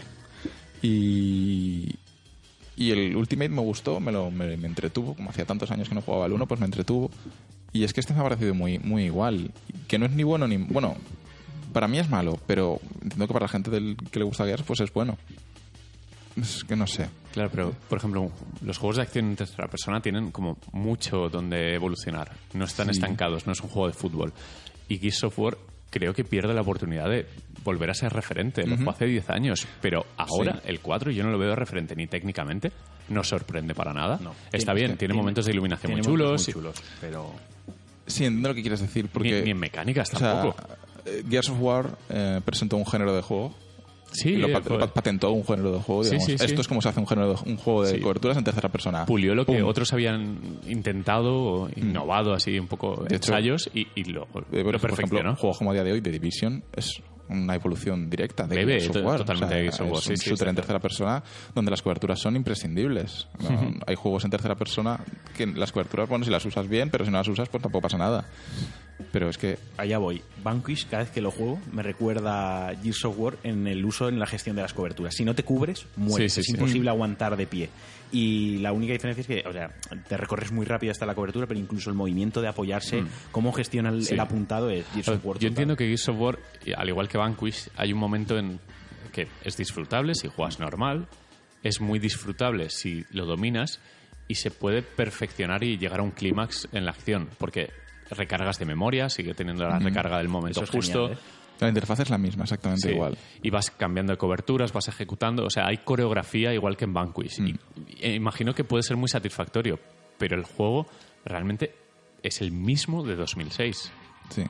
Y el Ultimate me gustó, me entretuvo. Como hacía tantos años que no jugaba al 1, pues me entretuvo. Y es que este me ha parecido muy, muy igual. Que no es ni bueno ni... Bueno, para mí es malo, pero entiendo que para la gente que le gusta Gears, pues es bueno. Es que no sé. Claro, pero, por ejemplo, los juegos de acción en tercera persona tienen como mucho donde evolucionar. No están estancados, no es un juego de fútbol. Y Gears of War creo que pierde la oportunidad de volver a ser referente. Lo fue hace 10 años, pero ahora el 4 yo no lo veo de referente ni técnicamente. No sorprende para nada. No. Está bien, tiene momentos de iluminación muy chulos, pero... Sí, entiendo lo que quieres decir. Porque, ni en mecánicas tampoco. Gears of War presentó un género de juego. Sí, lo patentó un género de juego, digamos. Sí. Esto es como se hace un juego de coberturas en tercera persona. Pulió lo que otros habían intentado o innovado así un poco de ensayos y lo perfeccionó. Por ejemplo, juegos como a día de hoy, The Division, es una evolución directa de Gears of War. Totalmente de Gears of War. Es un shooter en tercera persona donde las coberturas son imprescindibles. ¿No? Hay juegos en tercera persona que las coberturas, bueno, si las usas bien, pero si no las usas, pues tampoco pasa nada. Pero es que... Allá voy. Vanquish, cada vez que lo juego, me recuerda a Gears of War en el uso, en la gestión de las coberturas. Si no te cubres, mueres. Es imposible aguantar de pie. Y la única diferencia es que, o sea, te recorres muy rápido hasta la cobertura, pero incluso el movimiento de apoyarse, cómo gestiona el apuntado es Gears of War. Yo entiendo que Gears of War, al igual que Vanquish, hay un momento en que es disfrutable si juegas normal, es muy disfrutable si lo dominas y se puede perfeccionar y llegar a un clímax en la acción, porque recargas de memoria, sigue teniendo la recarga del momento justo. Genial, La interfaz es la misma, exactamente igual. Y vas cambiando de coberturas, vas ejecutando. O sea, hay coreografía igual que en Vanquish. Y imagino que puede ser muy satisfactorio, pero el juego realmente es el mismo de 2006. Sí.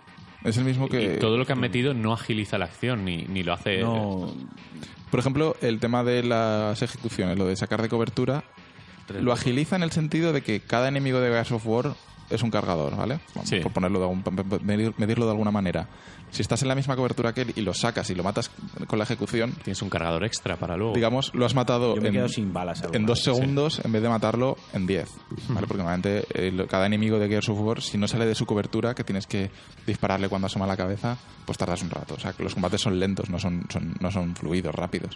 Es el mismo que... Y todo lo que han metido no agiliza la acción, ni lo hace... No. Por ejemplo, el tema de las ejecuciones, lo de sacar de cobertura, lo agiliza en el sentido de que cada enemigo de Gears of War es un cargador, ¿vale? Por ponerlo medirlo de alguna manera. Si estás en la misma cobertura que él y lo sacas y lo matas con la ejecución... Tienes un cargador extra para luego. Digamos, lo has matado sin balas en 2 segundos en vez de matarlo en 10. ¿Vale? Porque normalmente cada enemigo de Gears of War, si no sale de su cobertura, que tienes que dispararle cuando asoma la cabeza, pues tardas un rato. O sea, que los combates son lentos, no son fluidos, rápidos.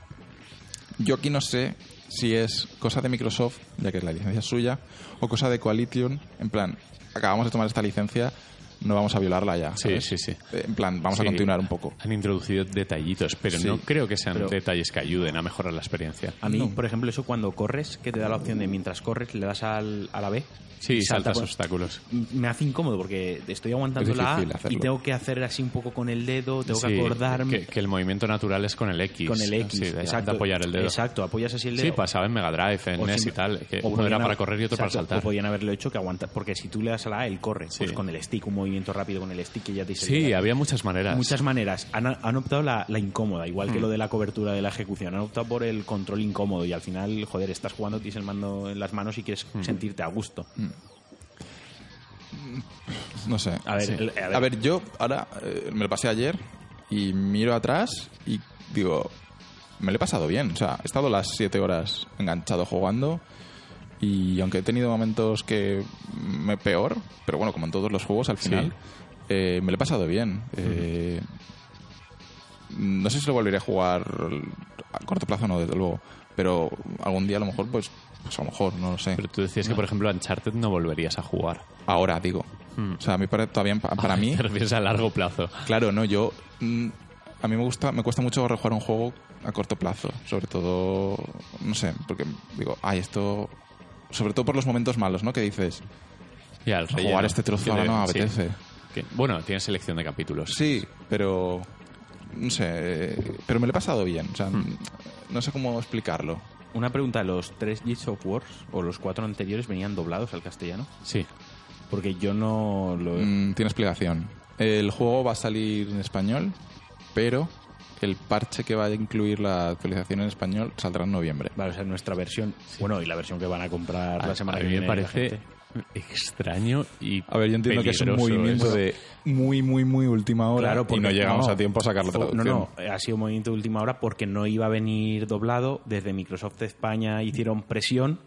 Yo aquí no sé si es cosa de Microsoft, ya que la licencia es suya, o cosa de Coalition, en plan, acabamos de tomar esta licencia, no vamos a violarla ya, ¿sabes? Sí. En plan, vamos a continuar un poco. Han introducido detallitos, pero no creo que sean detalles que ayuden a mejorar la experiencia. A mí, por ejemplo, eso cuando corres, que te da la opción de mientras corres le das a la B. Sí, saltas obstáculos. Me hace incómodo porque estoy aguantando la A y tengo que hacer así un poco con el dedo, tengo que acordarme. Que el movimiento natural es con el X. Con el X, exacto. De apoyar el dedo. Exacto, apoyas así el dedo. Sí, pasaba en Mega Drive, en NES y tal. Que uno era para correr y otro para saltar. O podían haberlo hecho que aguanta, porque si tú le das a la A, él corre. Pues con el stick, un movimiento rápido con el stick que ya te dice. Sí, había muchas maneras. Muchas maneras. Han optado la incómoda, igual que lo de la cobertura de la ejecución. Han optado por el control incómodo y al final, joder, estás jugando, tienes el mando en las manos y quieres sentirte a gusto. No sé. A ver, yo ahora me lo pasé ayer y miro atrás y digo, me lo he pasado bien. O sea, he estado las 7 horas enganchado jugando y aunque he tenido momentos que me peor, pero bueno, como en todos los juegos al final, me lo he pasado bien. No sé si lo volveré a jugar a corto plazo, no, desde luego, pero algún día a lo mejor, pues a lo mejor, no lo sé. Pero tú decías que, por ejemplo, Uncharted no volverías a jugar. Ahora, digo. O sea, a mí todavía, para mí... Te refieres a largo plazo. Claro, no, yo... A mí me cuesta mucho rejugar un juego a corto plazo. Sobre todo, no sé, porque digo, esto... Sobre todo por los momentos malos, ¿no? Que dices, ya, el relleno, jugar este trozo ahora no me apetece. Sí. Bueno, tienes selección de capítulos. Sí, pero... No sé, pero me lo he pasado bien. O sea, no sé cómo explicarlo. Una pregunta, ¿los 3 Gears of War o los 4 anteriores venían doblados al castellano? Sí. Porque yo no lo... Tiene explicación. El juego va a salir en español, pero el parche que va a incluir la actualización en español saldrá en noviembre. Vale, o sea, nuestra versión... Bueno, y la versión que van a comprar la semana que viene. A mí me parece extraño y a ver, yo entiendo que es un movimiento de muy última hora, claro, y no llegamos a tiempo a sacar la traducción. No, ha sido un movimiento de última hora porque no iba a venir doblado. Desde Microsoft España hicieron presión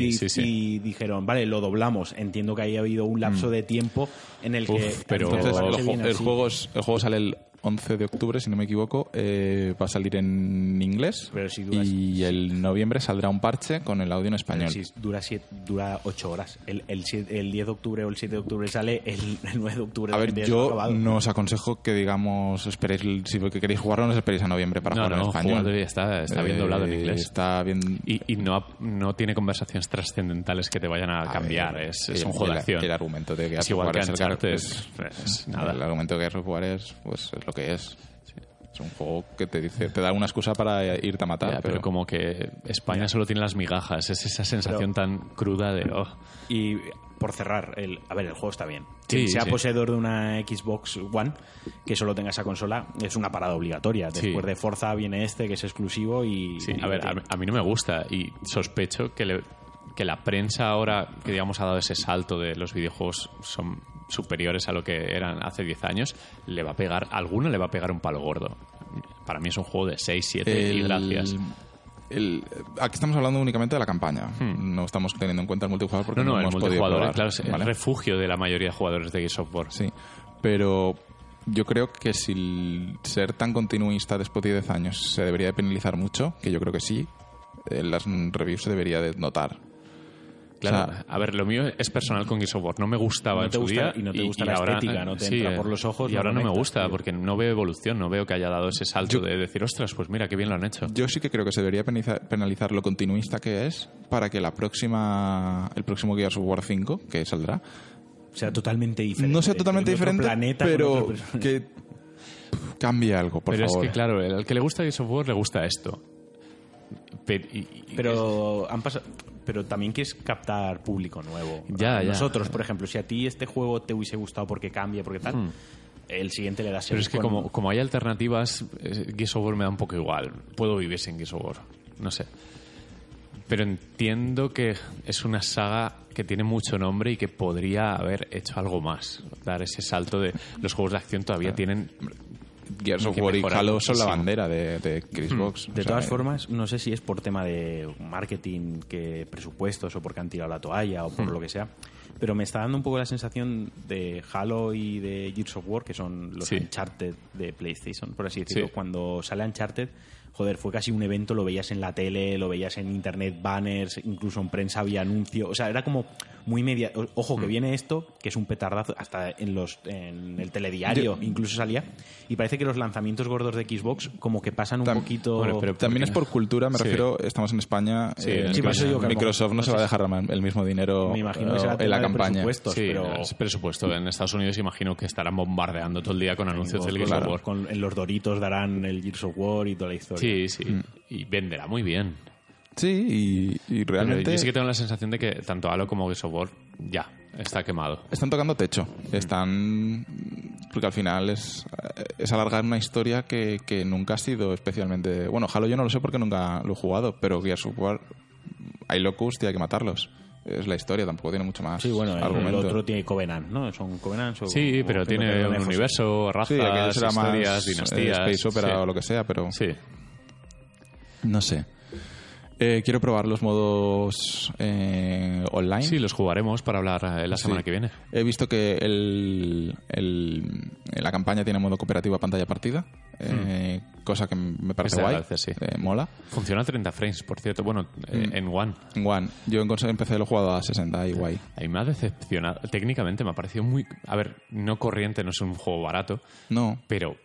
y dijeron, vale, lo doblamos. Entiendo que haya habido un lapso de tiempo en el que... Pero entonces, el juego sale el 11 de octubre, si no me equivoco, va a salir en inglés, pero si y el noviembre saldrá un parche con el audio en español. Si dura 8 horas. El 10 de octubre o el 7 de octubre sale, el 9 de octubre... A ver, yo no os aconsejo que, digamos, esperéis, si queréis jugarlo, no os esperéis a noviembre para jugarlo en español. Está bien doblado en inglés. Está bien... Y no tiene conversaciones trascendentales que te vayan a cambiar. Es un juego de acción. El argumento de que es igual que Uncharted. Nada. El argumento de que jugar es lo que es. Es un juego que te da una excusa para irte a matar. Pero como que España solo tiene las migajas. Es esa sensación tan cruda de... Y por cerrar, el juego está bien. Quien sea poseedor de una Xbox One, que solo tenga esa consola, es una parada obligatoria. Después de Forza viene que es exclusivo y... Sí, a mí no me gusta y sospecho que la prensa ahora, que digamos ha dado ese salto de los videojuegos son superiores a lo que eran hace 10 años, alguno le va a pegar un palo gordo. Para mí es un juego de 6, 7 y gracias. Aquí estamos hablando únicamente de la campaña. No estamos teniendo en cuenta el multijugador porque no hemos podido probar. Claro, es el refugio de la mayoría de jugadores de Gears of War. Sí, pero yo creo que si ser tan continuista después de 10 años se debería de penalizar mucho, que yo creo que sí, en las reviews se debería de notar. Claro, o sea, a ver, lo mío es personal con Gears of War. No me gustaba en su día. Y no te gusta la estética, no te entra por los ojos. Y ahora no me gusta, porque no veo evolución, no veo que haya dado ese salto de decir, ostras, pues mira, qué bien lo han hecho. Yo sí que creo que se debería penalizar lo continuista que es para que el próximo Gears of War 5, que saldrá, sea totalmente diferente. No sea totalmente diferente, pero que cambie algo, por favor. Pero es que, claro, al que le gusta Gears of War le gusta esto. Pero han pasado... Pero también quieres captar público nuevo. Ya. Nosotros, por ejemplo, si a ti este juego te hubiese gustado porque cambia, porque tal, el siguiente le das... Pero es que como hay alternativas, Gears of War me da un poco igual. Puedo vivir sin Gears of War. No sé. Pero entiendo que es una saga que tiene mucho nombre y que podría haber hecho algo más. Dar ese salto de... Los juegos de acción todavía tienen... Gears of War y Halo son la bandera de Xbox. De todas formas, no sé si es por tema de marketing, que presupuestos, o porque han tirado la toalla, o por lo que sea, pero me está dando un poco la sensación de Halo y de Gears of War, que son los Uncharted de PlayStation, por así decirlo. Cuando sale Uncharted, joder, fue casi un evento, lo veías en la tele, lo veías en internet, banners, incluso en prensa había anuncio, o sea, era como muy media... Ojo, que viene esto, que es un petardazo, hasta en el telediario incluso salía, y parece que los lanzamientos gordos de Xbox como que pasan un poquito... Bueno, pero también es por cultura, me refiero, estamos en España, Microsoft no se va a dejar el mismo dinero me imagino que en la campaña. Pero es presupuesto. En Estados Unidos imagino que estarán bombardeando todo el día con anuncios del Gears of War. En los Doritos darán el Gears of War y toda la historia. Sí. Y venderá muy bien. Sí, y realmente... Pero yo sí que tengo la sensación de que tanto Halo como Gears of War ya está quemado. Están tocando techo. Porque al final es alargar una historia que nunca ha sido especialmente... Bueno, Halo yo no lo sé porque nunca lo he jugado, pero Gears of War hay Locust y hay que matarlos. Es la historia, tampoco tiene mucho más. Sí, bueno, argumento. el otro tiene Covenant, ¿no? ¿Son Covenant? Sí, pero tiene un universo, razas, historias, dinastías. Space Opera o lo que sea, pero... Sí. No sé. Quiero probar los modos online. Sí, los jugaremos para hablar la semana que viene. He visto que la campaña tiene modo cooperativo a pantalla partida, cosa que me parece guay. Sí. Mola. Funciona a 30 frames, por cierto. Bueno, en One. En One. Yo en consola empecé lo jugado a 60 y guay. A mí me ha decepcionado. Técnicamente me ha parecido muy... A ver, no corriente, no es un juego barato. No. Pero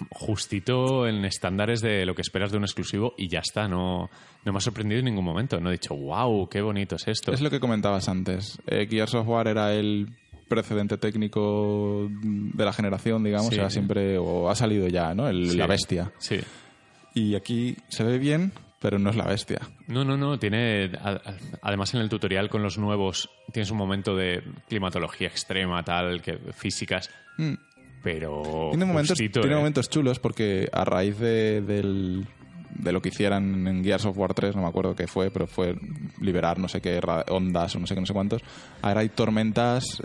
justito en estándares de lo que esperas de un exclusivo y ya está. No me ha sorprendido en ningún momento. No he dicho, wow, qué bonito es esto. Es lo que comentabas antes. Gears of War era el precedente técnico de la generación, digamos. Sí. Era siempre... O ha salido ya, ¿no? Sí. La bestia. Sí. Y aquí se ve bien, pero no es la bestia. No. Tiene... Además, en el tutorial con los nuevos tienes un momento de climatología extrema, tal, que físicas... Pero tiene momentos chulos porque a raíz de lo que hicieran en Gears of War 3, no me acuerdo qué fue, pero fue liberar no sé qué ondas o no sé qué, no sé cuántos. Ahora hay tormentas,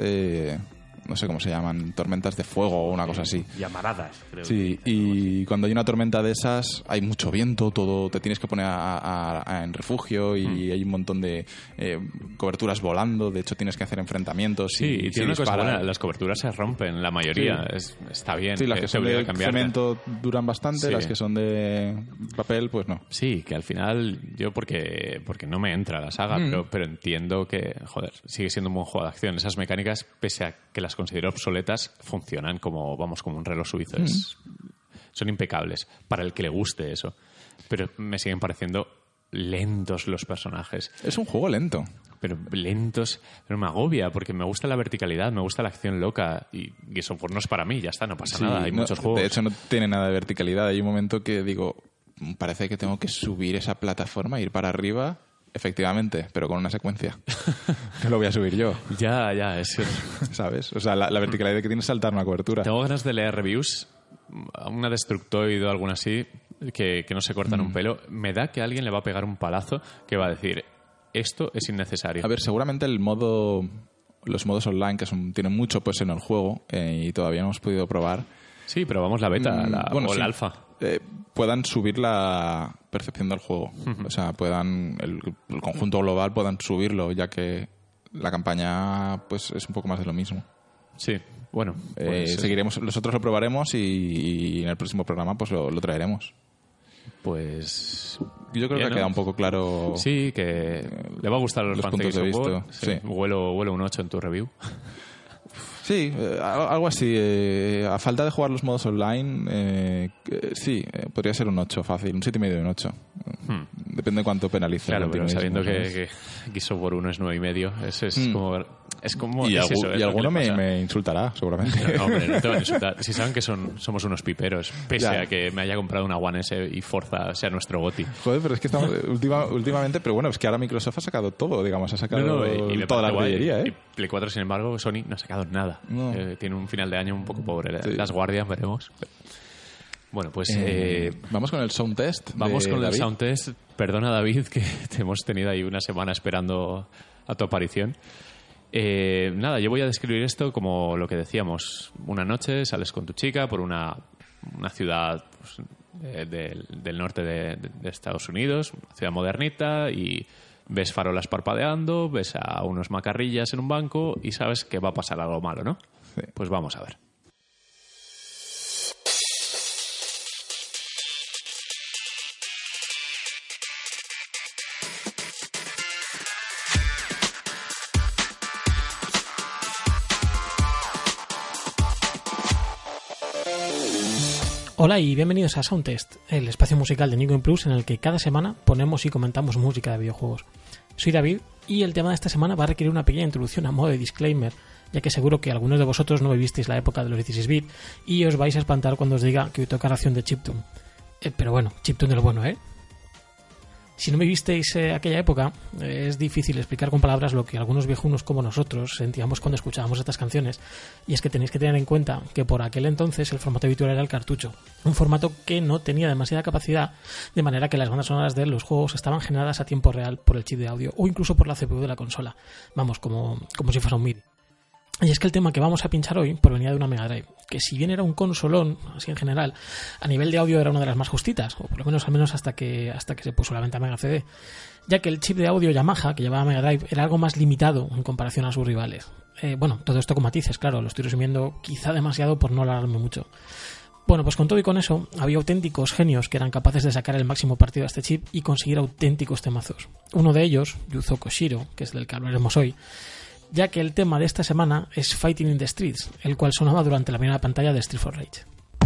no sé cómo se llaman, tormentas de fuego o una cosa así. Llamaradas, creo. Sí, y cuando hay una tormenta de esas hay mucho viento, todo te tienes que poner en refugio y hay un montón de coberturas volando, de hecho tienes que hacer enfrentamientos. Sí, y tiene una cosa buena, las coberturas se rompen, la mayoría, sí. Está bien. Sí, las que son de cemento duran bastante, sí. Las que son de papel, pues no. Sí, que al final yo porque no me entra la saga, pero entiendo que, joder, sigue siendo un buen juego de acción. Esas mecánicas, pese a que las considero obsoletas, funcionan como un reloj suizo. Son impecables para el que le guste eso. Pero me siguen pareciendo lentos los personajes. Es un juego lento. Pero lentos, pero me agobia porque me gusta la verticalidad, me gusta la acción loca y eso no es para mí, ya está, no pasa nada, hay muchos juegos. De hecho no tiene nada de verticalidad, hay un momento que digo, parece que tengo que subir esa plataforma, ir para arriba, efectivamente, pero con una secuencia. No lo voy a subir yo. Ya, eso. ¿Sabes? O sea, la verticalidad que tiene es saltar una cobertura. Tengo ganas de leer reviews, una Destructoid o alguna así, que no se cortan un pelo. Me da que alguien le va a pegar un palazo que va a decir... Esto es innecesario. A ver, seguramente los modos online, que tienen mucho peso en el juego y todavía no hemos podido probar. Sí, pero vamos la beta el alfa. Puedan subir la percepción del juego. O sea, el conjunto global puedan subirlo, ya que la campaña pues es un poco más de lo mismo. Sí, bueno. Seguiremos, nosotros lo probaremos y en el próximo programa pues lo traeremos. Pues yo creo que ha quedado un poco claro. Sí, que le va a gustar a los fans puntos de vista. Sí. Huelo un 8 en tu review. Sí, algo así. A falta de jugar los modos online, sí, podría ser un 8 fácil, un 7,5 y un 8. Depende de cuánto penalice. Claro, pero sabiendo que Gears of War 1 es 9,5, eso es como... Y alguno me insultará, seguramente. No, hombre, no te van a insultar. Si saben que somos unos piperos, pese a que me haya comprado una One S y Forza sea nuestro GOTY. Joder, pero es que estamos últimamente... Pero bueno, es que ahora Microsoft ha sacado todo, digamos. Ha sacado y toda la artillería, ¿eh? Y Play 4, sin embargo, Sony no ha sacado nada. No. Tiene un final de año un poco pobre. Sí. Las Guardias, veremos. Bueno, pues... vamos con el sound test. Vamos con David. El sound test. Perdona, David, que te hemos tenido ahí una semana esperando a tu aparición. Nada, yo voy a describir esto como lo que decíamos. Una noche sales con tu chica por una ciudad pues, del norte de Estados Unidos, una ciudad modernita, y ves farolas parpadeando, ves a unos macarrillas en un banco y sabes que va a pasar algo malo, ¿no? Sí. Pues vamos a ver. Hola y bienvenidos a Soundtest, el espacio musical de New Game Plus en el que cada semana ponemos y comentamos música de videojuegos. Soy David y el tema de esta semana va a requerir una pequeña introducción a modo de disclaimer, ya que seguro que algunos de vosotros no vivisteis la época de los 16-bit y os vais a espantar cuando os diga que hoy toca ración de chiptune. Pero bueno, chiptune de lo bueno, ¿eh? Si no vivisteis aquella época, es difícil explicar con palabras lo que algunos viejunos como nosotros sentíamos cuando escuchábamos estas canciones. Y es que tenéis que tener en cuenta que por aquel entonces el formato habitual era el cartucho. Un formato que no tenía demasiada capacidad, de manera que las bandas sonoras de los juegos estaban generadas a tiempo real por el chip de audio o incluso por la CPU de la consola. Vamos, como si fuera un MIDI. Y es que el tema que vamos a pinchar hoy provenía de una Mega Drive, que si bien era un consolón, así en general, a nivel de audio era una de las más justitas, o por lo menos al menos hasta que se puso a la venta Mega CD, ya que el chip de audio Yamaha que llevaba Mega Drive era algo más limitado en comparación a sus rivales. Todo esto con matices, claro, lo estoy resumiendo quizá demasiado por no alargarme mucho. Bueno, pues con todo y con eso, había auténticos genios que eran capaces de sacar el máximo partido a este chip y conseguir auténticos temazos. Uno de ellos, Yuzo Koshiro, que es del que hablaremos hoy, ya que el tema de esta semana es Fighting in the Streets, el cual sonaba durante la primera pantalla de Street for Rage.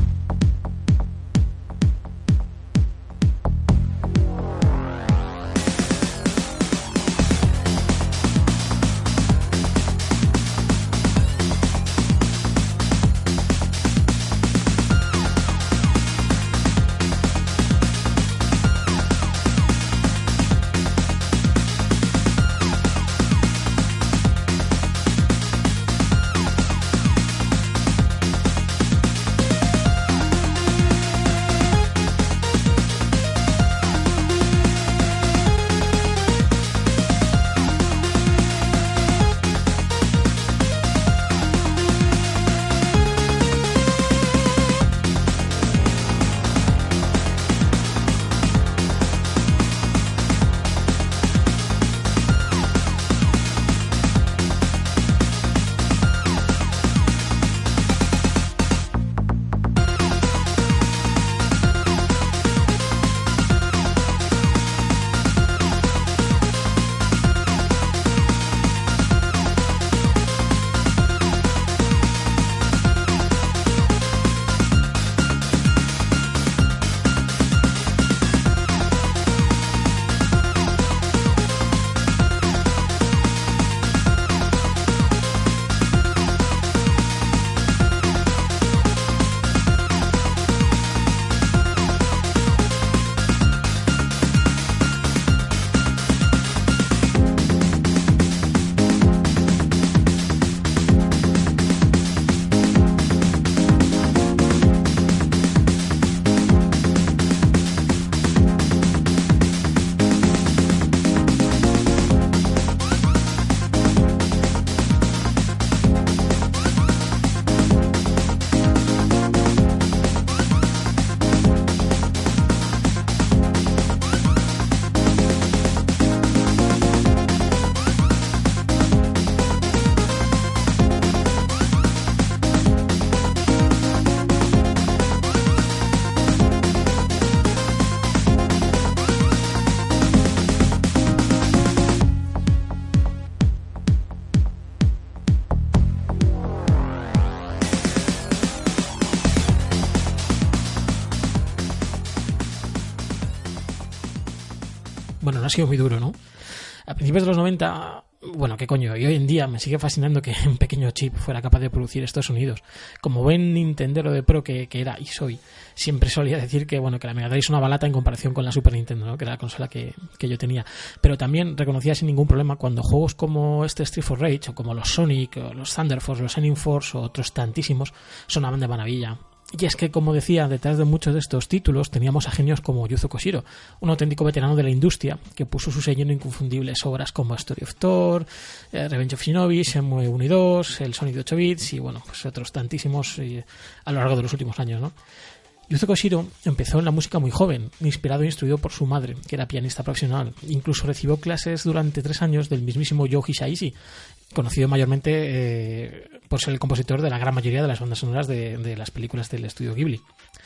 Bueno, no ha sido muy duro, ¿no? A principios de los 90, bueno, qué coño, y hoy en día me sigue fascinando que un pequeño chip fuera capaz de producir estos sonidos. Como buen Nintendero de pro que era y soy, siempre solía decir que la Mega Drive es una balata en comparación con la Super Nintendo, ¿no? Que era la consola que yo tenía. Pero también reconocía sin ningún problema cuando juegos como este Street for Rage, o como los Sonic, o los Thunder Force, los Shining Force, o otros tantísimos, sonaban de maravilla. Y es que, como decía, detrás de muchos de estos títulos teníamos a genios como Yuzo Koshiro, un auténtico veterano de la industria que puso su sello en inconfundibles obras como Story of Thor, Revenge of Shinobi, Shenmue 1 y 2, el Sonic de 8 bits y pues otros tantísimos a lo largo de los últimos años, ¿no? Yuzo Koshiro empezó en la música muy joven, inspirado e instruido por su madre, que era pianista profesional. Incluso recibió clases durante 3 años del mismísimo Yoji Shaishi, conocido mayormente por ser el compositor de la gran mayoría de las bandas sonoras de las películas del estudio Ghibli.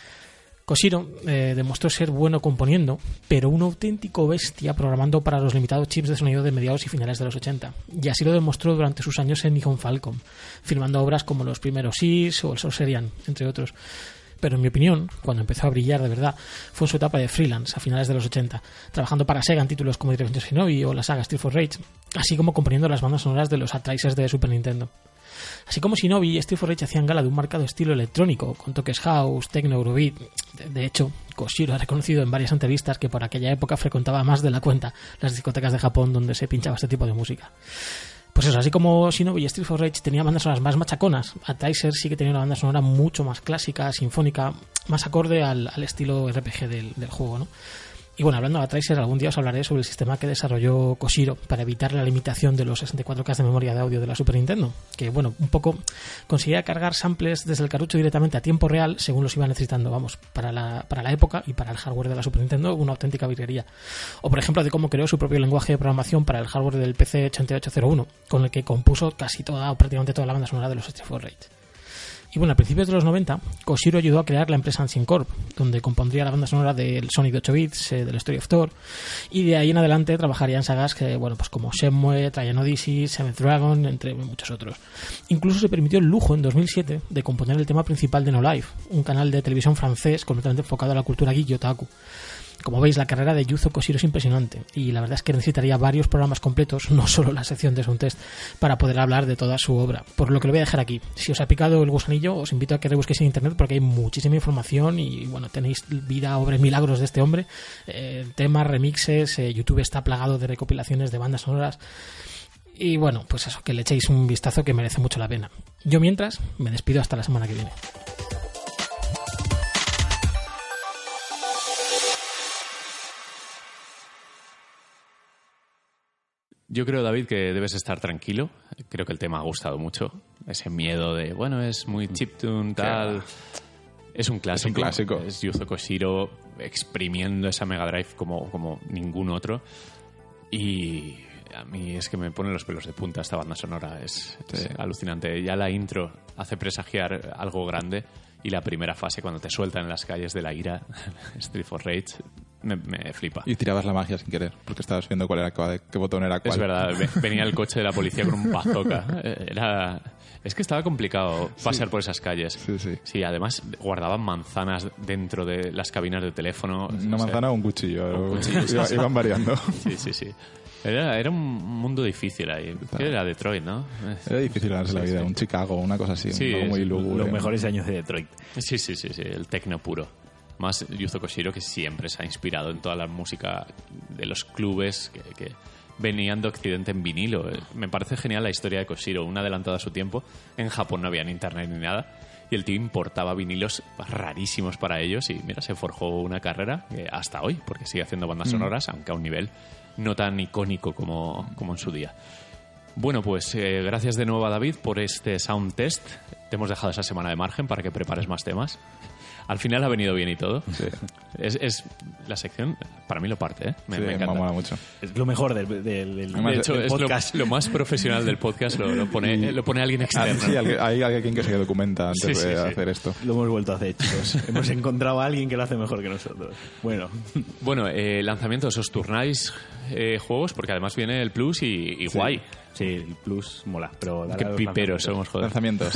Koshiro demostró ser bueno componiendo, pero un auténtico bestia programando para los limitados chips de sonido de mediados y finales de los 80. Y así lo demostró durante sus años en Nihon Falcom, filmando obras como los primeros Is o el Sorcerian, entre otros. Pero en mi opinión, cuando empezó a brillar de verdad, fue en su etapa de freelance a finales de los 80, trabajando para Sega en títulos como Revenge of Shinobi o la saga Street for Rage, así como componiendo las bandas sonoras de los Atraises de Super Nintendo. Así como Shinobi y Street for Rage hacían gala de un marcado estilo electrónico, con toques house, techno, eurobeat. De hecho, Koshiro ha reconocido en varias entrevistas que por aquella época frecuentaba más de la cuenta las discotecas de Japón donde se pinchaba este tipo de música. Pues eso, así como Shinobi y Street for Rage tenía bandas sonoras más machaconas, Atraiser sí que tenía una banda sonora mucho más clásica, sinfónica, más acorde al estilo RPG del juego, ¿no? Y bueno, hablando de Atraiser, algún día os hablaré sobre el sistema que desarrolló Koshiro para evitar la limitación de los 64K de memoria de audio de la Super Nintendo, que bueno, un poco conseguía cargar samples desde el cartucho directamente a tiempo real según los iba necesitando, vamos, para la época y para el hardware de la Super Nintendo, una auténtica virguería. O por ejemplo de cómo creó su propio lenguaje de programación para el hardware del PC 8801, con el que compuso casi toda o prácticamente toda la banda sonora de los Street for Rage. Y bueno, a principios de los 90, Koshiro ayudó a crear la empresa Anshin Corp, donde compondría la banda sonora del Sonic de 8 bits, del Story of Thor, y de ahí en adelante trabajaría en sagas que, bueno, pues como Shenmue, Trajan Odyssey, Seventh Dragon, entre muchos otros. Incluso se permitió el lujo en 2007 de componer el tema principal de No Life, un canal de televisión francés completamente enfocado a la cultura geek y otaku. Como veis, la carrera de Yuzo Koshiro es impresionante y la verdad es que necesitaría varios programas completos, no solo la sección de Soundtest, para poder hablar de toda su obra. Por lo que lo voy a dejar aquí. Si os ha picado el gusanillo, os invito a que rebusquéis en internet porque hay muchísima información y bueno, tenéis vida, obras, milagros de este hombre, temas, remixes, YouTube está plagado de recopilaciones de bandas sonoras. Y bueno, pues eso, que le echéis un vistazo que merece mucho la pena. Yo mientras, me despido hasta la semana que viene. Yo creo, David, que debes estar tranquilo. Creo que el tema ha gustado mucho. Ese miedo de, bueno, es muy chiptune, tal. Es un clásico. Es un clásico. Es Yuzo Koshiro exprimiendo esa Mega Drive como ningún otro. Y a mí es que me pone los pelos de punta esta banda sonora. Es alucinante. Ya la intro hace presagiar algo grande. Y la primera fase, cuando te sueltan en las calles de la ira, Street for Rage, me flipa. Y tirabas la magia sin querer, porque estabas viendo cuál era qué botón era cuál. Es verdad, venía el coche de la policía con un bazooka. Es que estaba complicado pasar por esas calles. Sí, además guardaban manzanas dentro de las cabinas de teléfono. Una manzana o un cuchillo. Iban variando. Sí. Era un mundo difícil ahí. Era Detroit, ¿no? Era difícil ganarse la vida. Un Chicago, una cosa así. Sí, muy lúgubre. Los mejores años de Detroit. Sí. El tecno puro. Más Yuzo Koshiro, que siempre se ha inspirado en toda la música de los clubes que venían de Occidente en vinilo. Me parece genial la historia de Koshiro, un adelantado a su tiempo. En Japón no había ni internet ni nada. Y el tío importaba vinilos rarísimos para ellos. Y mira, se forjó una carrera hasta hoy, porque sigue haciendo bandas sonoras, aunque a un nivel no tan icónico como en su día. Bueno, pues gracias de nuevo a David por este sound test. Te hemos dejado esa semana de margen para que prepares más temas. Al final ha venido bien y todo. Sí. Es la sección, para mí lo parte, ¿eh? Me encanta. Me mola mucho. Es lo mejor del podcast. Es lo más profesional del podcast, lo pone alguien externo. Sí, hay alguien que se documenta antes de hacer esto. Lo hemos vuelto a hacer, chicos. Hemos encontrado a alguien que lo hace mejor que nosotros. Bueno, lanzamientos, os turnáis juegos, porque además viene el Plus y guay. Sí, el Plus mola. Pero qué piperos somos, joder. Lanzamientos.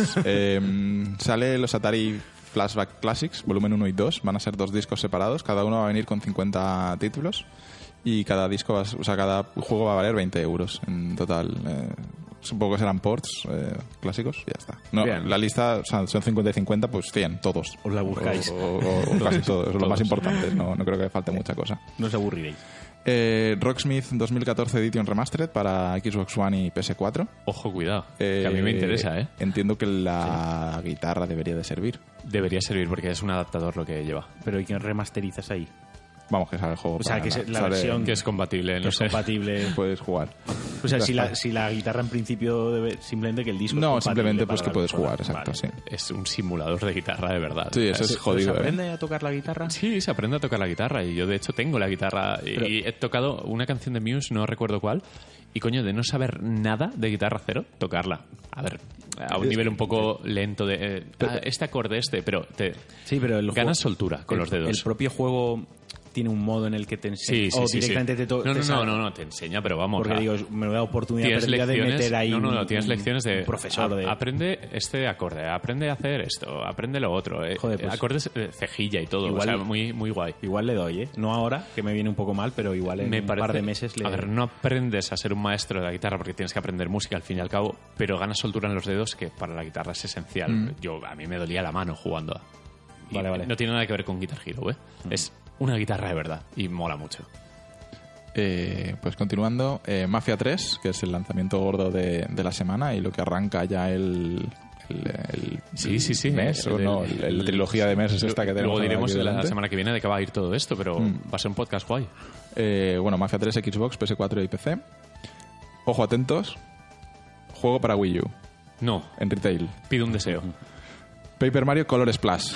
Sale los Atari Flashback Classics, volumen 1 y 2. Van a ser 2 discos separados. Cada uno va a venir con 50 títulos. Y cada disco, cada juego va a valer 20 euros en total. Supongo que serán ports clásicos y ya está. No, la lista son 50 y 50, pues 100, todos. Os la buscáis. O casi todos. Lo más importante. No creo que falte mucha cosa. No os aburriréis. Rocksmith 2014 Edition Remastered para Xbox One y PS4. Ojo, cuidado, que a mí me interesa, ¿eh? Entiendo que la guitarra debería de servir. Debería servir porque es un adaptador lo que lleva. Pero ¿y qué remasterizas ahí? Vamos, que sale el juego. O sea, que la versión que es compatible. No sé. Compatible. Puedes jugar. O sea, si la guitarra en principio debe simplemente que el disco. No, simplemente pues que puedes jugar, exacto, vale. sí. Es un simulador de guitarra de verdad. Sí, eso es jodido. ¿Se aprende a tocar la guitarra? Sí, se aprende a tocar la guitarra. Y yo, de hecho, tengo la guitarra. Y he tocado una canción de Muse, no recuerdo cuál. Y coño, de no saber nada de guitarra cero, tocarla. A ver, a un nivel un poco lento de este acorde pero sí, pero ganas soltura con los dedos. El propio juego tiene un modo en el que te enseña. O directamente te No, te enseña, pero vamos. Porque digo, me da oportunidad de meter ahí. Tienes lecciones de. Profesor de. Aprende este acorde, aprende a hacer esto, aprende lo otro. Joder, pues, acordes, cejilla y todo. Igual, o sea, muy, muy guay. Igual le doy, ¿eh? No ahora, que me viene un poco mal, pero igual en un par de meses le. A ver, no aprendes a ser un maestro de la guitarra porque tienes que aprender música al fin y al cabo, pero ganas soltura en los dedos que para la guitarra es esencial. A mí me dolía la mano jugando. Vale. No tiene nada que ver con Guitar Hero, ¿eh? Es una guitarra de verdad y mola mucho. Pues continuando, Mafia 3, que es el lanzamiento gordo de la semana y lo que arranca ya el mes, la trilogía de meses esta que tenemos. Luego diremos la semana que viene de qué va a ir todo esto, pero va a ser un podcast guay. Mafia 3, Xbox, PS4 y PC. Ojo, atentos. Juego para Wii U. No. En retail. Pido un deseo. Paper Mario Color Splash.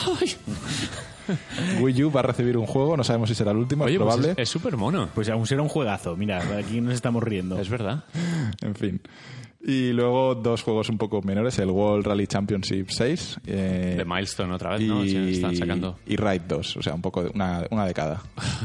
Wii U va a recibir un juego, no sabemos si será el último, es probable. Pues es súper mono. Pues aún será un juegazo, mira, aquí nos estamos riendo. Es verdad. En fin. Y luego 2 juegos un poco menores, el World Rally Championship 6. De Milestone otra vez, ¿no? Están sacando. Y Ride 2, o sea, un poco una de cada.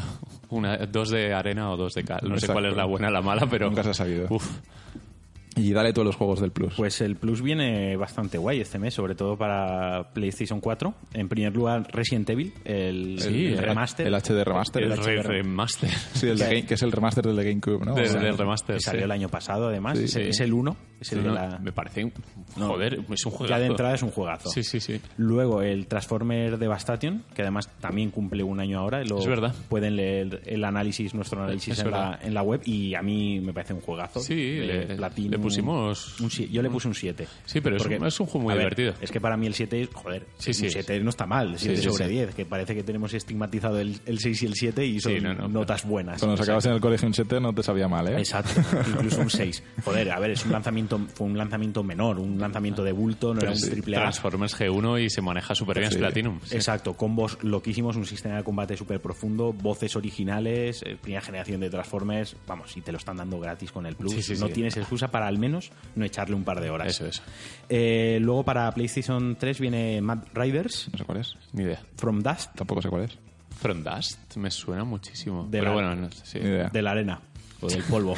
2 de arena o 2 de cal. No sé cuál es la buena o la mala, pero... Nunca se ha sabido. Uf. Y dale todos los juegos del Plus. Pues el Plus viene bastante guay este mes, sobre todo para PlayStation 4. En primer lugar, Resident Evil, el remaster. El HD remaster. El remaster. Sí, que es el remaster del de GameCube, ¿no? Del remaster. Que salió el año pasado, además. Es el 1. Me parece... Joder, es un juegazo. Ya de entrada es un juegazo. Sí. Luego el Transformer Devastation, que además también cumple un año ahora. Es verdad. Pueden leer nuestro análisis en la web, y a mí me parece un juegazo. Sí, Platinum. Pusimos... Yo le puse un 7. Sí, pero es un juego muy divertido. Es que para mí el 7, joder, un 7 no está mal, 7 sobre 10, que parece que tenemos estigmatizado el 6 y el 7 y son notas buenas. Cuando sacabas en el colegio un 7 no te sabía mal, ¿eh? Exacto, incluso un 6. Joder, a ver, fue un lanzamiento menor, un lanzamiento de bulto, no era un triple A. Transformers G1 y se maneja súper bien, es Platinum. Sí. Exacto, combos loquísimos, un sistema de combate súper profundo, voces originales, primera generación de Transformers, vamos, y te lo están dando gratis con el Plus. No tienes excusa para al menos no echarle un par de horas. Eso. Luego para PlayStation 3 viene Mad Riders. No sé cuál es. Ni idea. From Dust. Tampoco sé cuál es. From Dust me suena muchísimo. Ni idea. De la arena. O del polvo.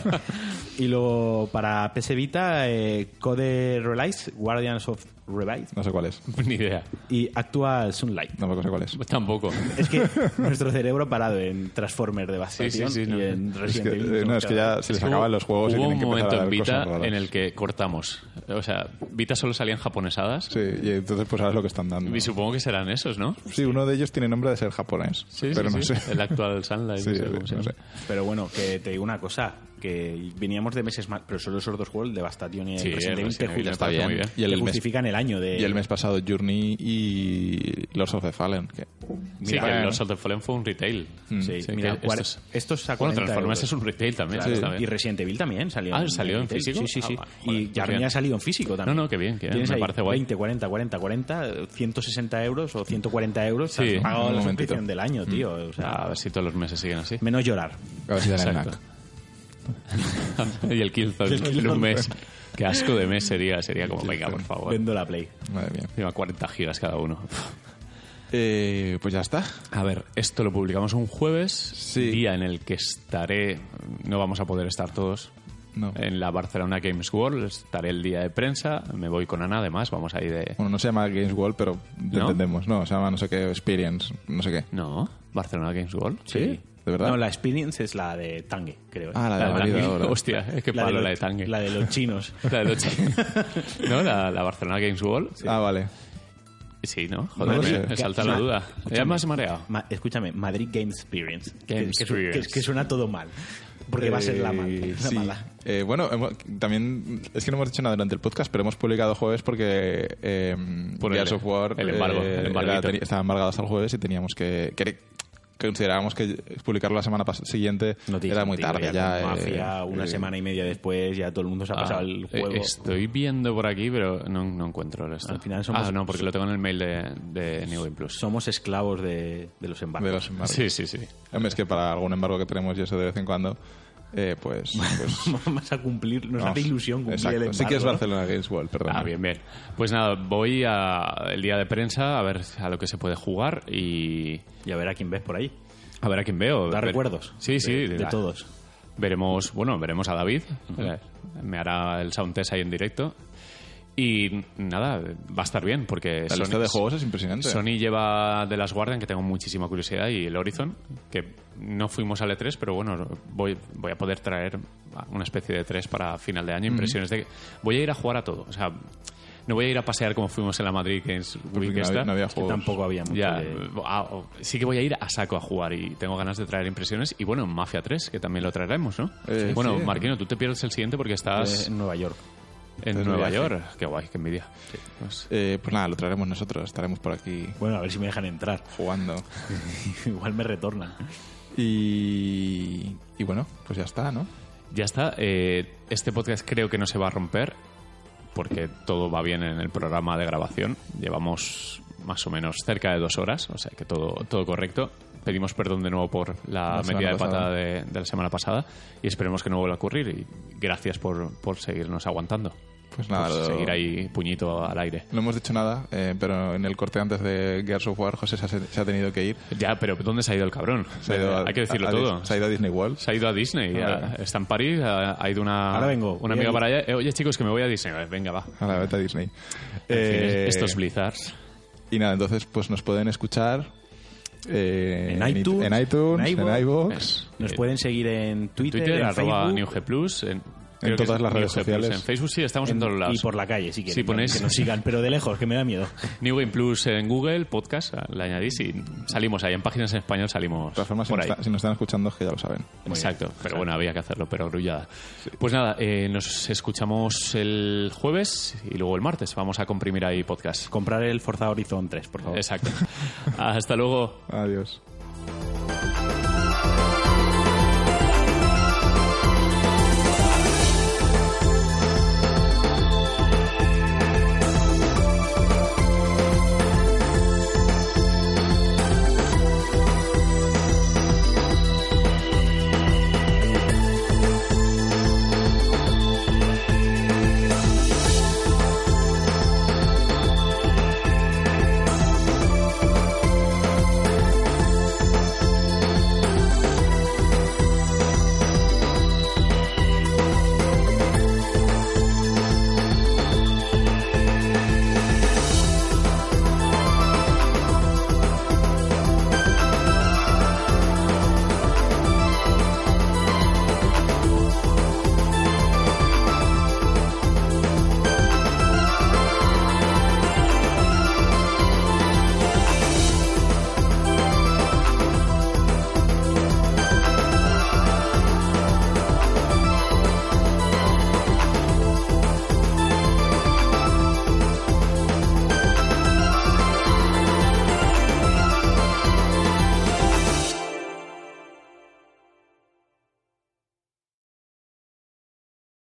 Y luego para PS Vita, Code Relice, Guardians of Revive. No sé cuál es. Ni idea. Y Actual Sunlight. Tampoco sé cuál es. Tampoco. Es que nuestro cerebro ha parado en Transformers Devastation y en Resident Evil. Es que ya se les acaban los juegos. Hubo un momento en Vita en el que cortamos. O sea, Vita solo salían japonesadas. Sí, y entonces pues ahora es lo que están dando. Y supongo que serán esos, ¿no? Sí, uno de ellos tiene nombre de ser japonés. Pero no sé. El Actual Sunlight. No sé. Pero bueno, que te digo una cosa, que veníamos de meses más, pero solo esos 2 juegos, el Devastation y el Resident Evil, está bien. Muy bien. Y el justifican el año de... Y el mes pasado Journey y Lords of the Fallen. Que Lords of the Fallen fue un retail. Mira, estos a 40 Transformers es un retail también. Claro, está bien. Y Resident Evil también salió. ¿Salió en físico? Sí. Y Journey ha salido en físico también. No, qué bien. Me parece guay. 20, 40, 160 euros o 140 euros. Sí, has pagado la suscripción del año, tío. O sea, a ver si todos los meses siguen así. Menos llorar. A ver si dan el NAC. Y el Killzone en un mes. Qué asco de mes sería como, venga, por favor. Vendo la Play. Madre mía. Lleva 40 gigas cada uno. Pues ya está. A ver, esto lo publicamos un jueves, día en el que estaré, no vamos a poder estar todos, en la Barcelona Games World. Estaré el día de prensa, me voy con Ana además, vamos ahí de... Bueno, no se llama Games World, pero entendemos, ¿no? Se llama no sé qué, Experience, no sé qué. No, Barcelona Games World, sí. ¿De verdad? No, la Experience es la de Tangue, creo. Ah, la de Validador. Hostia, es que palo la de Tangue. La de los chinos. La de los chinos. No, la Barcelona Games World. Sí. Ah, vale. Sí, ¿no? Joder, me salta la duda. Ya me has mareado. Escúchame, Madrid Game Experience. Que suena todo mal. Porque va a ser la mala. Bueno, también es que no hemos dicho nada durante el podcast, pero hemos publicado jueves porque por el software el embargo, estaba embargado hasta el jueves y teníamos que considerábamos que publicarlo la semana siguiente era muy tarde. Ya, Mafia, una semana y media después, ya todo el mundo se ha pasado el juego. Estoy viendo por aquí, pero no encuentro esto. Al final somos... no, porque lo tengo en el mail de New Game Plus. Somos esclavos de los embargos. Sí. Es que para algún embargo que tenemos y eso de vez en cuando... pues vamos a cumplir, nos hace ilusión cumplir el embargo. Sí que es Barcelona Games World, perdón. Bien. Pues nada, voy el día de prensa a ver a lo que se puede jugar y a ver a quién ves por ahí. A ver a quién veo. Da recuerdos. Sí, de todos. Veremos a David. Me hará el sound test ahí en directo. Y nada, va a estar bien porque la lista de juegos es impresionante. Sony lleva The Last Guardian, que tengo muchísima curiosidad, y el Horizon, que no fuimos al E3, pero bueno, voy a poder traer una especie de E3 para final de año, impresiones de que voy a ir a jugar a todo. O sea, no voy a ir a pasear como fuimos en la Madrid Games Week esta. No había juegos. Que tampoco había mucho sí que voy a ir a saco a jugar y tengo ganas de traer impresiones. Y bueno, Mafia 3, que también lo traeremos, ¿no? Bueno, sí. Marquino, tú te pierdes el siguiente porque estás... en Nueva York. En Nueva York. Qué guay, qué envidia. Sí. Pues nada, lo traeremos nosotros. Estaremos por aquí. Bueno, a ver si me dejan entrar. Jugando. Igual me retornan. Y bueno, pues ya está, ¿no? Ya está. Este podcast creo que no se va a romper porque todo va bien en el programa de grabación. Llevamos más o menos cerca de 2 horas, o sea que todo correcto. Pedimos perdón de nuevo por la metida de pata de la semana pasada y esperemos que no vuelva a ocurrir. Y gracias por seguirnos aguantando. Pues nada, seguir ahí puñito al aire. No hemos dicho nada, pero en el corte antes de Gears of War, José se ha tenido que ir. Ya, pero ¿dónde se ha ido el cabrón? Hay que decirlo todo. Se ha ido a Disney World. Se ha ido a Disney. Está en París, ha ido una amiga para allá. Oye, chicos, que me voy a Disney. Venga, va. Ahora, vete a Disney. Estos Blizzards. Y nada, entonces pues nos pueden escuchar... en iTunes, en iVoox. Nos pueden seguir en Twitter en @NewG+, en todas las redes sociales. En Facebook sí, estamos en todos lados. Y por la calle, si quieren. Si ponéis, que nos sigan, pero de lejos, que me da miedo. New Game Plus en Google, podcast, le añadís y salimos ahí. En páginas en español salimos. De todas formas, por ahí. Si nos están escuchando es que ya lo saben. Exacto, pero bueno, había que hacerlo, pero grullada. Sí. Pues nada, nos escuchamos el jueves y luego el martes. Vamos a comprimir ahí podcast. Comprar el Forza Horizon 3, por favor. Exacto. Hasta luego. Adiós.